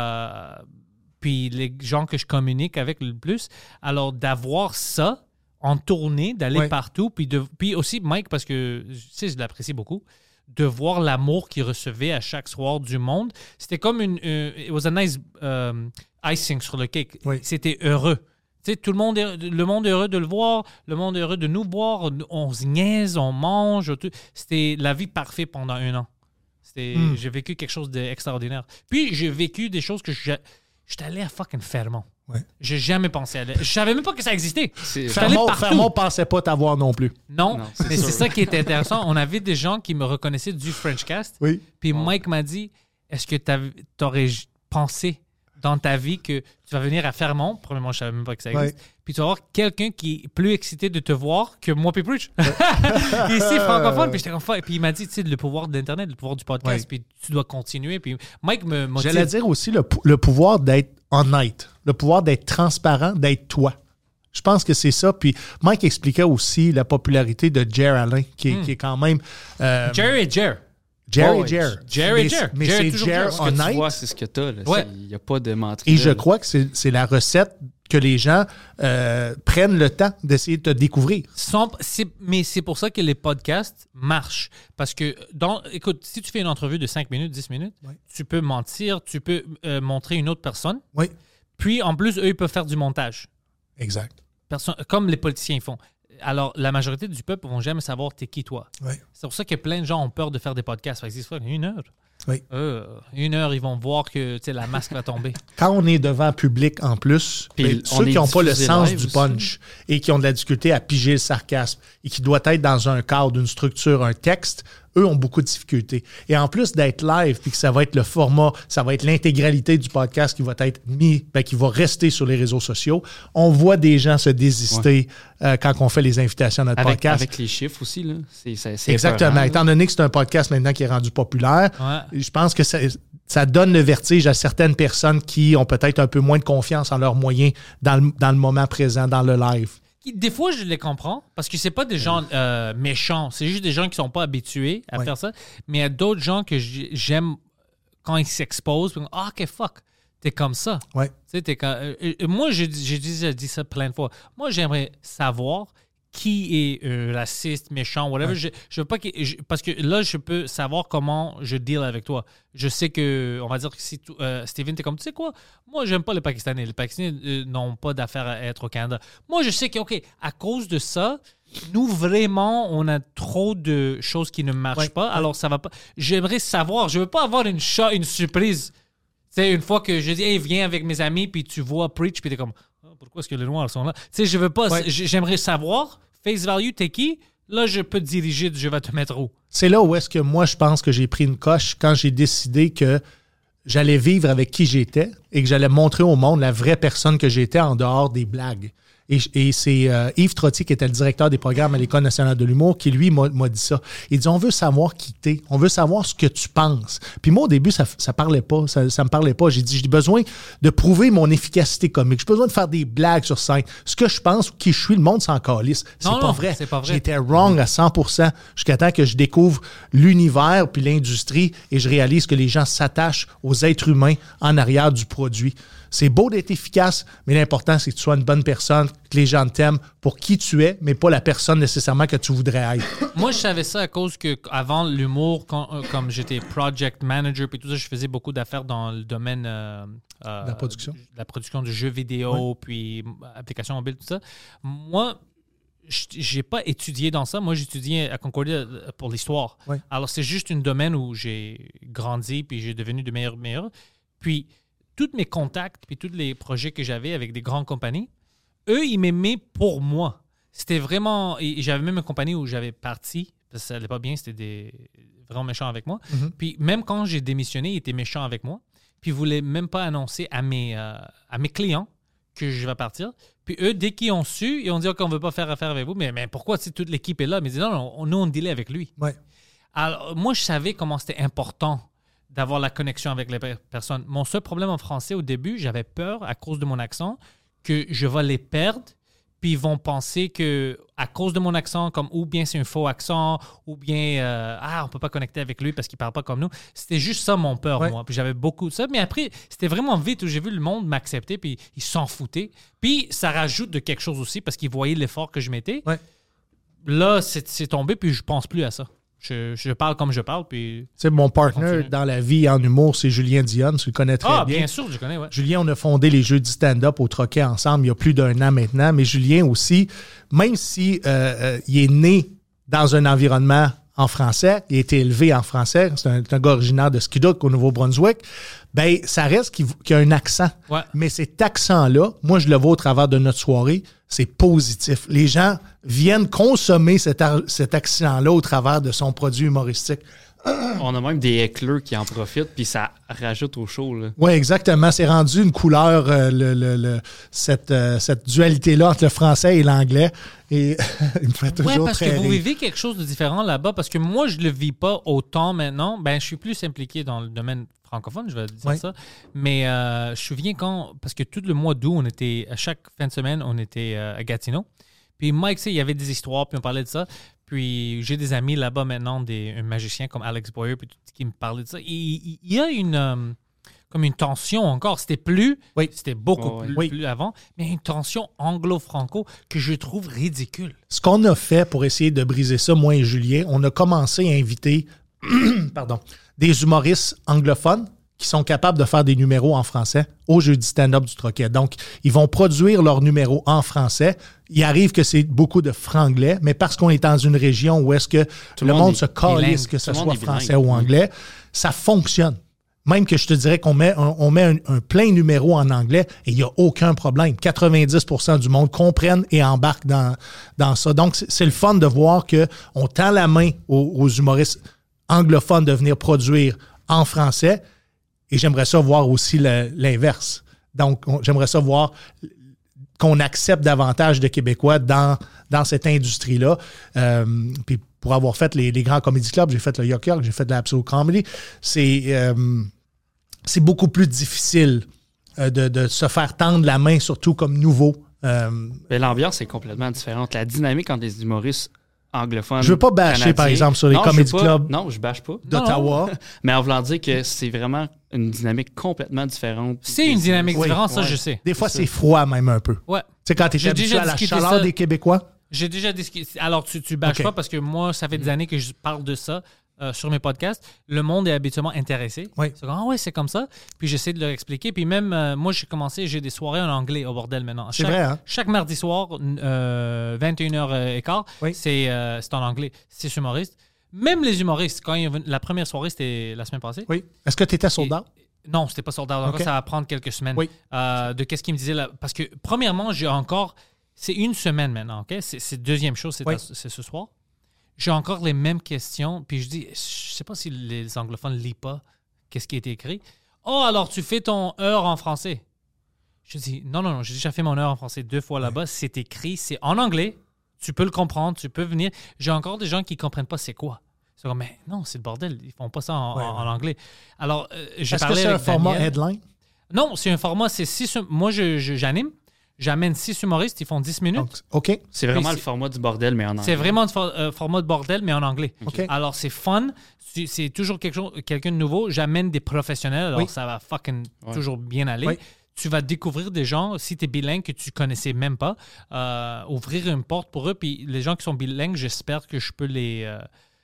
Puis les gens que je communique avec le plus. Alors d'avoir ça en tournée, d'aller partout, puis aussi Mike, parce que je l'apprécie beaucoup, de voir l'amour qu'il recevait à chaque soir du monde. C'était comme it was a nice icing sur le cake. Oui. C'était heureux. Tu sais, le monde est heureux de le voir, le monde est heureux de nous voir, on se niaise, on mange. C'était la vie parfaite pendant un an. J'ai vécu quelque chose d'extraordinaire. Puis j'ai vécu des choses que j'étais allé à fucking Fermont. Ouais. J'ai jamais pensé à aller. Je savais même pas que ça existait. Fermont pensait pas t'avoir non plus. Non, c'est mais sûr. c'est ça qui était intéressant. On avait des gens qui me reconnaissaient du Frenchcast. Oui. Puis Mike m'a dit, est-ce que tu aurais pensé dans ta vie que tu vas venir à Fermont? Premièrement, je savais même pas que ça existe. Ouais. Puis tu vas avoir quelqu'un qui est plus excité de te voir que moi puis Preach. Ici, francophone. Puis j'étais comme fuck. Puis il m'a dit, tu sais, le pouvoir d'Internet, le pouvoir du podcast. Ouais. Puis tu dois continuer. Puis Mike me motive. J'allais dire aussi le pouvoir d'être honnête, le pouvoir d'être transparent, d'être toi. Je pense que c'est ça. Puis Mike expliquait aussi la popularité de Jer Alain, qui est quand même... Jerry et Jer. Jer Oh, et Jer. Jer et Jer. Mais Jer est c'est toujours Jer Jer. Ce que tu honnête. vois, c'est ce que tu as. Ouais. Il n'y a pas de menterie. Et je crois que c'est la recette que les gens prennent le temps d'essayer de te découvrir. Mais c'est pour ça que les podcasts marchent. Parce que, écoute, si tu fais une entrevue de 5 minutes, 10 minutes, tu peux mentir, tu peux montrer une autre personne. Oui, Puis, en plus, eux, ils peuvent faire du montage. exact. Comme les politiciens font. Alors, la majorité du peuple ne vont jamais savoir t'es qui, toi. Oui. C'est pour ça que plein de gens ont peur de faire des podcasts. Fait qu'ils disent, fuck, 1 heure. Oui. 1 heure, ils vont voir que tu sais, la masque va tomber. Quand on est devant public en plus, Puis ben, on ceux est qui n'ont pas le diffusé sens live du aussi. punch et qui ont de la difficulté à piger le sarcasme et qui doivent être dans un cadre, une structure, un texte, eux ont beaucoup de difficultés. Et en plus d'être live, puis que ça va être le format, ça va être l'intégralité du podcast qui va être mis, qui va rester sur les réseaux sociaux, on voit des gens se désister quand on fait les invitations à notre podcast. Avec les chiffres aussi, là. C'est Exactement. épeurant, là. Étant donné que c'est un podcast maintenant qui est rendu populaire, Ouais. je pense que ça donne le vertige à certaines personnes qui ont peut-être un peu moins de confiance en leurs moyens dans le moment présent, dans le live. Des fois, je les comprends parce que c'est pas des gens méchants. C'est juste des gens qui sont pas habitués à faire ça. Mais il y a d'autres gens que j'aime quand ils s'exposent. Puis, OK, fuck, t'es comme ça. Ouais. Tu sais, t'es moi, j'ai déjà dit ça plein de fois. Moi, j'aimerais savoir qui est raciste, méchant, whatever. Ouais. Je veux pas parce que là, je peux savoir comment je deal avec toi. Je sais que, on va dire que si Steven, t'es comme, tu sais quoi, moi, j'aime pas les Pakistanais. Les Pakistanais n'ont pas d'affaire à être au Canada. Moi, je sais que, OK, à cause de ça, nous, vraiment, on a trop de choses qui ne marchent pas. Alors, ça va pas. J'aimerais savoir. Je veux pas avoir une surprise. Tu sais, une fois que je dis, hey, viens avec mes amis, puis tu vois Preach, puis t'es comme, pourquoi est-ce que les Noirs sont là? Tu sais, je veux pas. J'aimerais savoir, face value, t'es qui? Là, je peux te diriger, je vais te mettre où? C'est là où est-ce que moi, je pense que j'ai pris une coche quand j'ai décidé que j'allais vivre avec qui j'étais et que j'allais montrer au monde la vraie personne que j'étais en dehors des blagues. Et c'est Yves Trottier, qui était le directeur des programmes à l'École nationale de l'humour, qui, lui, m'a dit ça. Il dit, on veut savoir qui t'es. On veut savoir ce que tu penses. Puis moi, au début, ça parlait pas. Ça me parlait pas. J'ai dit, j'ai besoin de prouver mon efficacité comique. J'ai besoin de faire des blagues sur scène. Ce que je pense, qui je suis, le monde s'en calisse. C'est pas vrai. C'est pas vrai. J'étais wrong à 100% jusqu'à temps que je découvre l'univers puis l'industrie et je réalise que les gens s'attachent aux êtres humains en arrière du produit. C'est beau d'être efficace, mais l'important, c'est que tu sois une bonne personne, que les gens t'aiment pour qui tu es, mais pas la personne nécessairement que tu voudrais être. Moi, je savais ça à cause que avant l'humour, comme j'étais project manager puis tout ça, je faisais beaucoup d'affaires dans le domaine La production. la production de jeux vidéo, puis applications mobiles, tout ça. Moi, j'ai pas étudié dans ça. Moi, j'étudiais à Concordia pour l'histoire. Oui. Alors, c'est juste un domaine où j'ai grandi puis j'ai devenu de meilleur. Puis, tous mes contacts puis tous les projets que j'avais avec des grandes compagnies, eux, ils m'aimaient pour moi. C'était vraiment... Et j'avais même une compagnie où j'avais parti, parce que ça allait pas bien, c'était vraiment méchants avec moi. Mm-hmm. Puis même quand j'ai démissionné, ils étaient méchants avec moi. Puis ils voulaient même pas annoncer à mes clients que je vais partir. Puis eux, dès qu'ils ont su, ils ont dit « OK, on veut pas faire affaire avec vous. » Mais pourquoi si toute l'équipe est là? Mais ils disent « Non, nous, on dealait avec lui. Ouais. » Alors, moi, je savais comment c'était important d'avoir la connexion avec les personnes. Mon seul problème en français, au début, j'avais peur, à cause de mon accent, que je vais les perdre, puis ils vont penser que à cause de mon accent, comme ou bien c'est un faux accent, ou bien on peut pas connecter avec lui parce qu'il parle pas comme nous. C'était juste ça mon peur, moi. Puis j'avais beaucoup de ça. Mais après, c'était vraiment vite où j'ai vu le monde m'accepter, puis ils s'en foutaient. Puis ça rajoute de quelque chose aussi parce qu'ils voyaient l'effort que je mettais. Ouais. Là, c'est tombé, puis je pense plus à ça. Je parle comme je parle, puis... Tu sais, mon partner Continue. dans la vie en humour, c'est Julien Dionne. Tu le connais très Ah, bien. bien sûr, je connais, ouais. Julien, on a fondé les Jeux du stand-up au Troquet ensemble il y a plus d'1 an maintenant. Mais Julien aussi, même si il est né dans un environnement en français, il a été élevé en français, c'est un gars originaire de Skidoo au Nouveau-Brunswick, ben ça reste qu'il y a un accent. Ouais. Mais cet accent-là, moi, je le vois au travers de notre soirée, c'est positif. Les gens viennent consommer cet accent-là au travers de son produit humoristique. On a même des hecklers qui en profitent, puis ça rajoute au show. Là. Oui, exactement. C'est rendu une couleur, cette dualité-là entre le français et l'anglais. Et il me fait toujours parce très que vous rire. vivez quelque chose de différent là-bas, parce que moi, je le vis pas autant maintenant. Ben, je suis plus impliqué dans le domaine francophone, je vais dire Oui. ça. Mais je me souviens parce que tout le mois d'août, on était, à chaque fin de semaine, on était à Gatineau. Puis Mike, tu sais, il y avait des histoires, puis on parlait de ça. Puis j'ai des amis là-bas maintenant, un magicien comme Alex Boyer, puis tout qui me parlait de ça. Il y a comme une tension encore. C'était beaucoup plus avant, mais une tension anglo-franco que je trouve ridicule. Ce qu'on a fait pour essayer de briser ça, moi et Julien, on a commencé à inviter des humoristes anglophones qui sont capables de faire des numéros en français au Jeudi stand-up du Troquet. Donc, ils vont produire leurs numéros en français. Il arrive que c'est beaucoup de franglais, mais parce qu'on est dans une région où est-ce que le monde se calisse, que ce soit français ou anglais, ça fonctionne. Même que je te dirais qu'on met un plein numéro en anglais et il n'y a aucun problème. 90% du monde comprennent et embarquent dans ça. Donc, c'est le fun de voir qu'on tend la main aux humoristes anglophones de venir produire en français. Et j'aimerais ça voir aussi l'inverse. Donc, j'aimerais ça voir qu'on accepte davantage de Québécois dans cette industrie-là. Puis pour avoir fait les grands comédie clubs, j'ai fait le Yuck Yuck, j'ai fait de l'Absolu Comedy, c'est beaucoup plus difficile de se faire tendre la main, surtout comme nouveau. Mais l'ambiance est complètement différente. La dynamique entre les humoristes anglophones. Je veux pas bâcher, canadiens. par exemple, sur les Non, comédie je veux pas- clubs Non, je bâche pas. d'Ottawa. Mais en voulant dire que c'est vraiment une dynamique complètement différente. C'est une dynamique Oui, différente, ça, ouais. je sais. Des fois, c'est froid même un peu. Ouais. Tu sais, quand tu es J'ai habitué déjà à la discuté chaleur ça. des Québécois. J'ai déjà discuté. Alors, tu bâches Ok. pas parce que moi, ça fait des années que je parle de ça sur mes podcasts. Le monde est habituellement intéressé. Oui. C'est comme, ah ouais, c'est comme ça. Puis j'essaie de leur expliquer. Puis même, moi, j'ai des soirées en anglais au bordel maintenant. C'est vrai, hein? Chaque mardi soir, 21h15, Oui. c'est en anglais. C'est humoriste. Même les humoristes, la première soirée, c'était la semaine passée. Oui. Est-ce que tu étais soldat? Non, c'était pas soldat. Encore, Ok. ça va prendre quelques semaines. Oui. De qu'est-ce qu'il me disait là. Parce que, premièrement, j'ai encore. C'est une semaine maintenant, OK? C'est deuxième chose, c'est Oui. c'est ce soir. J'ai encore les mêmes questions. Puis je dis, je sais pas si les anglophones ne lisent pas qu'est-ce qui est écrit. Oh, alors tu fais ton heure en français. Je dis, non, j'ai déjà fait mon heure en français 2 fois là-bas. C'est écrit, c'est en anglais. Tu peux le comprendre, tu peux venir. J'ai encore des gens qui ne comprennent pas c'est quoi. C'est comme, mais non, c'est le bordel. Ils font pas ça en anglais. Alors, j'ai Est-ce que parlé c'est un avec format Daniel. headline? Non, c'est un format, c'est 6... Moi, j'anime. J'amène 6 humoristes, ils font 10 minutes. Donc, OK. C'est vraiment Oui, le format du bordel, mais en anglais. C'est vraiment un format de bordel, mais en anglais. OK. Alors, c'est fun. C'est toujours quelqu'un de nouveau. J'amène des professionnels, alors Oui. ça va fucking toujours bien aller. Oui. Tu vas découvrir des gens, si tu es bilingue, que tu connaissais même pas, ouvrir une porte pour eux. Puis les gens qui sont bilingues, j'espère que je peux les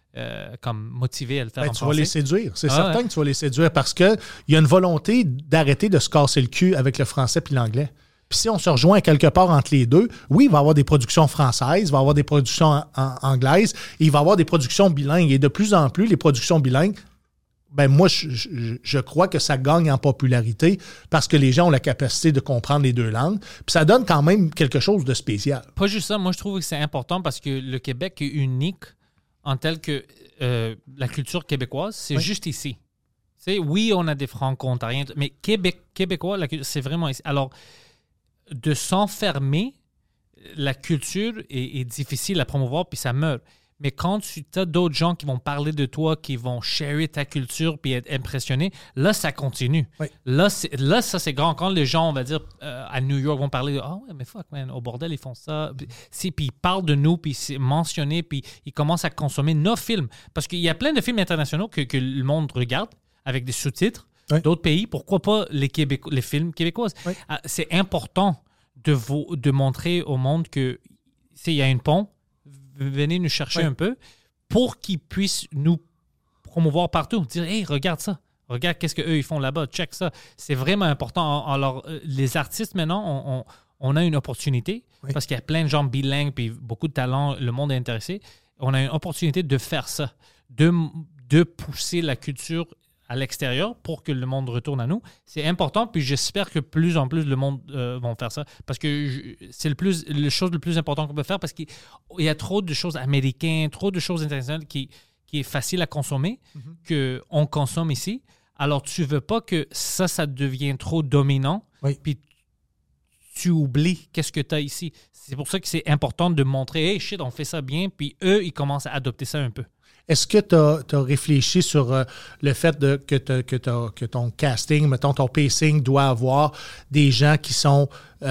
comme motiver à le faire en Tu vas français. les séduire. C'est Ah, certain ouais. que tu vas les séduire parce qu'il y a une volonté d'arrêter de se casser le cul avec le français puis l'anglais. Puis si on se rejoint quelque part entre les deux, oui, il va y avoir des productions françaises, il va y avoir des productions anglaises, et il va y avoir des productions bilingues. Et de plus en plus, les productions bilingues, ben moi, je crois que ça gagne en popularité parce que les gens ont la capacité de comprendre les deux langues. Puis ça donne quand même quelque chose de spécial. Pas juste ça, moi je trouve que c'est important parce que le Québec est unique en tel que la culture québécoise, c'est juste ici. Tu sais, oui, on a des franco-ontariens, mais québécois, c'est vraiment ici. Alors, de s'enfermer, la culture est difficile à promouvoir, puis ça meurt. Mais quand tu as d'autres gens qui vont parler de toi, qui vont sharer ta culture puis être impressionnés, là, ça continue. Oui. Là, ça, c'est grand. Quand les gens, on va dire, à New York, vont parler de « Ah ouais, mais fuck, man, au bordel, ils font ça. » Puis ils parlent de nous, puis c'est mentionné, puis ils commencent à consommer nos films. Parce qu'il y a plein de films internationaux que le monde regarde avec des sous-titres Oui. d'autres pays. Pourquoi pas les films québécois? Oui. C'est important de montrer au monde que il y a une pont, venez nous chercher un peu pour qu'ils puissent nous promouvoir partout. Dire, hey, regarde ça. Regarde qu'est-ce qu'eux, ils font là-bas. Check ça. C'est vraiment important. Alors, les artistes, maintenant, on a une opportunité parce qu'il y a plein de gens bilingues puis beaucoup de talents. Le monde est intéressé. On a une opportunité de faire ça, de pousser la culture à l'extérieur pour que le monde retourne à nous. C'est important, puis j'espère que plus en plus le monde vont faire ça, parce que c'est le chose le plus important qu'on peut faire, parce qu'il y a trop de choses américaines, trop de choses internationales qui est facile à consommer, qu'on consomme ici. Alors, tu veux pas que ça devienne trop dominant, puis tu oublies qu'est-ce que tu as ici. C'est pour ça que c'est important de montrer, hey, shit, on fait ça bien, puis eux, ils commencent à adopter ça un peu. Est-ce que tu as réfléchi sur le fait que ton casting, mettons, ton pacing doit avoir des gens qui ont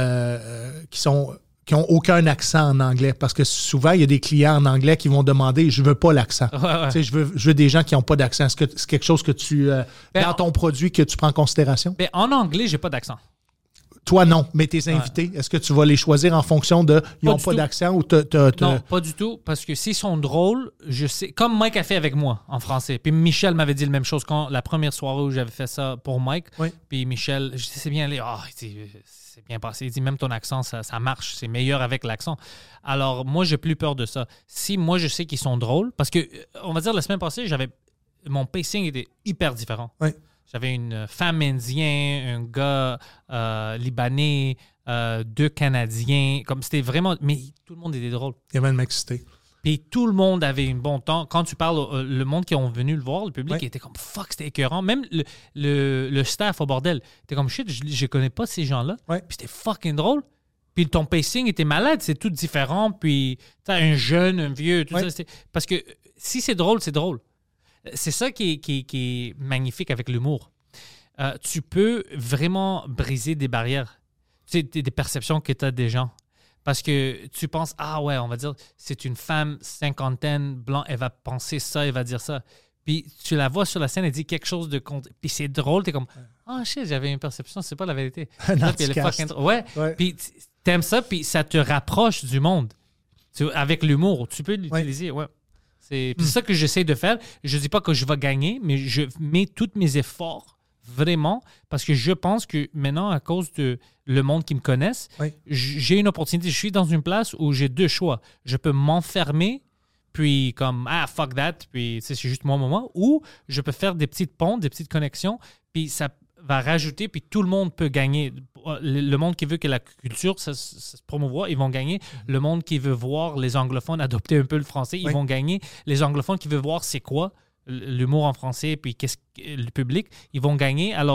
aucun accent en anglais? Parce que souvent, il y a des clients en anglais qui vont demander « je veux pas l'accent ». Tu sais, je veux des gens qui n'ont pas d'accent. Est-ce que c'est quelque chose que tu, dans ton produit, que tu prends en considération? Ben, en anglais, j'ai pas d'accent. Toi, non. Mais tes invités, est-ce que tu vas les choisir en fonction de « ils n'ont pas d'accent » ou Non, pas du tout. Parce que s'ils sont drôles, je sais... Comme Mike a fait avec moi, en français. Puis Michel m'avait dit la même chose quand la première soirée où j'avais fait ça pour Mike. Oui. Puis Michel, je dis, c'est bien allé. C'est bien passé. Il dit, même ton accent, ça marche. C'est meilleur avec l'accent. Alors, moi, j'ai plus peur de ça. Si moi, je sais qu'ils sont drôles, parce que, on va dire, la semaine passée, mon pacing était hyper différent. Oui. J'avais une femme indienne, un gars libanais, 2 Canadiens. Comme c'était vraiment... Mais tout le monde était drôle. Il y avait une excité. Puis tout le monde avait un bon temps. Quand tu parles, le monde qui ont venu le voir, le public était comme fuck, c'était écœurant. Même le staff au bordel, était comme shit, je connais pas ces gens-là. Ouais. Puis c'était fucking drôle. Puis ton pacing était malade, c'est tout différent. Puis t'as un jeune, un vieux, tout ça. Parce que si c'est drôle, c'est drôle. C'est ça qui est magnifique avec l'humour. Tu peux vraiment briser des barrières, tu sais, des perceptions que tu as des gens. Parce que tu penses, ah ouais, on va dire, c'est une femme cinquantaine, blanc, elle va penser ça, elle va dire ça. Puis tu la vois sur la scène, elle dit quelque chose de... Puis c'est drôle, t'es comme, ah shit, j'avais une perception, c'est pas la vérité. Un Puis elle est anticast. ouais. Puis t'aimes ça, puis ça te rapproche du monde. Avec l'humour, tu peux l'utiliser, C'est ça que j'essaie de faire. Je dis pas que je vais gagner, mais je mets tous mes efforts vraiment parce que je pense que maintenant, à cause de le monde qui me connaisse, j'ai une opportunité. Je suis dans une place où j'ai 2 choix. Je peux m'enfermer, puis comme, fuck that, puis c'est juste mon moment, ou je peux faire des petites ponts, des petites connexions, puis ça va rajouter, puis tout le monde peut gagner. Le monde qui veut que la culture ça se promouvoie, ils vont gagner. Le monde qui veut voir les anglophones adopter un peu le français, ils vont gagner. Les anglophones qui veulent voir c'est quoi l'humour en français, puis qu'est-ce que le public, ils vont gagner. Alors,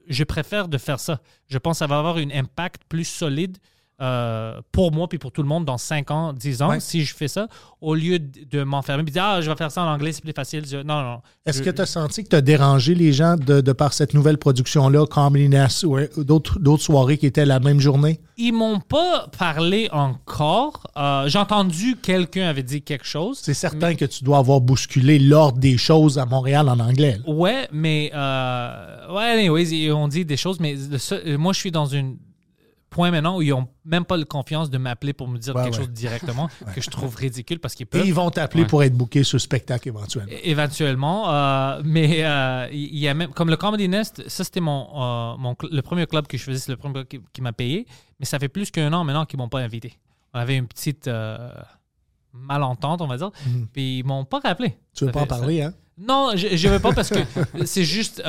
je préfère de faire ça. Je pense que ça va avoir un impact plus solide pour moi puis pour tout le monde dans 5 ans, 10 ans, si je fais ça, au lieu de m'enfermer et de dire « je vais faire ça en anglais, c'est plus facile. » Non. Est-ce que tu as senti que tu as dérangé les gens de par cette nouvelle production-là, Comedy Nest ou d'autres soirées qui étaient la même journée? Ils m'ont pas parlé encore. J'ai entendu quelqu'un avait dit quelque chose. C'est certain que tu dois avoir bousculé l'ordre des choses à Montréal en anglais. Là. Ouais, mais anyways, on dit des choses, mais moi, je suis dans une point maintenant où ils n'ont même pas la confiance de m'appeler pour me dire quelque chose directement, que je trouve ridicule parce qu'ils peuvent. Et ils vont t'appeler pour être bookés sur le spectacle éventuellement. Éventuellement. Mais il y a même, comme le Comedy Nest, ça c'était le premier club que je faisais, c'est le premier qui m'a payé, mais ça fait plus qu'un an maintenant qu'ils ne m'ont pas invité. On avait une petite malentente, on va dire, puis ils ne m'ont pas rappelé. Tu veux pas en parler, hein? Non, je ne veux pas parce que c'est juste...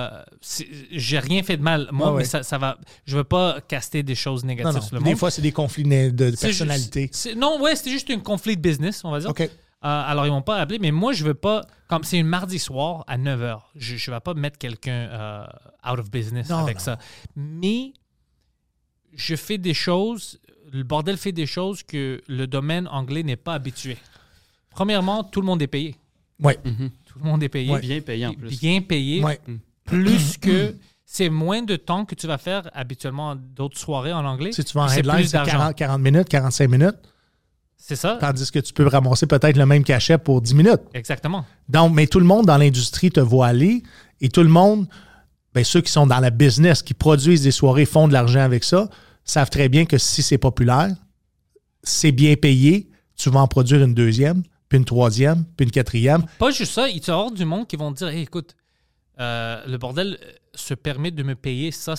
j'ai rien fait de mal, moi, mais ça va... Je veux pas caster des choses négatives sur le monde. Des fois, c'est des conflits de personnalité. C'était juste un conflit de business, on va dire. OK. Alors, ils m'ont pas appelé, mais moi, je veux pas... Comme c'est un mardi soir à 9h, je vais pas mettre quelqu'un out of business avec ça. Mais je fais des choses... Le bordel fait des choses que le domaine anglais n'est pas habitué. Premièrement, tout le monde est payé. Oui. Tout le monde est payé. Ouais. Bien payé en plus. Bien payé. Ouais. Plus que... C'est moins de temps que tu vas faire habituellement d'autres soirées en anglais. Si tu vas en c'est headline, plus c'est d'argent. 40 minutes, 45 minutes. C'est ça. Tandis que tu peux ramasser peut-être le même cachet pour 10 minutes. Exactement. Donc, mais tout le monde dans l'industrie te voit aller et tout le monde, ceux qui sont dans la business, qui produisent des soirées, font de l'argent avec ça, savent très bien que si c'est populaire, c'est bien payé, tu vas en produire une deuxième, puis une troisième, puis une quatrième. Pas juste ça, il y aura du monde qui vont te dire hey, écoute, le bordel se permet de me payer ça.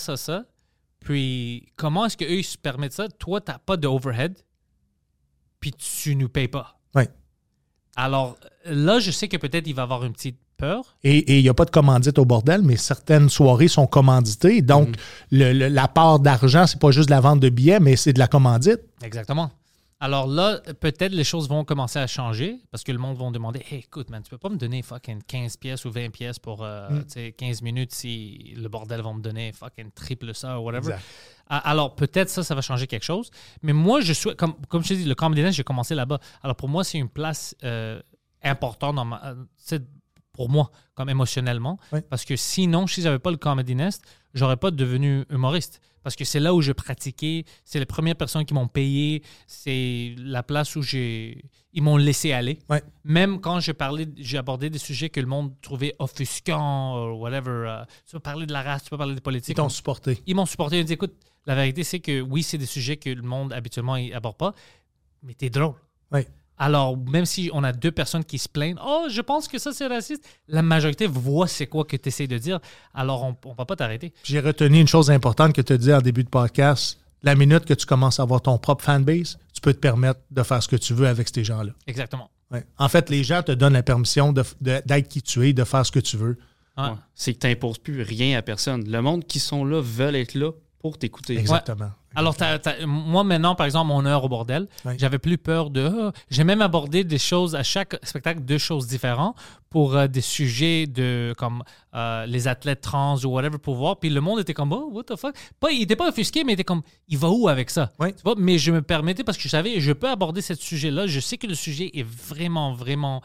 Puis comment est-ce qu'eux ils se permettent ça? Toi, tu n'as pas d'overhead, puis tu nous payes pas. Oui. Alors là, je sais que peut-être il va y avoir une petite peur. Et il n'y a pas de commandite au bordel, mais certaines soirées sont commanditées. Donc, la part d'argent, c'est pas juste de la vente de billets, mais c'est de la commandite. Exactement. Alors là, peut-être les choses vont commencer à changer parce que le monde va demander hey, écoute, man, tu peux pas me donner fucking 15 pièces ou 20 pièces pour 15 minutes si le bordel va me donner fucking triple ça ou whatever. Exact. Alors peut-être ça va changer quelque chose. Mais moi, je suis comme je te dis, le Comedy Nest, j'ai commencé là-bas. Alors pour moi, c'est une place importante pour moi, comme émotionnellement. Oui. Parce que sinon, si j'avais pas le Comedy Nest, j'aurais pas devenu humoriste. Parce que c'est là où je pratiquais, c'est les premières personnes qui m'ont payé, c'est la place où ils m'ont laissé aller. Ouais. Même quand j'ai abordé des sujets que le monde trouvait offusquants ou whatever. Tu peux parler de la race, tu peux parler de politique. Ils t'ont supporté. Ils m'ont supporté. Ils m'ont dit, écoute, la vérité, c'est que oui, c'est des sujets que le monde habituellement n'aborde pas, mais t'es drôle. Oui. Alors, même si on a 2 personnes qui se plaignent, « Oh, je pense que ça, c'est raciste », la majorité voit c'est quoi que tu essaies de dire. Alors, on ne va pas t'arrêter. J'ai retenu une chose importante que tu as dit en début de podcast. La minute que tu commences à avoir ton propre fanbase, tu peux te permettre de faire ce que tu veux avec ces gens-là. Exactement. Ouais. En fait, les gens te donnent la permission d'être qui tu es, de faire ce que tu veux. Ouais. Ouais. C'est que tu n'imposes plus rien à personne. Le monde qui sont là veulent être là pour t'écouter. Exactement. Alors, moi, maintenant, par exemple, mon heure au bordel, j'avais plus peur de... j'ai même abordé des choses, à chaque spectacle, 2 choses différentes pour des sujets comme les athlètes trans ou whatever pour voir. Puis le monde était comme, oh, what the fuck? Il n'était pas offusqué, mais il était comme, il va où avec ça? Oui. Tu vois? Mais je me permettais parce que je savais, je peux aborder ce sujet-là. Je sais que le sujet est vraiment, vraiment...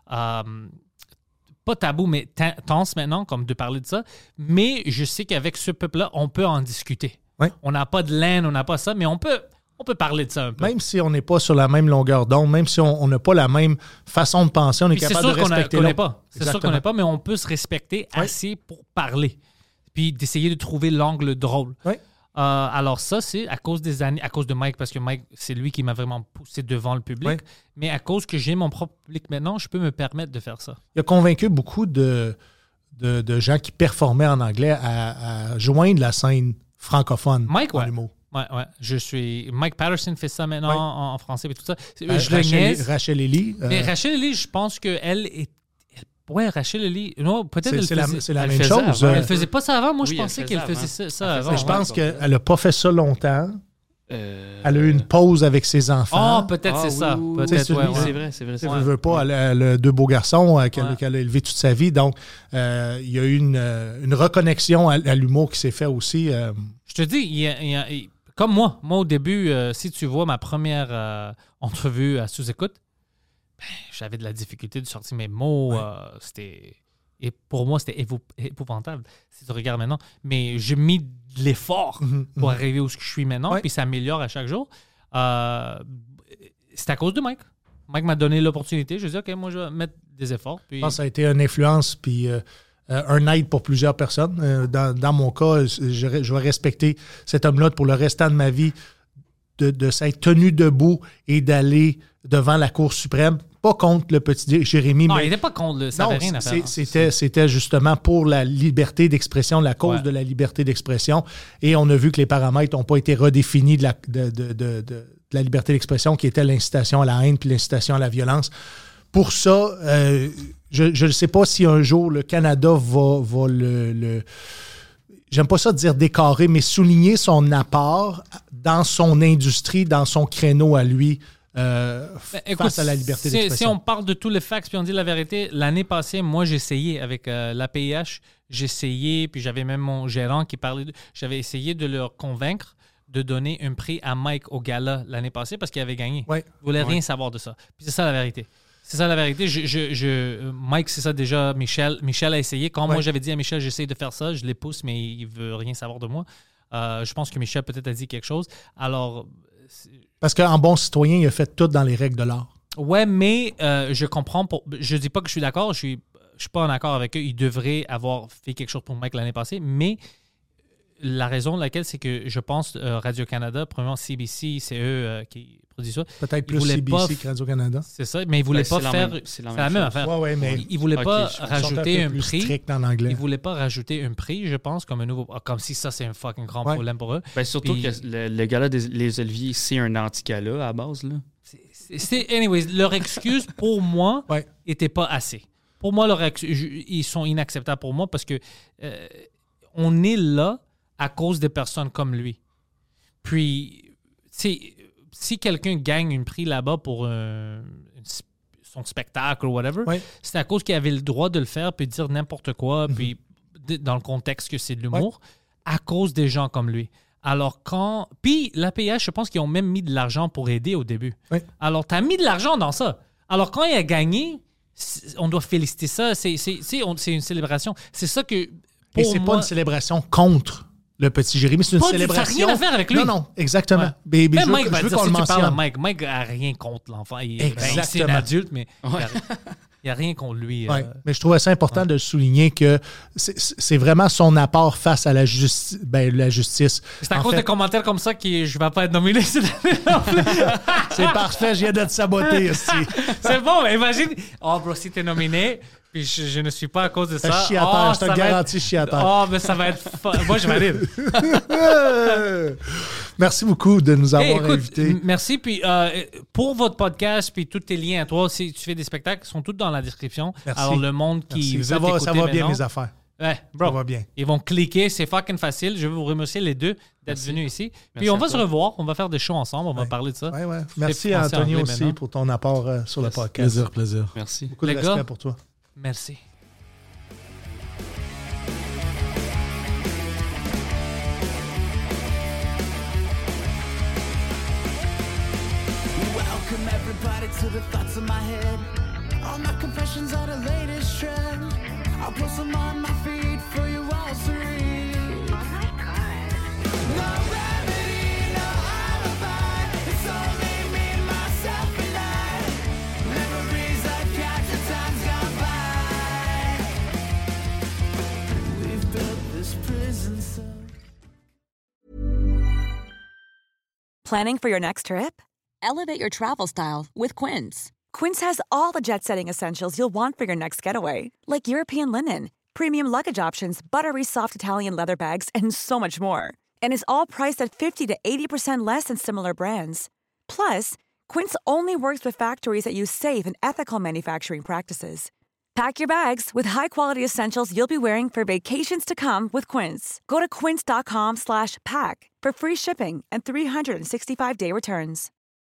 pas tabou, mais tense maintenant, comme de parler de ça. Mais je sais qu'avec ce peuple-là, on peut en discuter. Oui. On n'a pas de laine, on n'a pas ça, mais on peut parler de ça un peu. Même si on n'est pas sur la même longueur d'onde, même si on n'a pas la même façon de penser, on est Puis capable de respecter l'autre. pas. C'est sûr qu'on n'est pas, mais on peut se respecter assez pour parler. Puis d'essayer de trouver l'angle drôle. Oui. Alors ça, c'est à cause des années, à cause de Mike, parce que Mike, c'est lui qui m'a vraiment poussé devant le public. Oui. Mais à cause que j'ai mon propre public maintenant, je peux me permettre de faire ça. Il a convaincu beaucoup de gens qui performaient en anglais à joindre la scène francophone Mike, en ouais. humour. Ouais. Mike Patterson fait ça maintenant en français et tout ça. Je le Rachel, niaise. Rachel Ellie. Mais Rachel Ellie, je pense qu'elle est... Ouais, Rachel Ellie... Non, peut-être c'est elle faisait... c'est la elle même faisait chose. avant. Elle faisait pas ça avant. Moi, je Oui, pensais elle qu'elle faisait faisait ça Elle avant. faisait Je pense qu'elle n'a pas fait ça longtemps. Elle a eu une pause avec ses enfants. Ah, peut-être c'est ça. oui, Peut-être, c'est ouais, celui- ouais. C'est vrai, c'est vrai. Tu sais, veux pas, elle a 2 beaux garçons Ouais. qu'elle a élevés toute sa vie. Donc, il y a eu une reconnexion à l'humour qui s'est fait aussi. Je te dis, comme moi au début, si tu vois ma première entrevue à sous-écoute, j'avais de la difficulté de sortir mes mots. C'était... Et pour moi, c'était épouvantable, si tu regardes maintenant. Mais j'ai mis de l'effort pour arriver où je suis maintenant, Ouais. puis ça améliore à chaque jour. C'est à cause de Mike. Mike m'a donné l'opportunité. Je dis, OK, moi, je vais mettre des efforts. Puis... Je pense que ça a été une influence puis un aide pour plusieurs personnes. Dans mon cas, je vais respecter cet homme-là pour le restant de ma vie, de s'être tenu debout et d'aller devant la Cour suprême. Pas contre le petit Jérémy, non, mais il n'était pas contre. Ça non, n'avait rien à faire. c'était justement pour la liberté d'expression, la cause de la liberté d'expression. Et on a vu que les paramètres n'ont pas été redéfinis de la liberté d'expression, qui était l'incitation à la haine puis l'incitation à la violence. Pour ça, je ne sais pas si un jour le Canada va le j'aime pas ça dire décorer, mais souligner son apport dans son industrie, dans son créneau à lui. Face à la liberté d'expression. Si on parle de tous les facts puis on dit la vérité, l'année passée, moi, j'ai essayé avec l'APIH, j'ai essayé, puis j'avais même mon gérant qui parlait, j'avais essayé de leur convaincre de donner un prix à Mike au gala l'année passée parce qu'il avait gagné. Ouais. Il voulait rien savoir de ça. Puis c'est ça la vérité. C'est ça la vérité. Mike, c'est ça déjà. Michel a essayé. Quand moi, j'avais dit à Michel, j'essaie de faire ça, je les pousse, mais il veut rien savoir de moi. Je pense que Michel peut-être a dit quelque chose. Alors... Parce qu'en bon citoyen, il a fait tout dans les règles de l'art. Ouais, mais je comprends. Je dis pas que je suis d'accord. Je suis pas en accord avec eux. Ils devraient avoir fait quelque chose pour Mike l'année passée. Mais la raison de laquelle, c'est que je pense Radio-Canada, premièrement CBC, c'est eux qui produisent ça. Peut-être Ils plus voulaient pas CBC que Radio-Canada. C'est ça, mais ils voulaient pas faire... C'est la C'est même la même chose. affaire. Ouais, mais Ils voulaient pas Ok, je- rajouter un plus prix. strict en anglais. Ils voulaient pas rajouter un prix, je pense, comme un nouveau... Comme si ça, c'est un fucking grand problème pour eux. Ben, surtout Puis- que le gala des les Oliviers, c'est un anti-gala à la base. Là. Anyways, leur excuse, pour moi, Ouais. était pas assez. Pour moi, ils sont inacceptables pour moi parce que on est là à cause des personnes comme lui. Puis, si quelqu'un gagne un prix là-bas pour son spectacle ou whatever, Ouais. c'est à cause qu'il avait le droit de le faire puis de dire n'importe quoi, puis dans le contexte que c'est de l'humour, à cause des gens comme lui. Alors quand... Puis l'APH, je pense qu'ils ont même mis de l'argent pour aider au début. Oui. Alors, tu as mis de l'argent dans ça. Alors, quand il a gagné, on doit féliciter ça. C'est une célébration. C'est ça que... Et pour c'est moi, pas une célébration contre le petit Jérémy, c'est une Pas du- ça a célébration. rien à faire avec lui. Non, exactement. Ouais. Mais Même je veux, Mike va je veux dire, qu'on si le tu parles à mentionne. Mike a rien contre l'enfant. C'est un Exactement. adulte, mais il n'y a rien contre lui. Ouais. Mais je trouvais ça important de souligner que c'est vraiment son apport face à la justice. La justice. C'est à En cause fait, des commentaires comme ça que je ne vais pas être nominé cette année non plus. c'est parfait, je viens de te saboter ici. C'est bon, mais imagine. Oh, bro, si t'es nominé, puis je ne suis pas à cause de ça. Chier à terre, je te ça va garantis, être- chier à terre. Oh, mais ça va être. Moi, je vais aller. Merci beaucoup de nous avoir Hey, écoute, invités. merci. Puis pour votre podcast, puis tous tes liens à toi, si tu fais des spectacles, ils sont tous dans la description. Merci. Alors, le monde qui Merci. veut Ça va t'écouter bien, maintenant, mes affaires. Ouais, bro. Ça va bien. Ils vont cliquer, c'est fucking facile. Je veux vous remercier les deux d'être venus ici. Puis on va se revoir, on va faire des shows ensemble, on va parler de ça. Ouais. Merci français, Antonio anglais aussi maintenant. pour ton apport sur le podcast. Plaisir. Merci. Beaucoup de Les respect gars. pour toi. Merci. Welcome everybody to the thoughts in my head. All my confessions are the latest trend. I'll post them on my feed for you all to read. No remedy, no alibi. It's only me, myself, and I. Memories I've captured, times gone by. We've built this prison cell. Planning for your next trip? Elevate your travel style with Quince. Quince has all the jet-setting essentials you'll want for your next getaway, like European linen, premium luggage options, buttery soft Italian leather bags, and so much more. And is all priced at 50 to 80% less than similar brands. Plus, Quince only works with factories that use safe and ethical manufacturing practices. Pack your bags with high-quality essentials you'll be wearing for vacations to come with Quince. Go to quince.com/pack for free shipping and 365-day returns.